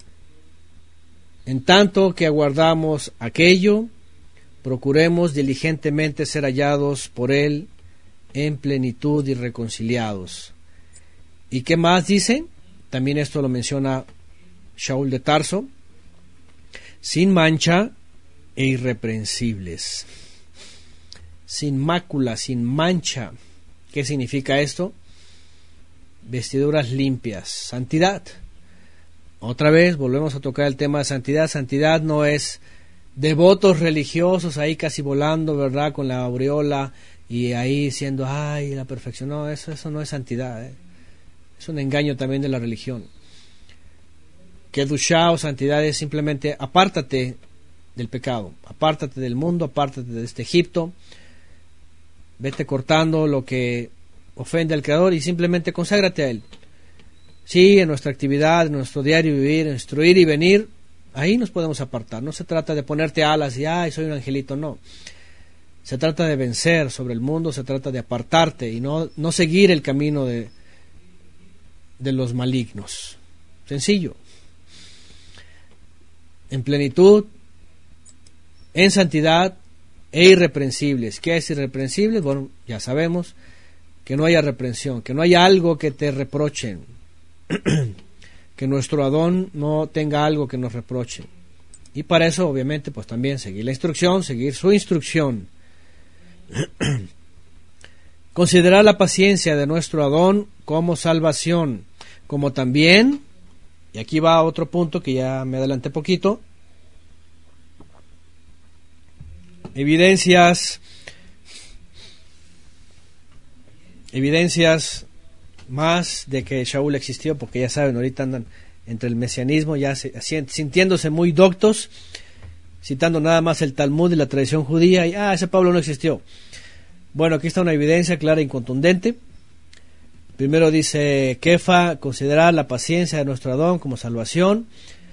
en tanto que aguardamos aquello, procuremos diligentemente ser hallados por Él en plenitud y reconciliados. ¿Y qué más dice? También esto lo menciona Shaul de Tarso: sin mancha e irreprensibles. Sin mácula, sin mancha. ¿Qué significa esto? Vestiduras limpias, santidad. Otra vez volvemos a tocar el tema de santidad. Santidad no es devotos religiosos ahí casi volando, ¿verdad?, con la aureola y ahí siendo, ay, la perfección. No, eso, eso no es santidad, ¿eh? Es un engaño también de la religión. Kedushá o santidad es simplemente apártate del pecado, apártate del mundo, apártate de este Egipto, vete cortando lo que ofende al Creador y simplemente conságrate a Él. Sí, en nuestra actividad, en nuestro diario vivir, en nuestro ir y venir, ahí nos podemos apartar. No se trata de ponerte alas y, ay, soy un angelito, no. Se trata de vencer sobre el mundo, se trata de apartarte y no, no seguir el camino de, de los malignos. Sencillo. En plenitud, en santidad e irreprensibles. ¿Qué es irreprensibles? Bueno, ya sabemos, que no haya reprensión, que no haya algo que te reprochen, que nuestro Adón no tenga algo que nos reproche. Y para eso, obviamente, pues también seguir la instrucción, seguir su instrucción. Considerar la paciencia de nuestro Adón como salvación, como también, y aquí va otro punto que ya me adelanté poquito, evidencias, evidencias más de que Shaul existió, porque ya saben, ahorita andan entre el mesianismo, ya se, sintiéndose muy doctos, citando nada más el Talmud y la tradición judía, y ah, ese Pablo no existió. Bueno, aquí está una evidencia clara y contundente. Primero dice Kefa, considerar la paciencia de nuestro Adón como salvación,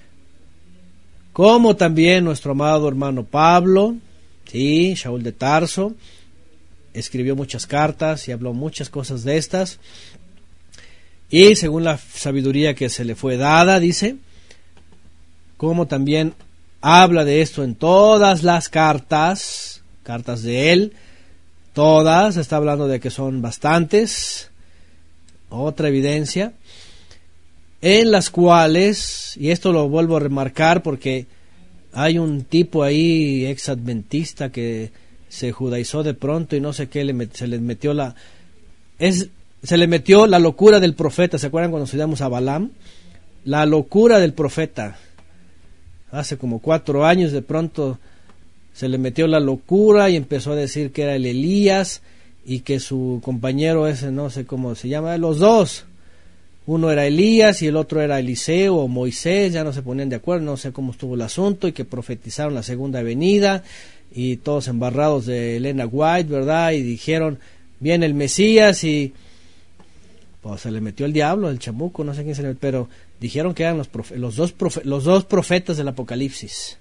como también nuestro amado hermano Pablo, sí, Shaul de Tarso, escribió muchas cartas y habló muchas cosas de estas, y según la sabiduría que se le fue dada, dice, como también habla de esto en todas las cartas, cartas de él, todas, está hablando de que son bastantes, otra evidencia, en las cuales, y esto lo vuelvo a remarcar porque hay un tipo ahí ex-adventista que se judaizó de pronto y no sé qué, le se le metió la... es se le metió la locura del profeta. ¿Se acuerdan cuando estudiamos a Balaam? La locura del profeta. Hace como cuatro años de pronto se le metió la locura y empezó a decir que era el Elías y que su compañero ese, no sé cómo se llama, los dos. Uno era Elías y el otro era Eliseo o Moisés, ya no se ponían de acuerdo, no sé cómo estuvo el asunto, y que profetizaron la segunda venida y todos embarrados de Elena White, ¿verdad? Y dijeron, viene el Mesías y... pues se le metió el diablo, el chamuco, no sé quién se le metió, pero dijeron que eran los, profe- los, dos profe- los dos profetas del Apocalipsis.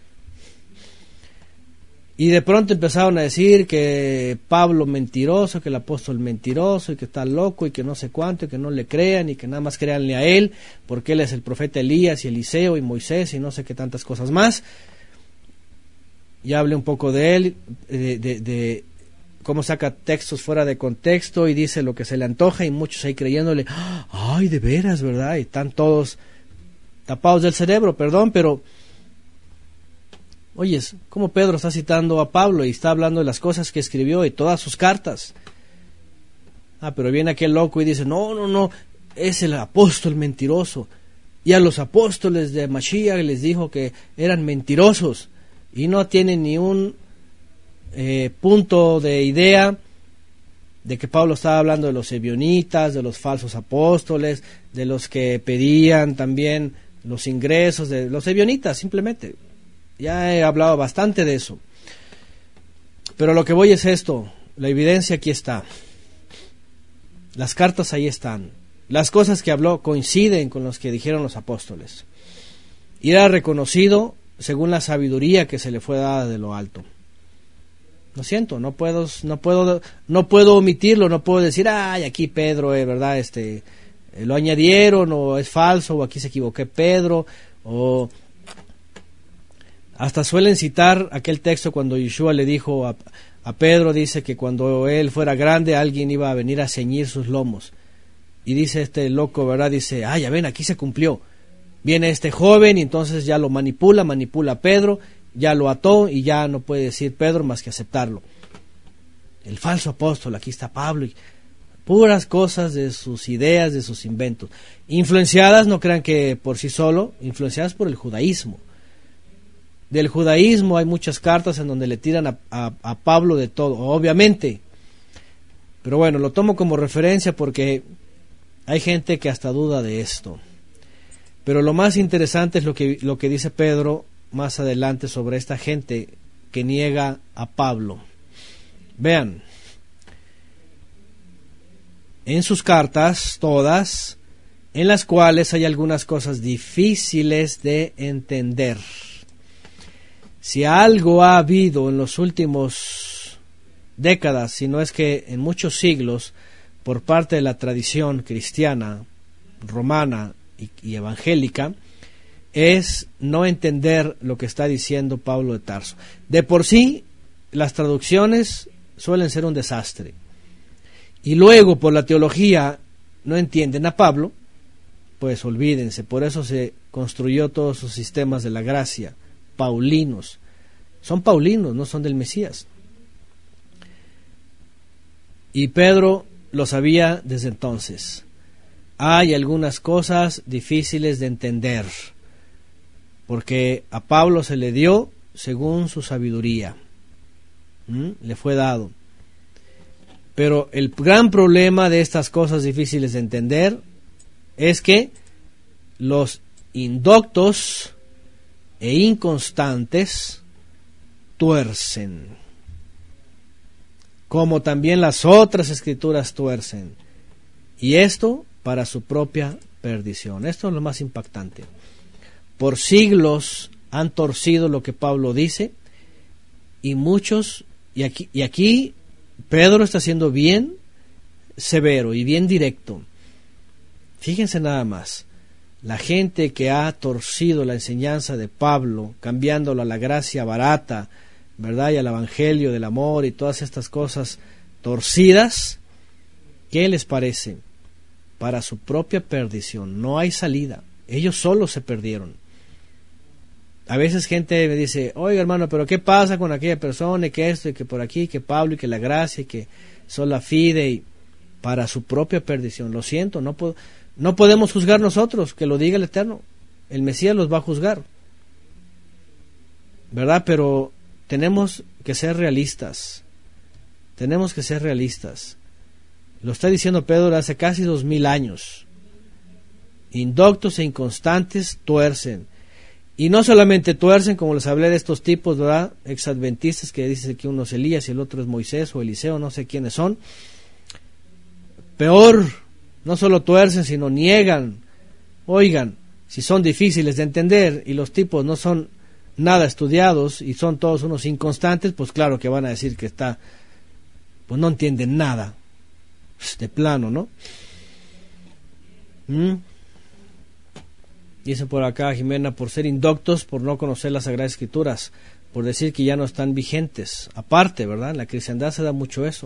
Y de pronto empezaron a decir que Pablo mentiroso, que el apóstol mentiroso, y que está loco, y que no sé cuánto, y que no le crean, y que nada más créanle a él, porque él es el profeta Elías, y Eliseo, y Moisés, y no sé qué tantas cosas más. Ya hablé un poco de él, de... de, de cómo saca textos fuera de contexto y dice lo que se le antoja, y muchos ahí creyéndole, ay, de veras, ¿verdad? Y están todos tapados del cerebro, perdón, pero oyes, ¿cómo Pedro está citando a Pablo y está hablando de las cosas que escribió y todas sus cartas? Ah, pero viene aquel loco y dice, no, no, no, es el apóstol mentiroso, y a los apóstoles de Mashiach les dijo que eran mentirosos, y no tienen ni un Eh, punto de idea de que Pablo estaba hablando de los ebionitas, de los falsos apóstoles, de los que pedían también los ingresos, de los ebionitas, simplemente. Ya he hablado bastante de eso. Pero lo que voy es esto, la evidencia aquí está. Las cartas ahí están. Las cosas que habló coinciden con los que dijeron los apóstoles. Y era reconocido según la sabiduría que se le fue dada de lo alto. Lo siento, no puedo, no puedo, no puedo omitirlo, no puedo decir, ay, aquí Pedro, eh, verdad, este, eh, lo añadieron, o es falso, o aquí se equivoqué Pedro, o hasta suelen citar aquel texto cuando Yeshua le dijo a, a Pedro, dice que cuando él fuera grande alguien iba a venir a ceñir sus lomos, y dice este loco, verdad, dice, ah, ya ven, aquí se cumplió, viene este joven y entonces ya lo manipula, manipula a Pedro, ya lo ató y ya no puede decir Pedro más que aceptarlo. El falso apóstol, aquí está Pablo, y puras cosas de sus ideas, de sus inventos, influenciadas, no crean que por sí solo, influenciadas por el judaísmo. Del judaísmo hay muchas cartas en donde le tiran a, a, a Pablo de todo, obviamente, pero bueno, lo tomo como referencia porque hay gente que hasta duda de esto. Pero lo más interesante es lo que, lo que dice Pedro más adelante sobre esta gente que niega a Pablo. Vean, en sus cartas, todas, en las cuales hay algunas cosas difíciles de entender. Si algo ha habido en los últimos décadas, si no es que en muchos siglos, por parte de la tradición cristiana, romana y, y evangélica, es no entender lo que está diciendo Pablo de Tarso. De por sí, las traducciones suelen ser un desastre. Y luego, por la teología, no entienden a Pablo, pues olvídense. Por eso se construyó todos sus sistemas de la gracia, paulinos. Son paulinos, no son del Mesías. Y Pedro lo sabía desde entonces. Hay algunas cosas difíciles de entender, porque a Pablo se le dio según su sabiduría, ¿Mm? le fue dado. Pero el gran problema de estas cosas difíciles de entender es que los indoctos e inconstantes tuercen, como también las otras escrituras tuercen, y esto para su propia perdición. Esto es lo más impactante. Por siglos han torcido lo que Pablo dice, y muchos, y aquí, y aquí Pedro está siendo bien severo y bien directo. Fíjense nada más, la gente que ha torcido la enseñanza de Pablo, cambiándolo a la gracia barata, ¿verdad? Y al evangelio del amor y todas estas cosas torcidas, ¿qué les parece? Para su propia perdición, no hay salida. Ellos solos se perdieron. A veces gente me dice, oiga hermano, pero ¿qué pasa con aquella persona y que esto y que por aquí, que Pablo y que la gracia y que sola fide y para su propia perdición? Lo siento, no, po- no podemos juzgar nosotros, que lo diga el Eterno. El Mesías los va a juzgar, ¿verdad? Pero tenemos que ser realistas. Tenemos que ser realistas. Lo está diciendo Pedro hace casi dos mil años. Indoctos e inconstantes tuercen. Y no solamente tuercen, como les hablé de estos tipos, ¿verdad? Exadventistas, que dicen que uno es Elías y el otro es Moisés o Eliseo, no sé quiénes son. Peor, no solo tuercen, sino niegan. Oigan, si son difíciles de entender y los tipos no son nada estudiados y son todos unos inconstantes, pues claro que van a decir que está, pues no entienden nada. De plano, ¿no? ¿Mm? Dice por acá Jimena, por ser indoctos, por no conocer las Sagradas Escrituras, por decir que ya no están vigentes. Aparte, ¿verdad? En la cristiandad se da mucho eso.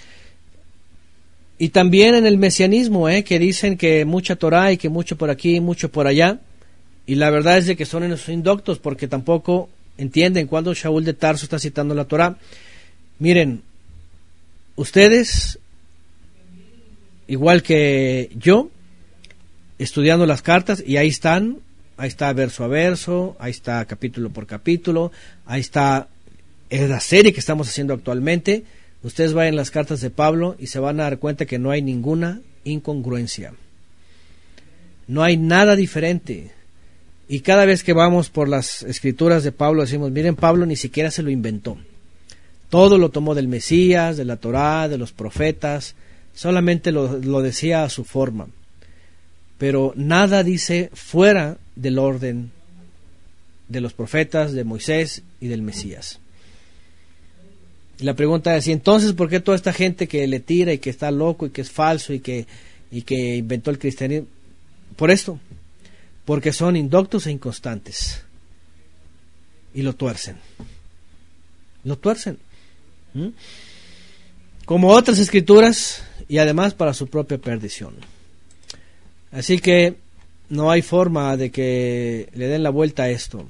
Y también en el mesianismo, ¿eh? Que dicen que mucha Torah y que mucho por aquí y mucho por allá. Y la verdad es de que son esos indoctos porque tampoco entienden cuando Shaul de Tarso está citando la Torah. Miren, ustedes, igual que yo, estudiando las cartas, y ahí están, ahí está verso a verso, ahí está capítulo por capítulo, ahí está es la serie que estamos haciendo actualmente. Ustedes vayan a las cartas de Pablo y se van a dar cuenta que no hay ninguna incongruencia, no hay nada diferente. Y cada vez que vamos por las escrituras de Pablo decimos, miren, Pablo ni siquiera se lo inventó, todo lo tomó del Mesías, de la Torá, de los profetas, solamente lo, lo decía a su forma. Pero nada dice fuera del orden de los profetas, de Moisés y del Mesías. Y la pregunta es, ¿y entonces por qué toda esta gente que le tira y que está loco y que es falso y que, y que inventó el cristianismo? Por esto, porque son indoctos e inconstantes. Y lo tuercen. Lo tuercen. ¿Mm? Como otras escrituras, y además para su propia perdición. Así que no hay forma de que le den la vuelta a esto.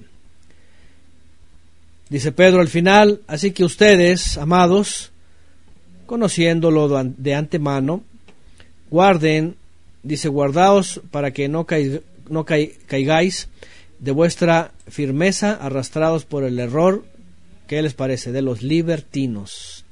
Dice Pedro al final, así que ustedes, amados, conociéndolo de antemano, guarden, dice, guardaos para que no, caiga, no caigáis de vuestra firmeza, arrastrados por el error, ¿qué les parece?, de los libertinos.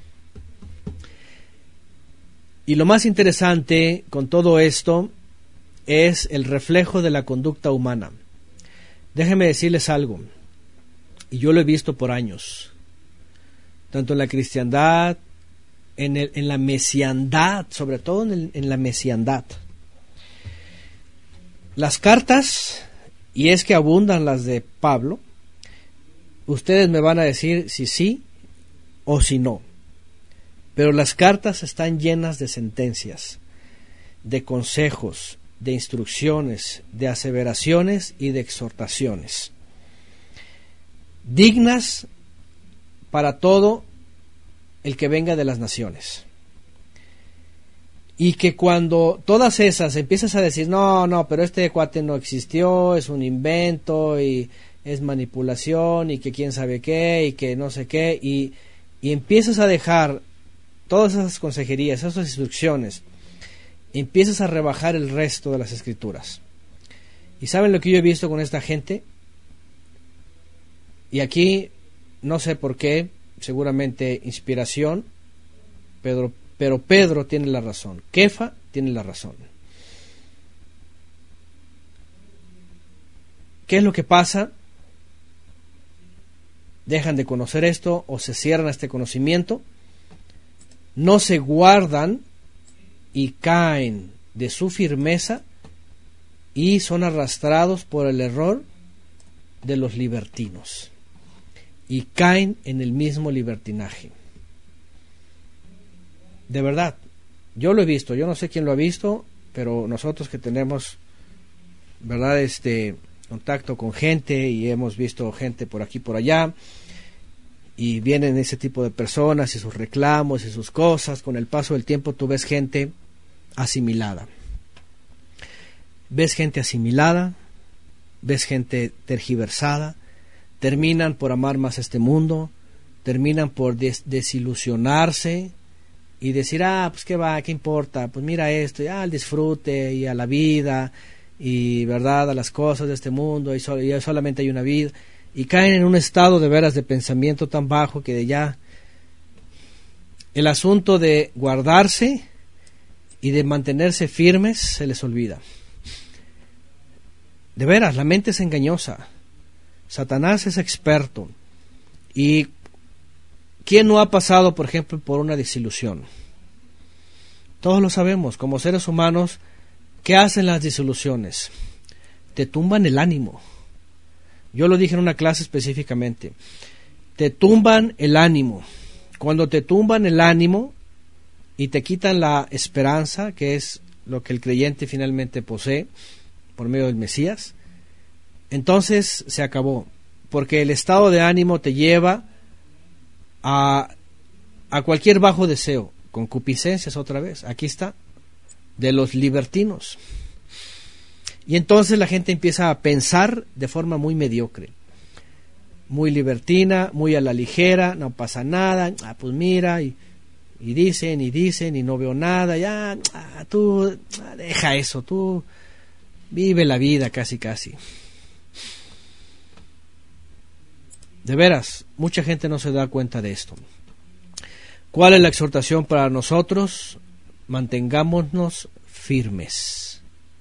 Y lo más interesante con todo esto es el reflejo de la conducta humana. Déjenme decirles algo, y yo lo he visto por años, tanto en la cristiandad, en, el, en la mesiandad, sobre todo en, el, en la mesiandad. Las cartas, y es que abundan las de Pablo, ustedes me van a decir si sí o si no, pero las cartas están llenas de sentencias, de consejos, de instrucciones, de aseveraciones y de exhortaciones, dignas para todo el que venga de las naciones. Y que cuando todas esas empiezas a decir, no, no, pero este cuate no existió, es un invento y es manipulación y que quién sabe qué y que no sé qué, y, y empiezas a dejar todas esas consejerías, esas instrucciones, empiezas a rebajar el resto de las escrituras. ¿Y saben lo que yo he visto con esta gente? Y aquí, no sé por qué, seguramente inspiración, Pedro, pero Pedro tiene la razón, Kefa tiene la razón. ¿Qué es lo que pasa? Dejan de conocer esto o se cierran a este conocimiento, no se guardan y caen de su firmeza y son arrastrados por el error de los libertinos y caen en el mismo libertinaje. De verdad, yo lo he visto, yo no sé quién lo ha visto, pero nosotros que tenemos, verdad, este contacto con gente y hemos visto gente por aquí por allá y vienen ese tipo de personas y sus reclamos y sus cosas, con el paso del tiempo tú ves gente asimilada, ves gente asimilada, ves gente tergiversada, terminan por amar más este mundo, terminan por des- desilusionarse y decir, ah, pues qué va, qué importa, pues mira esto, y, ah, al disfrute y a la vida y verdad, a las cosas de este mundo y, so- y solamente hay una vida, y caen en un estado de veras de pensamiento tan bajo que de ya el asunto de guardarse y de mantenerse firmes se les olvida. De veras, la mente es engañosa. Satanás es experto. ¿Y quién no ha pasado, por ejemplo, por una desilusión? Todos lo sabemos, como seres humanos. ¿Qué hacen las desilusiones? Te tumban el ánimo. Yo lo dije en una clase específicamente. Te tumban el ánimo. Cuando te tumban el ánimo y te quitan la esperanza, que es lo que el creyente finalmente posee por medio del Mesías, entonces se acabó, porque el estado de ánimo te lleva a, a cualquier bajo deseo, concupiscencias otra vez, aquí está, de los libertinos. Y entonces la gente empieza a pensar de forma muy mediocre, muy libertina, muy a la ligera, no pasa nada, ah, pues mira, y, y dicen y dicen y no veo nada, ya, ah, tú ah, deja eso, tú vive la vida casi casi. De veras, mucha gente no se da cuenta de esto. ¿Cuál es la exhortación para nosotros? Mantengámonos firmes.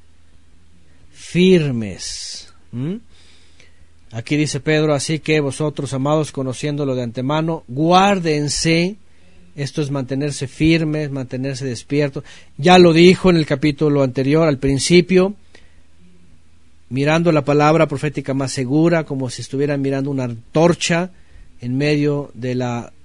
Firmes. ¿Mm? Aquí dice Pedro, así que vosotros, amados, conociéndolo de antemano, guárdense. Esto es mantenerse firmes, mantenerse despiertos. Ya lo dijo en el capítulo anterior, al principio, mirando la palabra profética más segura, como si estuvieran mirando una antorcha en medio de la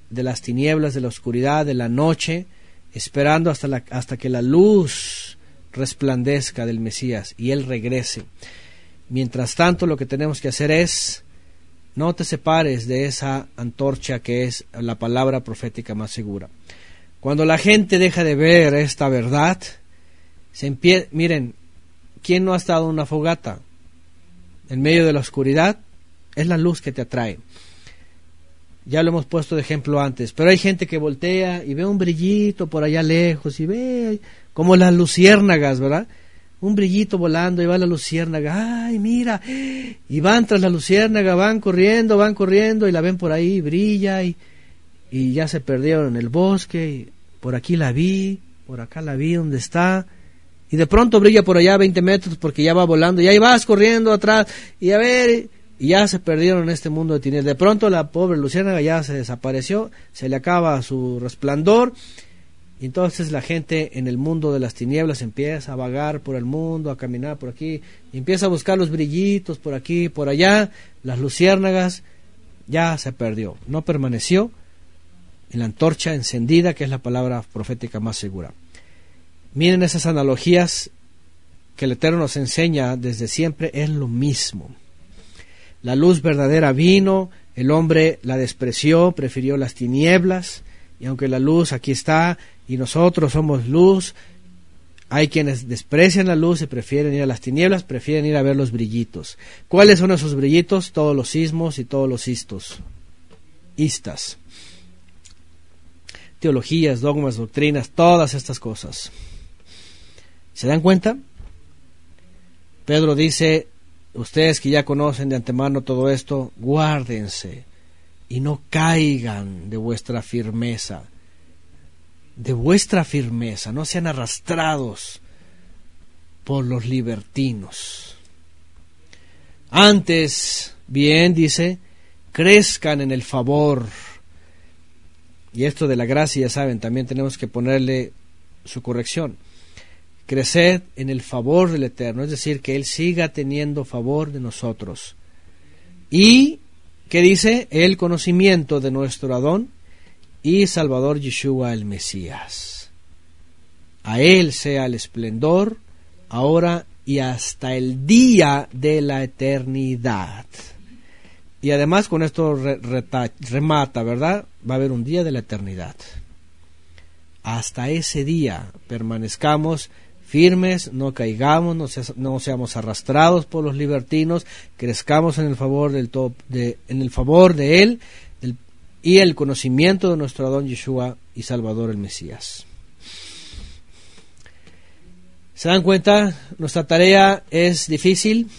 de las tinieblas, de la oscuridad, de la noche, esperando hasta, la, hasta que la luz resplandezca del Mesías y Él regrese. Mientras tanto, lo que tenemos que hacer es, no te separes de esa antorcha que es la palabra profética más segura. Cuando la gente deja de ver esta verdad, se empie- miren, ¿quién no ha estado en una fogata? En medio de la oscuridad, es la luz que te atrae. Ya lo hemos puesto de ejemplo antes, pero hay gente que voltea y ve un brillito por allá lejos y ve como las luciérnagas, ¿verdad? Un brillito volando y va la luciérnaga, ¡ay, mira! Y van tras la luciérnaga, van corriendo, van corriendo y la ven por ahí, brilla y, y ya se perdieron en el bosque, y por aquí la vi, por acá la vi, ¿dónde está? Y de pronto brilla por allá veinte metros porque ya va volando y ahí vas corriendo atrás y a ver... y ya se perdieron en este mundo de tinieblas. De pronto la pobre luciérnaga ya se desapareció, se le acaba su resplandor, y entonces la gente en el mundo de las tinieblas empieza a vagar por el mundo, a caminar por aquí, y empieza a buscar los brillitos por aquí, por allá. Las luciérnagas ya se perdió, no permaneció en la antorcha encendida, que es la palabra profética más segura. Miren esas analogías que el Eterno nos enseña desde siempre, es lo mismo. La luz verdadera vino, el hombre la despreció, prefirió las tinieblas, y aunque la luz aquí está, y nosotros somos luz, hay quienes desprecian la luz y prefieren ir a las tinieblas, prefieren ir a ver los brillitos. ¿Cuáles son esos brillitos? Todos los sismos y todos los istos. Istas. Teologías, dogmas, doctrinas, todas estas cosas. ¿Se dan cuenta? Pedro dice... ustedes que ya conocen de antemano todo esto, guárdense y no caigan de vuestra firmeza, de vuestra firmeza, no sean arrastrados por los libertinos. Antes, bien, dice, crezcan en el favor. Y esto de la gracia, ya saben, también tenemos que ponerle su corrección. Creced en el favor del Eterno, es decir, que Él siga teniendo favor de nosotros. Y, ¿qué dice? El conocimiento de nuestro Adón y Salvador Yeshua el Mesías. A Él sea el esplendor, ahora y hasta el día de la eternidad. Y además con esto re, reta, remata, ¿verdad? Va a haber un día de la eternidad. Hasta ese día permanezcamos firmes, no caigamos, no, se, no seamos arrastrados por los libertinos, crezcamos en el favor del to, de, en el favor de Él el, y el conocimiento de nuestro Adón Yeshua y Salvador el Mesías. ¿Se dan cuenta? Nuestra tarea es difícil.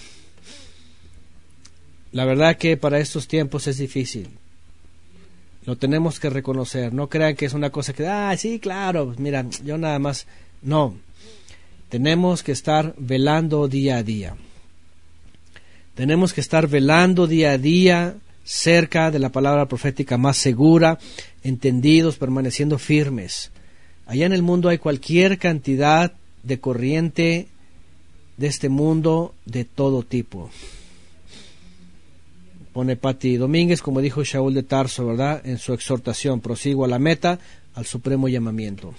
La verdad que para estos tiempos es difícil. Lo tenemos que reconocer. No crean que es una cosa que, ah, sí, claro, pues mira, yo nada más. No. Tenemos que estar velando día a día. Tenemos que estar velando día a día cerca de la palabra profética más segura, entendidos, permaneciendo firmes. Allá en el mundo hay cualquier cantidad de corriente de este mundo de todo tipo. Pone Pati Domínguez, como dijo Shaul de Tarso, ¿verdad? En su exhortación, prosigo a la meta, al supremo llamamiento.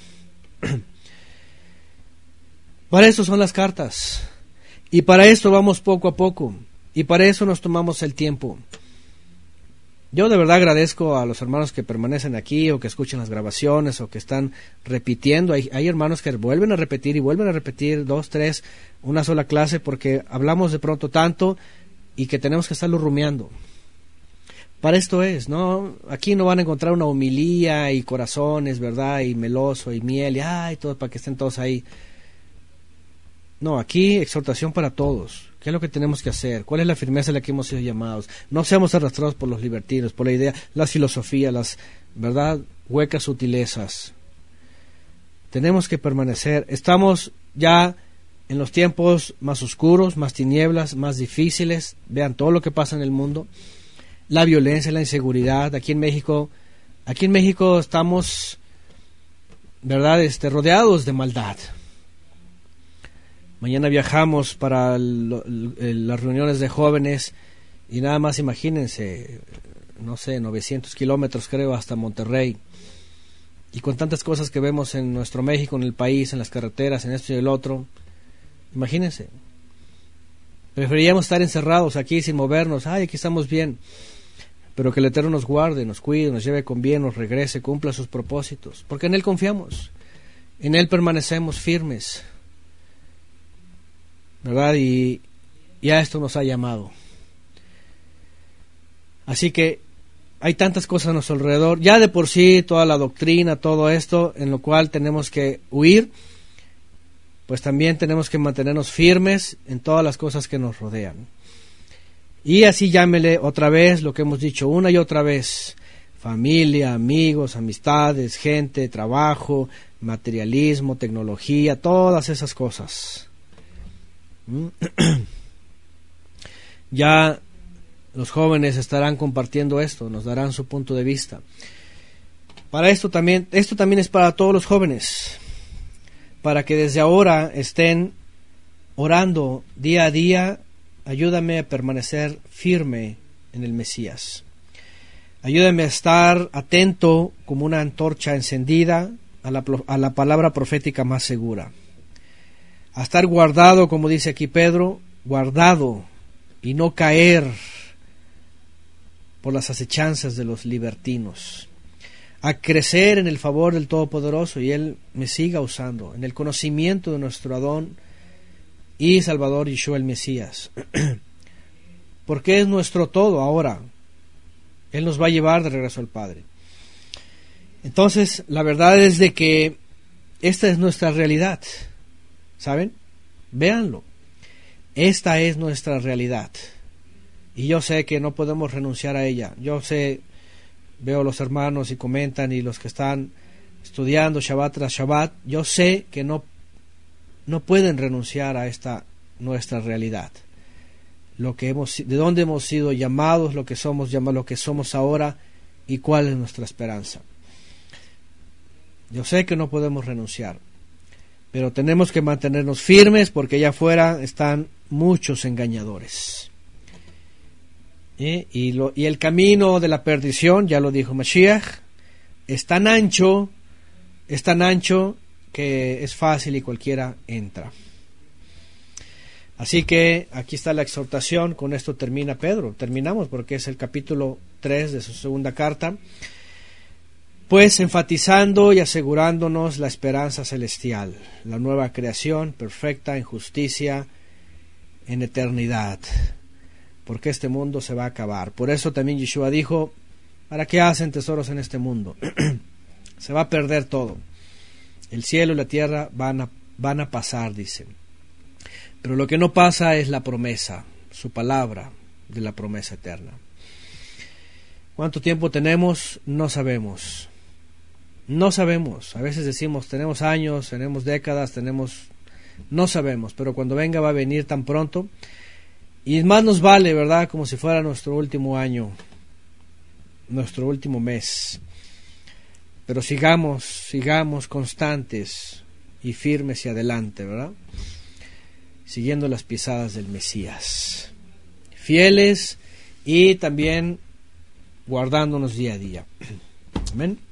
Para eso son las cartas. Y para esto vamos poco a poco. Y para eso nos tomamos el tiempo. Yo de verdad agradezco a los hermanos que permanecen aquí o que escuchan las grabaciones o que están repitiendo. Hay, hay hermanos que vuelven a repetir y vuelven a repetir dos, tres, una sola clase porque hablamos de pronto tanto y que tenemos que estarlo rumiando. Para esto es, ¿no? Aquí no van a encontrar una homilía y corazones, ¿verdad? Y meloso y miel y ay, todo para que estén todos ahí. No, aquí exhortación para todos. ¿Qué es lo que tenemos que hacer? ¿Cuál es la firmeza a la que hemos sido llamados? No seamos arrastrados por los libertinos, por la idea, las filosofías, las, ¿verdad?, huecas sutilezas. Tenemos que permanecer. Estamos ya en los tiempos más oscuros, más tinieblas, más difíciles. Vean todo lo que pasa en el mundo. La violencia, la inseguridad. Aquí en México, aquí en México estamos, ¿verdad?, este, rodeados de maldad. Mañana viajamos para el, el, las reuniones de jóvenes y nada más imagínense no sé, novecientos kilómetros creo hasta Monterrey. Y con tantas cosas que vemos en nuestro México, en el país, en las carreteras, en esto y el otro, imagínense. Preferiríamos estar encerrados aquí sin movernos. Ay, aquí estamos bien. Pero que el Eterno nos guarde, nos cuide, nos lleve con bien, nos regrese, cumpla sus propósitos. Porque en Él confiamos. En Él permanecemos firmes. ¿Verdad? Y, y a esto nos ha llamado. Así que hay tantas cosas a nuestro alrededor, ya de por sí toda la doctrina, todo esto en lo cual tenemos que huir, pues también tenemos que mantenernos firmes en todas las cosas que nos rodean. Y así llámele otra vez lo que hemos dicho una y otra vez: familia, amigos, amistades, gente, trabajo, materialismo, tecnología, todas esas cosas. Ya los jóvenes estarán compartiendo esto, nos darán su punto de vista. Para esto también, esto también es para todos los jóvenes, para que desde ahora estén orando día a día: ayúdame a permanecer firme en el Mesías. Ayúdame a estar atento como una antorcha encendida a la, a la palabra profética más segura. A estar guardado, como dice aquí Pedro, guardado y no caer por las acechanzas de los libertinos, a crecer en el favor del Todopoderoso y Él me siga usando, en el conocimiento de nuestro Adón y Salvador Yeshua el Mesías, porque es nuestro todo ahora. Él nos va a llevar de regreso al Padre. Entonces, la verdad es de que esta es nuestra realidad, ¿saben? Véanlo, esta es nuestra realidad. Y yo sé que no podemos renunciar a ella. Yo sé, veo los hermanos y comentan, y los que están estudiando Shabbat tras Shabbat, yo sé que no, no pueden renunciar a esta nuestra realidad. Lo que hemos, de dónde hemos sido llamados, lo que somos llamados, lo que somos ahora y cuál es nuestra esperanza. Yo sé que no podemos renunciar, pero tenemos que mantenernos firmes, porque allá afuera están muchos engañadores. ¿Eh? Y, lo, y el camino de la perdición, ya lo dijo Mashiach, es tan ancho, es tan ancho que es fácil y cualquiera entra. Así que aquí está la exhortación, con esto termina Pedro, terminamos porque es el capítulo tres de su segunda carta, pues enfatizando y asegurándonos la esperanza celestial, la nueva creación perfecta en justicia, en eternidad, porque este mundo se va a acabar. Por eso también Yeshua dijo: ¿para qué hacen tesoros en este mundo? Se va a perder todo. El cielo y la tierra van a, van a pasar, dice. Pero lo que no pasa es la promesa, su palabra de la promesa eterna. ¿Cuánto tiempo tenemos? No sabemos. No sabemos. A veces decimos, tenemos años, tenemos décadas, tenemos... No sabemos, pero cuando venga va a venir tan pronto. Y más nos vale, ¿verdad? Como si fuera nuestro último año, nuestro último mes. Pero sigamos, sigamos constantes y firmes y adelante, ¿verdad? Siguiendo las pisadas del Mesías. Fieles y también guardándonos día a día. Amén.